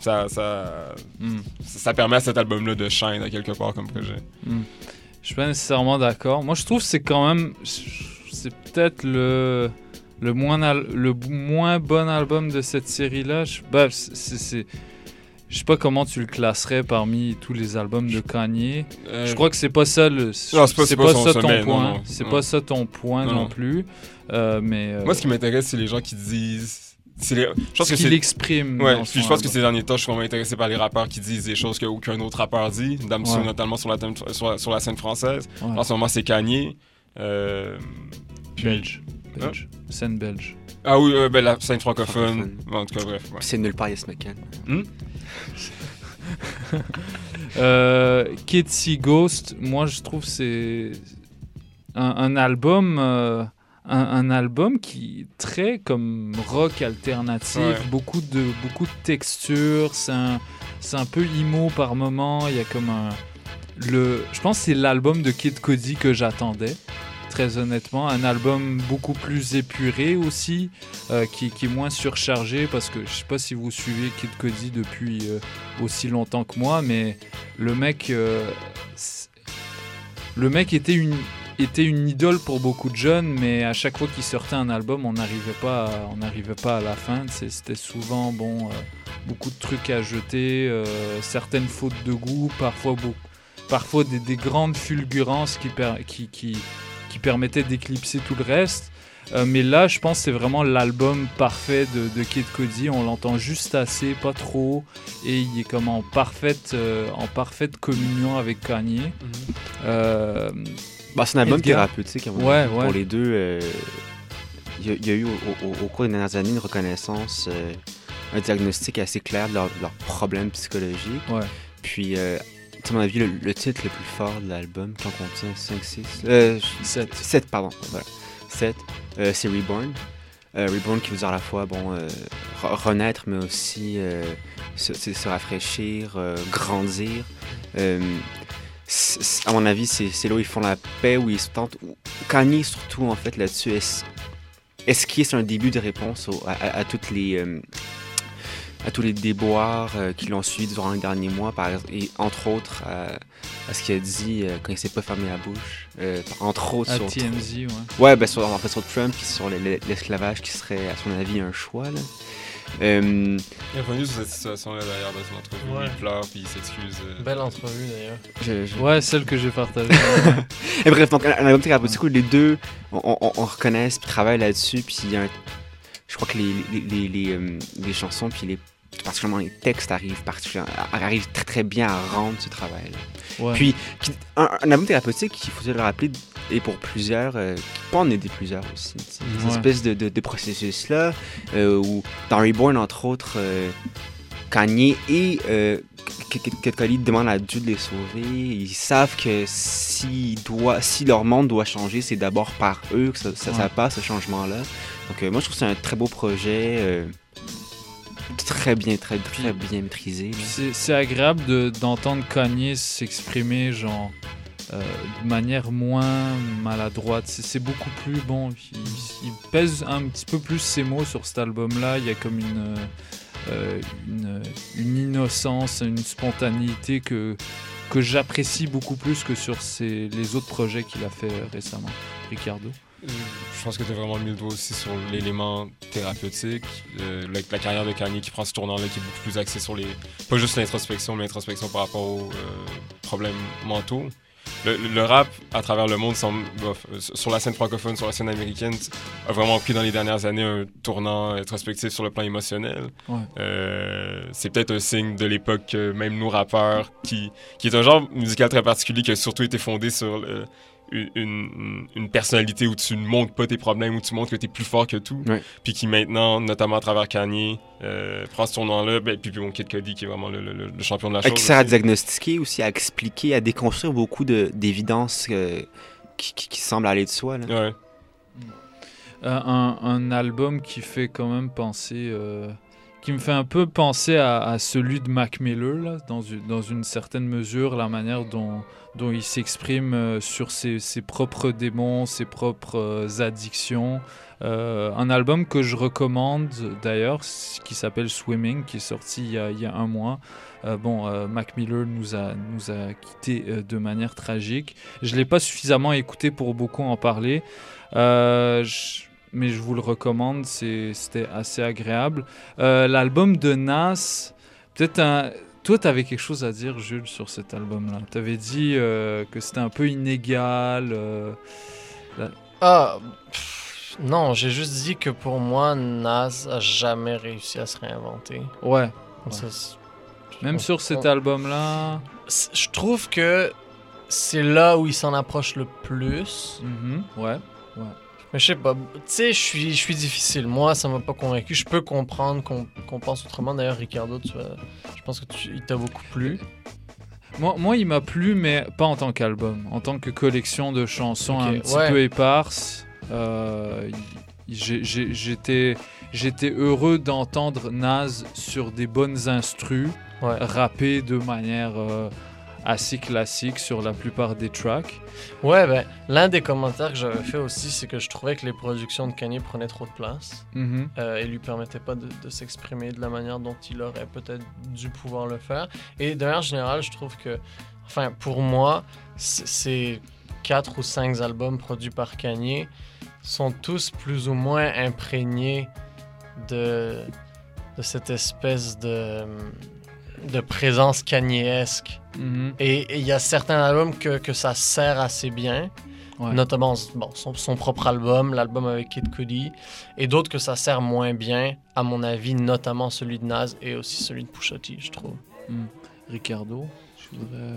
permet à cet album-là de shine à quelque part comme projet. Je suis pas nécessairement d'accord. Moi, je trouve que c'est quand même... C'est peut-être le moins bon album de cette série-là. Je sais pas comment tu le classerais parmi tous les albums de Kanye. Je crois que c'est pas ça ton point. C'est pas ça ton point non plus. Mais moi, ce qui m'intéresse, c'est les gens qui disent... je pense qu'il exprime. Ouais, puis je pense que ces derniers temps, je suis vraiment intéressé par les rappeurs qui disent des choses qu'aucun autre rappeur dit. Damso, notamment sur la scène française. Ouais. En ce moment, c'est Kanye. Belge. Scène belge. Ah oui, la scène francophone. En tout cas, bref. Ouais. C'est nulle part Yes McCann. Kids See Ghost, moi je trouve c'est un album... Un album qui est très comme rock alternatif, beaucoup de textures, c'est un peu emo par moment, il y a comme je pense que c'est l'album de Kid Cudi que j'attendais, très honnêtement, un album beaucoup plus épuré aussi, qui est moins surchargé, parce que je sais pas si vous suivez Kid Cudi depuis aussi longtemps que moi, mais le mec était une idole pour beaucoup de jeunes, mais à chaque fois qu'il sortait un album, on n'arrivait pas à la fin. C'était souvent beaucoup de trucs à jeter, certaines fautes de goût, parfois des grandes fulgurances qui qui permettait d'éclipser tout le reste. Mais là, je pense que c'est vraiment l'album parfait de Kid Cudi. On l'entend juste assez, pas trop, et il est comme en parfaite communion avec Kanye. C'est un album thérapeutique pour les deux. Il y a eu au cours des dernières années une reconnaissance, un diagnostic assez clair de leurs problèmes psychologiques. Ouais. Puis, à mon avis, le titre le plus fort de l'album, quand on tient 5, 6... 7, pardon. Voilà. 7, c'est Reborn. Reborn qui veut dire à la fois renaître, mais aussi se rafraîchir, grandir. À mon avis, c'est là où ils font la paix, où ils se tentent. Kanye, surtout, en fait, là-dessus, est-ce qu'il est un début de réponse à tous les déboires qui l'ont suivi durant les derniers mois, et entre autres à ce qu'il a dit quand il s'est pas fermé la bouche, entre autres sur TMZ, sur Trump et sur l'esclavage qui serait, à son avis, un choix, là. Il est revenu sur cette situation-là d'ailleurs dans une entrevue, il pleure puis il s'excuse. Belle entrevue d'ailleurs. Ouais, celle que j'ai partagée. Et bref, donc un album thérapeutique où les deux on reconnaît puis travaille là-dessus, puis il y a je crois que les chansons puis particulièrement les textes arrivent très très bien à rendre ce travail-là. Ouais. Puis un album thérapeutique, il faut se le rappeler, et pour plusieurs, qui peut en aider plusieurs aussi. Cette espèce de processus-là, où dans Reborn, entre autres, Kanye et Kid Cudi demandent à Dieu de les sauver. Ils savent que si leur monde doit changer, c'est d'abord par eux que ça passe, ce changement-là. Donc moi, je trouve que c'est un très beau projet. Très bien maîtrisé. C'est agréable d'entendre Kanye s'exprimer genre de manière moins maladroite. C'est beaucoup plus bon. Il pèse un petit peu plus ses mots sur cet album-là. Il y a comme une innocence, une spontanéité que j'apprécie beaucoup plus que sur les autres projets qu'il a fait récemment. Ricardo? Je pense que tu as vraiment mis le doigt aussi sur l'élément thérapeutique. La carrière de Kanye qui prend ce tournant-là, qui est beaucoup plus axé sur pas juste l'introspection, mais l'introspection par rapport aux problèmes mentaux. Le rap, à travers le monde, sur la scène francophone, sur la scène américaine, a vraiment pris dans les dernières années un tournant introspectif sur le plan émotionnel. Ouais. C'est peut-être un signe de l'époque, même nous rappeurs, qui est un genre musical très particulier qui a surtout été fondé sur une personnalité où tu ne montres pas tes problèmes, où tu montres que tu es plus fort que tout. Ouais. Puis qui maintenant, notamment à travers Kanye, prend ce tournant-là. Puis Kid Cudi qui est vraiment le champion de la chose. Qui sert à diagnostiquer aussi, à expliquer, à déconstruire beaucoup d'évidences qui semblent aller de soi. Là. Ouais. Un album qui fait quand même penser... qui me fait un peu penser à celui de Mac Miller, là, dans une certaine mesure, la manière dont il s'exprime sur ses propres démons, ses propres addictions. Un album que je recommande d'ailleurs, qui s'appelle Swimming, qui est sorti il y a un mois. Mac Miller nous a quittés de manière tragique. Je ne l'ai pas suffisamment écouté pour beaucoup en parler. Mais je vous le recommande, c'était assez agréable. L'album de Nas, toi, tu avais quelque chose à dire, Jules, sur cet album-là. Tu avais dit que c'était un peu inégal. Non, j'ai juste dit que pour moi, Nas a jamais réussi à se réinventer. Ouais. Même sur cet album-là... Je trouve que c'est là où il s'en approche le plus. Ouais. Mais je sais pas, tu sais, je suis difficile. Moi, ça m'a pas convaincu. Je peux comprendre qu'on pense autrement. D'ailleurs, Ricardo, je pense que il t'a beaucoup plu. Moi, il m'a plu, mais pas en tant qu'album. En tant que collection de chansons un petit peu éparses. J'étais heureux d'entendre Nas sur des bonnes instrus, rapper de manière... assez classique sur la plupart des tracks. Ouais, l'un des commentaires que j'avais fait aussi, c'est que je trouvais que les productions de Kanye prenaient trop de place et lui permettaient pas de s'exprimer de la manière dont il aurait peut-être dû pouvoir le faire. Et de manière générale, je trouve que, pour moi, ces 4 ou 5 albums produits par Kanye sont tous plus ou moins imprégnés de cette espèce de présence Kanye-esque. Et il y a certains albums que ça sert assez bien. Notamment son propre album, l'album avec Kid Cudi, et d'autres que ça sert moins bien, à mon avis, notamment celui de Nas et aussi celui de Pusha T, je trouve. Ricardo, je voudrais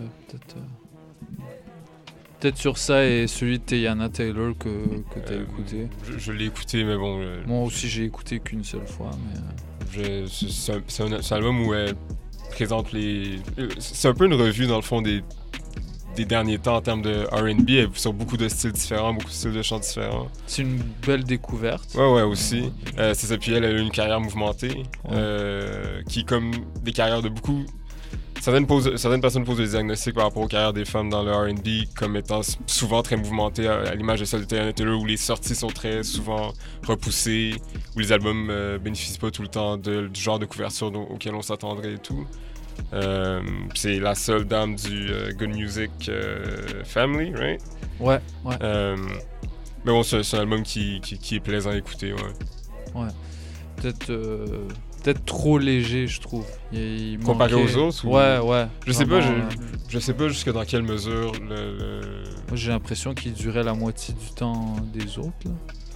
peut-être sur ça et celui de Teyana Taylor que tu as écouté. Je l'ai écouté, mais bon... Moi aussi, j'ai écouté qu'une seule fois, mais... C'est un album où elle présente les... C'est un peu une revue, dans le fond, des derniers temps en termes de R&B, sur beaucoup de styles différents, beaucoup de styles de chants différents. C'est une belle découverte. Ouais, aussi. C'est ça, puis elle a eu une carrière mouvementée, qui, comme des carrières de beaucoup... Certaines personnes posent des diagnostics par rapport aux carrières des femmes dans le R&B comme étant souvent très mouvementées, à l'image de celle de Teyana Taylor, où les sorties sont très souvent repoussées, où les albums bénéficient pas tout le temps du genre de couverture auquel on s'attendrait et tout. C'est la seule dame du Good Music Family, right? Ouais. Mais bon, c'est un album qui est plaisant à écouter, ouais. Peut-être trop léger, je trouve. Comparé aux autres? Ouais. Je sais pas jusque dans quelle mesure Moi, j'ai l'impression qu'il durait la moitié du temps des autres, là.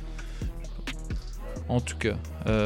En tout cas,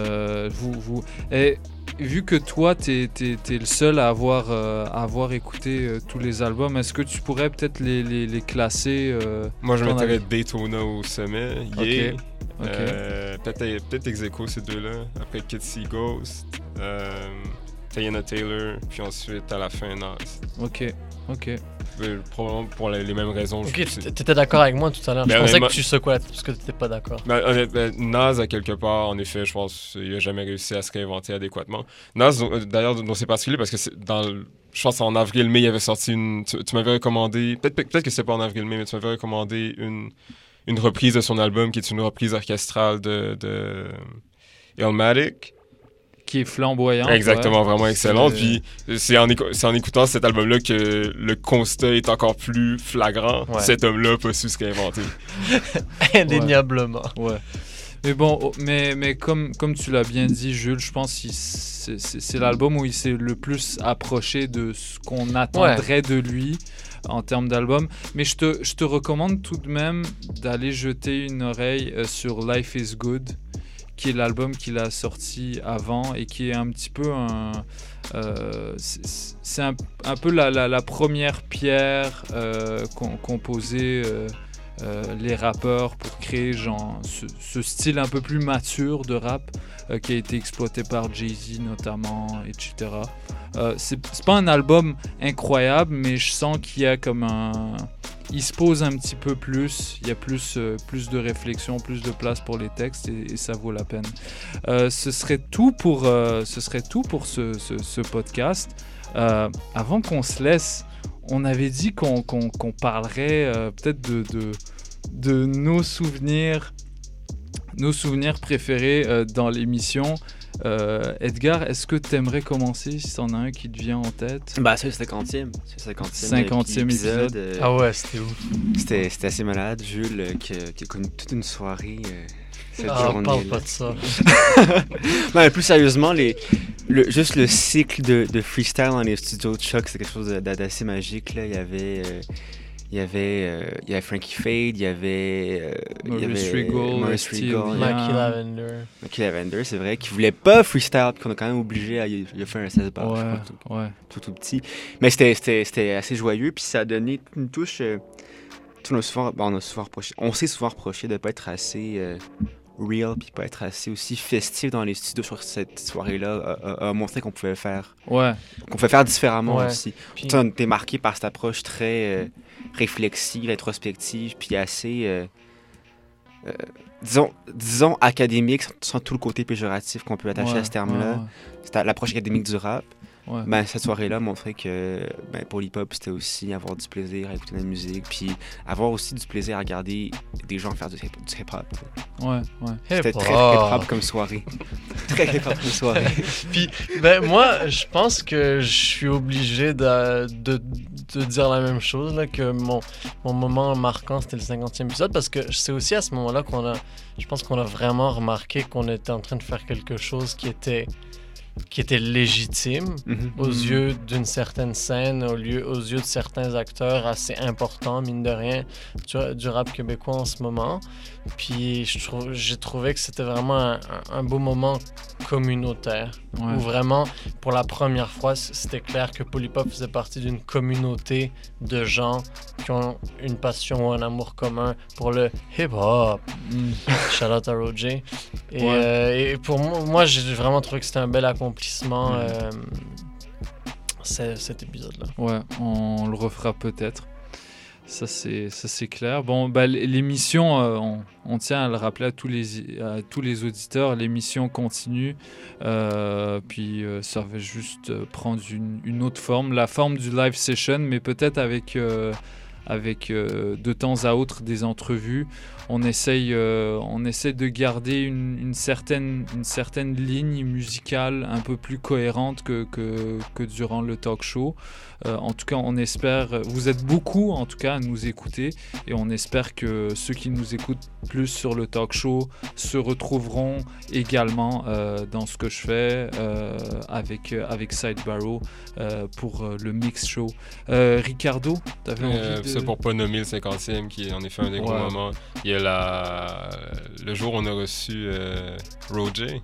vu que toi, t'es le seul à avoir écouté tous les albums, est-ce que tu pourrais peut-être les classer Moi, je mettrais Daytona au sommet. Yeah. Peut-être ex-aequo ces deux-là. Après Kid C Ghost, Teyana Taylor, puis ensuite à la fin Nas. Ok. Probablement pour les mêmes raisons. Ok, t'étais d'accord avec moi tout à l'heure. Je pensais que tu secouais la tête parce que t'étais pas d'accord. Nas, à quelque part, en effet, je pense qu'il a jamais réussi à se réinventer adéquatement. Nas, d'ailleurs, dont c'est particulier parce que je pense en avril-mai, il avait sorti tu m'avais recommandé, peut-être que c'est pas en avril-mai, mais tu m'avais recommandé une reprise de son album qui est une reprise orchestrale de Illmatic. Qui est flamboyante. Exactement, vraiment excellente. Puis c'est en écoutant cet album-là que le constat est encore plus flagrant. Ouais. Cet homme-là n'a pas su ce qu'il a inventé. Indéniablement. Ouais. Mais bon, mais comme tu l'as bien dit, Jules, je pense que c'est l'album où il s'est le plus approché de ce qu'on attendrait de lui en termes d'album. Mais je te recommande tout de même d'aller jeter une oreille sur Life is Good, qui est l'album qu'il a sorti avant et qui est un petit peu c'est un peu la première pierre qu'ont posé les rappeurs pour créer ce style un peu plus mature de rap qui a été exploité par Jay-Z notamment, etc. C'est pas un album incroyable, mais je sens qu'il y a comme il se pose un petit peu plus, il y a plus de réflexion, plus de place pour les textes et ça vaut la peine. Ce serait tout pour ce podcast. Avant qu'on se laisse, on avait dit qu'on parlerait peut-être de nos souvenirs préférés dans l'émission. Edgar, est-ce que tu aimerais commencer si t'en as un qui te vient en tête? C'est le 50e. C'est le 50e épisode. Ah ouais, c'était ouf. C'était assez malade. Jules, qui a connu toute une soirée cette journée. Parle pas de ça. Non, mais plus sérieusement, juste le cycle de freestyle dans les studios de Choc, c'est quelque chose d'assez magique. Là. Il y avait Frankie Fade, il y avait Maurice Regal, Mikey Lavender, c'est vrai, qui voulait pas freestyle, puis qu'on a quand même obligé il a fait un 16 bars, tout petit. Mais c'était assez joyeux, puis ça a donné une touche. On s'est souvent reproché de pas être assez real, puis pas être assez aussi festif dans les studios sur cette soirée-là, a montré qu'on pouvait faire. Ouais. Qu'on pouvait faire différemment aussi. Puis on était marqué par cette approche très réflexive, introspective, puis assez, disons académique, sans tout le côté péjoratif qu'on peut attacher à ce terme-là. C'était l'approche académique du rap. Ouais. Ben, cette soirée-là montrait que pour l'hip-hop, c'était aussi avoir du plaisir à écouter de la musique, puis avoir aussi du plaisir à regarder des gens faire du hip-hop. Ouais. C'était très hip-hop comme soirée. Très hip-hop comme soirée. Puis, moi, je pense que je suis obligé de dire la même chose, là, que mon moment marquant, c'était le 50e épisode, parce que c'est aussi à ce moment-là je pense qu'on a vraiment remarqué qu'on était en train de faire quelque chose qui était qui était légitime aux yeux d'une certaine scène, aux yeux de certains acteurs assez importants, mine de rien, du rap québécois en ce moment. Puis j'ai trouvé que c'était vraiment un beau moment communautaire, où vraiment, pour la première fois, c'était clair que Polypop faisait partie d'une communauté de gens qui ont une passion ou un amour commun pour le hip-hop. Shout out à Roger. Et pour moi, j'ai vraiment trouvé que c'était un bel accomplissement, cet épisode-là. Ouais, on le refera peut-être. Ça c'est clair. Bon, l'émission, on tient à le rappeler à tous les auditeurs, l'émission continue. Puis ça va juste prendre une autre forme, la forme du live session, mais peut-être avec de temps à autre des entrevues. On essaye de garder une certaine ligne musicale un peu plus cohérente que durant le talk show. En tout cas, on espère, vous êtes beaucoup en tout cas à nous écouter, et on espère que ceux qui nous écoutent plus sur le talk show se retrouveront également dans ce que je fais avec Side Barrow pour le mix show. Ricardo, t'avais envie de... C'est pour pas nommer le 50e qui est en effet un des gros moments. Il y a le jour où on a reçu Roger.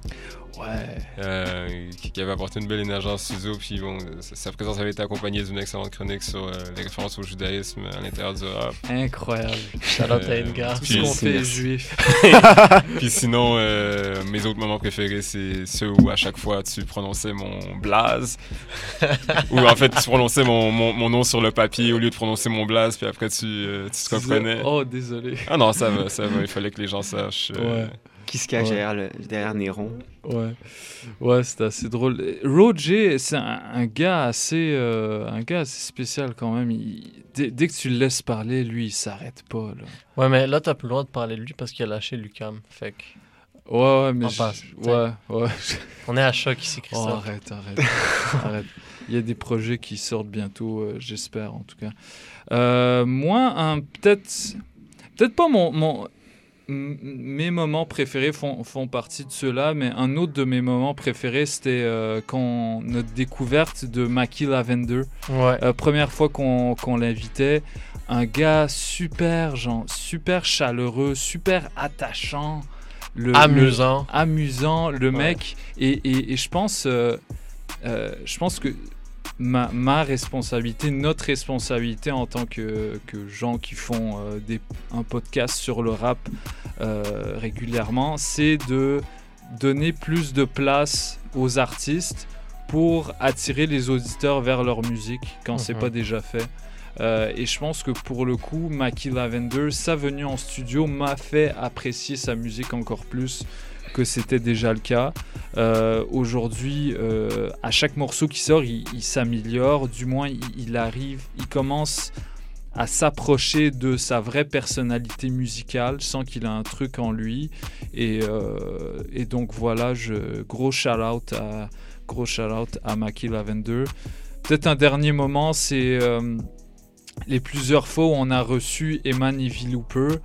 Qui avait apporté une belle énergie en studio, puis bon, sa présence avait été accompagnée d'une excellente chronique sur les références au judaïsme à l'intérieur du rap. Incroyable. Shout-out à Edgar. Tout ce qu'on fait est juif. Puis sinon, mes autres moments préférés, c'est ceux où à chaque fois tu prononçais mon blaze, ou en fait tu prononçais mon nom sur le papier au lieu de prononcer mon blaze, puis après tu te reprenais. Oh, désolé. Ah non, ça va, il fallait que les gens sachent. Qui se cache derrière Néron. Ouais, c'était assez drôle. Roger, c'est un gars assez spécial quand même. Dès que tu le laisses parler, lui, il s'arrête pas. Là. Ouais, mais là, t'as plus le droit de parler de lui parce qu'il a lâché l'UQAM. Fait que... Ouais, mais... On est à choc ici, Christophe. Oh, arrête. Il y a des projets qui sortent bientôt, j'espère, en tout cas. Moi, peut-être pas mes moments préférés font partie de ceux-là, mais un autre de mes moments préférés, c'était notre découverte de Mackie Lavender. Première fois qu'on l'invitait, un gars super chaleureux, super attachant, amusant, le mec, et je pense que ma responsabilité, notre responsabilité en tant que gens qui font un podcast sur le rap régulièrement, c'est de donner plus de place aux artistes pour attirer les auditeurs vers leur musique quand c'est pas déjà fait. Et je pense que pour le coup, Mackie Lavender, sa venue en studio m'a fait apprécier sa musique encore plus que c'était déjà le cas. Aujourd'hui, à chaque morceau qui sort, il s'améliore, du moins il commence à s'approcher de sa vraie personnalité musicale, je sens qu'il a un truc en lui, et donc voilà, gros shout-out à Mackie Lavender. Peut-être un dernier moment, c'est les plusieurs fois où on a reçu Eman Heavy Looper,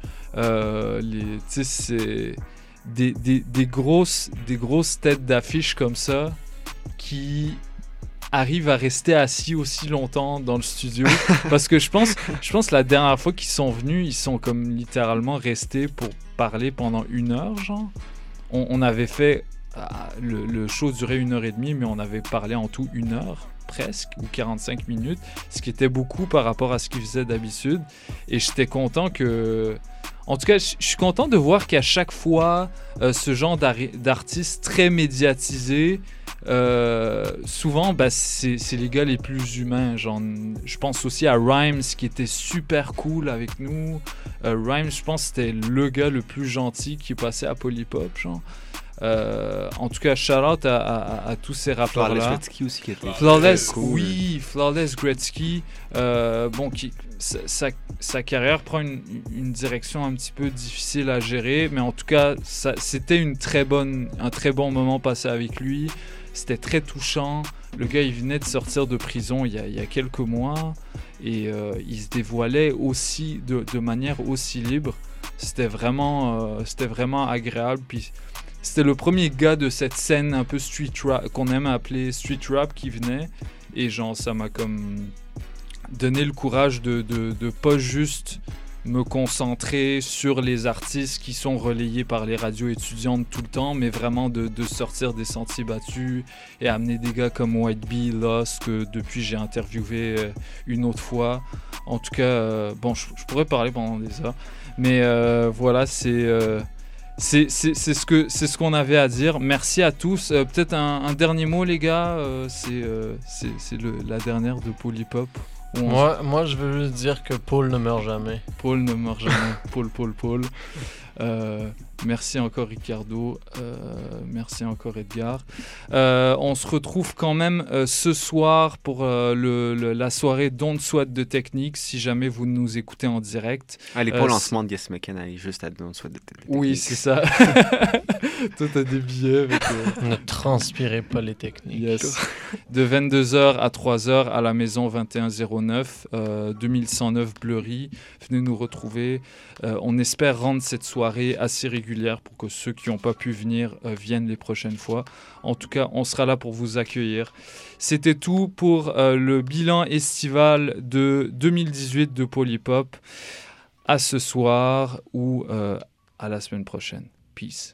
c'est des grosses têtes d'affiche comme ça qui arrivent à rester assis aussi longtemps dans le studio, parce que je pense la dernière fois qu'ils sont venus, ils sont comme littéralement restés pour parler pendant 1 heure, genre. On avait fait le show durait 1h30, mais on avait parlé en tout 1 heure presque, ou 45 minutes, ce qui était beaucoup par rapport à ce qu'ils faisaient d'habitude, et j'étais content que... En tout cas, je suis content de voir qu'à chaque fois, ce genre d'artistes très médiatisés, souvent, c'est les gars les plus humains. Genre, je pense aussi à Rhymes, qui était super cool avec nous. Rhymes, je pense que c'était le gars le plus gentil qui passait à Polypop, genre. En tout cas, shout-out à tous ces rappeurs-là. Flawless Gretzky aussi qui était Flawless, cool. Oui, Flawless Gretzky. Sa carrière prend une direction un petit peu difficile à gérer, mais en tout cas, c'était un très bon moment passé avec lui. C'était très touchant. Le gars, il venait de sortir de prison il y a quelques mois, et il se dévoilait aussi de manière aussi libre. C'était vraiment agréable. Puis c'était le premier gars de cette scène un peu street rap, qu'on aime appeler street rap, qui venait. Et genre, ça m'a comme donné le courage de pas juste me concentrer sur les artistes qui sont relayés par les radios étudiantes tout le temps, mais vraiment de sortir des sentiers battus et amener des gars comme White Bee, Lost, que depuis j'ai interviewé une autre fois. En tout cas, bon, je pourrais parler pendant des heures, mais voilà, c'est ce qu'on avait à dire. Merci à tous. Peut-être un dernier mot, les gars. C'est la dernière de Polypop. Moi, je veux juste dire que Paul ne meurt jamais. Paul ne meurt jamais. Paul. Merci encore Ricardo. Merci encore Edgar. On se retrouve quand même ce soir pour la soirée Don't Sweat de Technique, si jamais vous nous écoutez en direct. Allez pas au lancement de Yes Meken, allez juste à Don't Sweat de Technique. Oui, c'est ça. Toi, t'as des billets avec... Ne transpirez pas les techniques. Yes. De 22h à 3h à la maison 2109, 2109 Bleury. Venez nous retrouver. On espère rendre cette soirée assez régulière pour que ceux qui n'ont pas pu venir viennent les prochaines fois. En tout cas, on sera là pour vous accueillir. C'était tout pour le bilan estival de 2018 de Polypop. À ce soir ou à la semaine prochaine. Peace.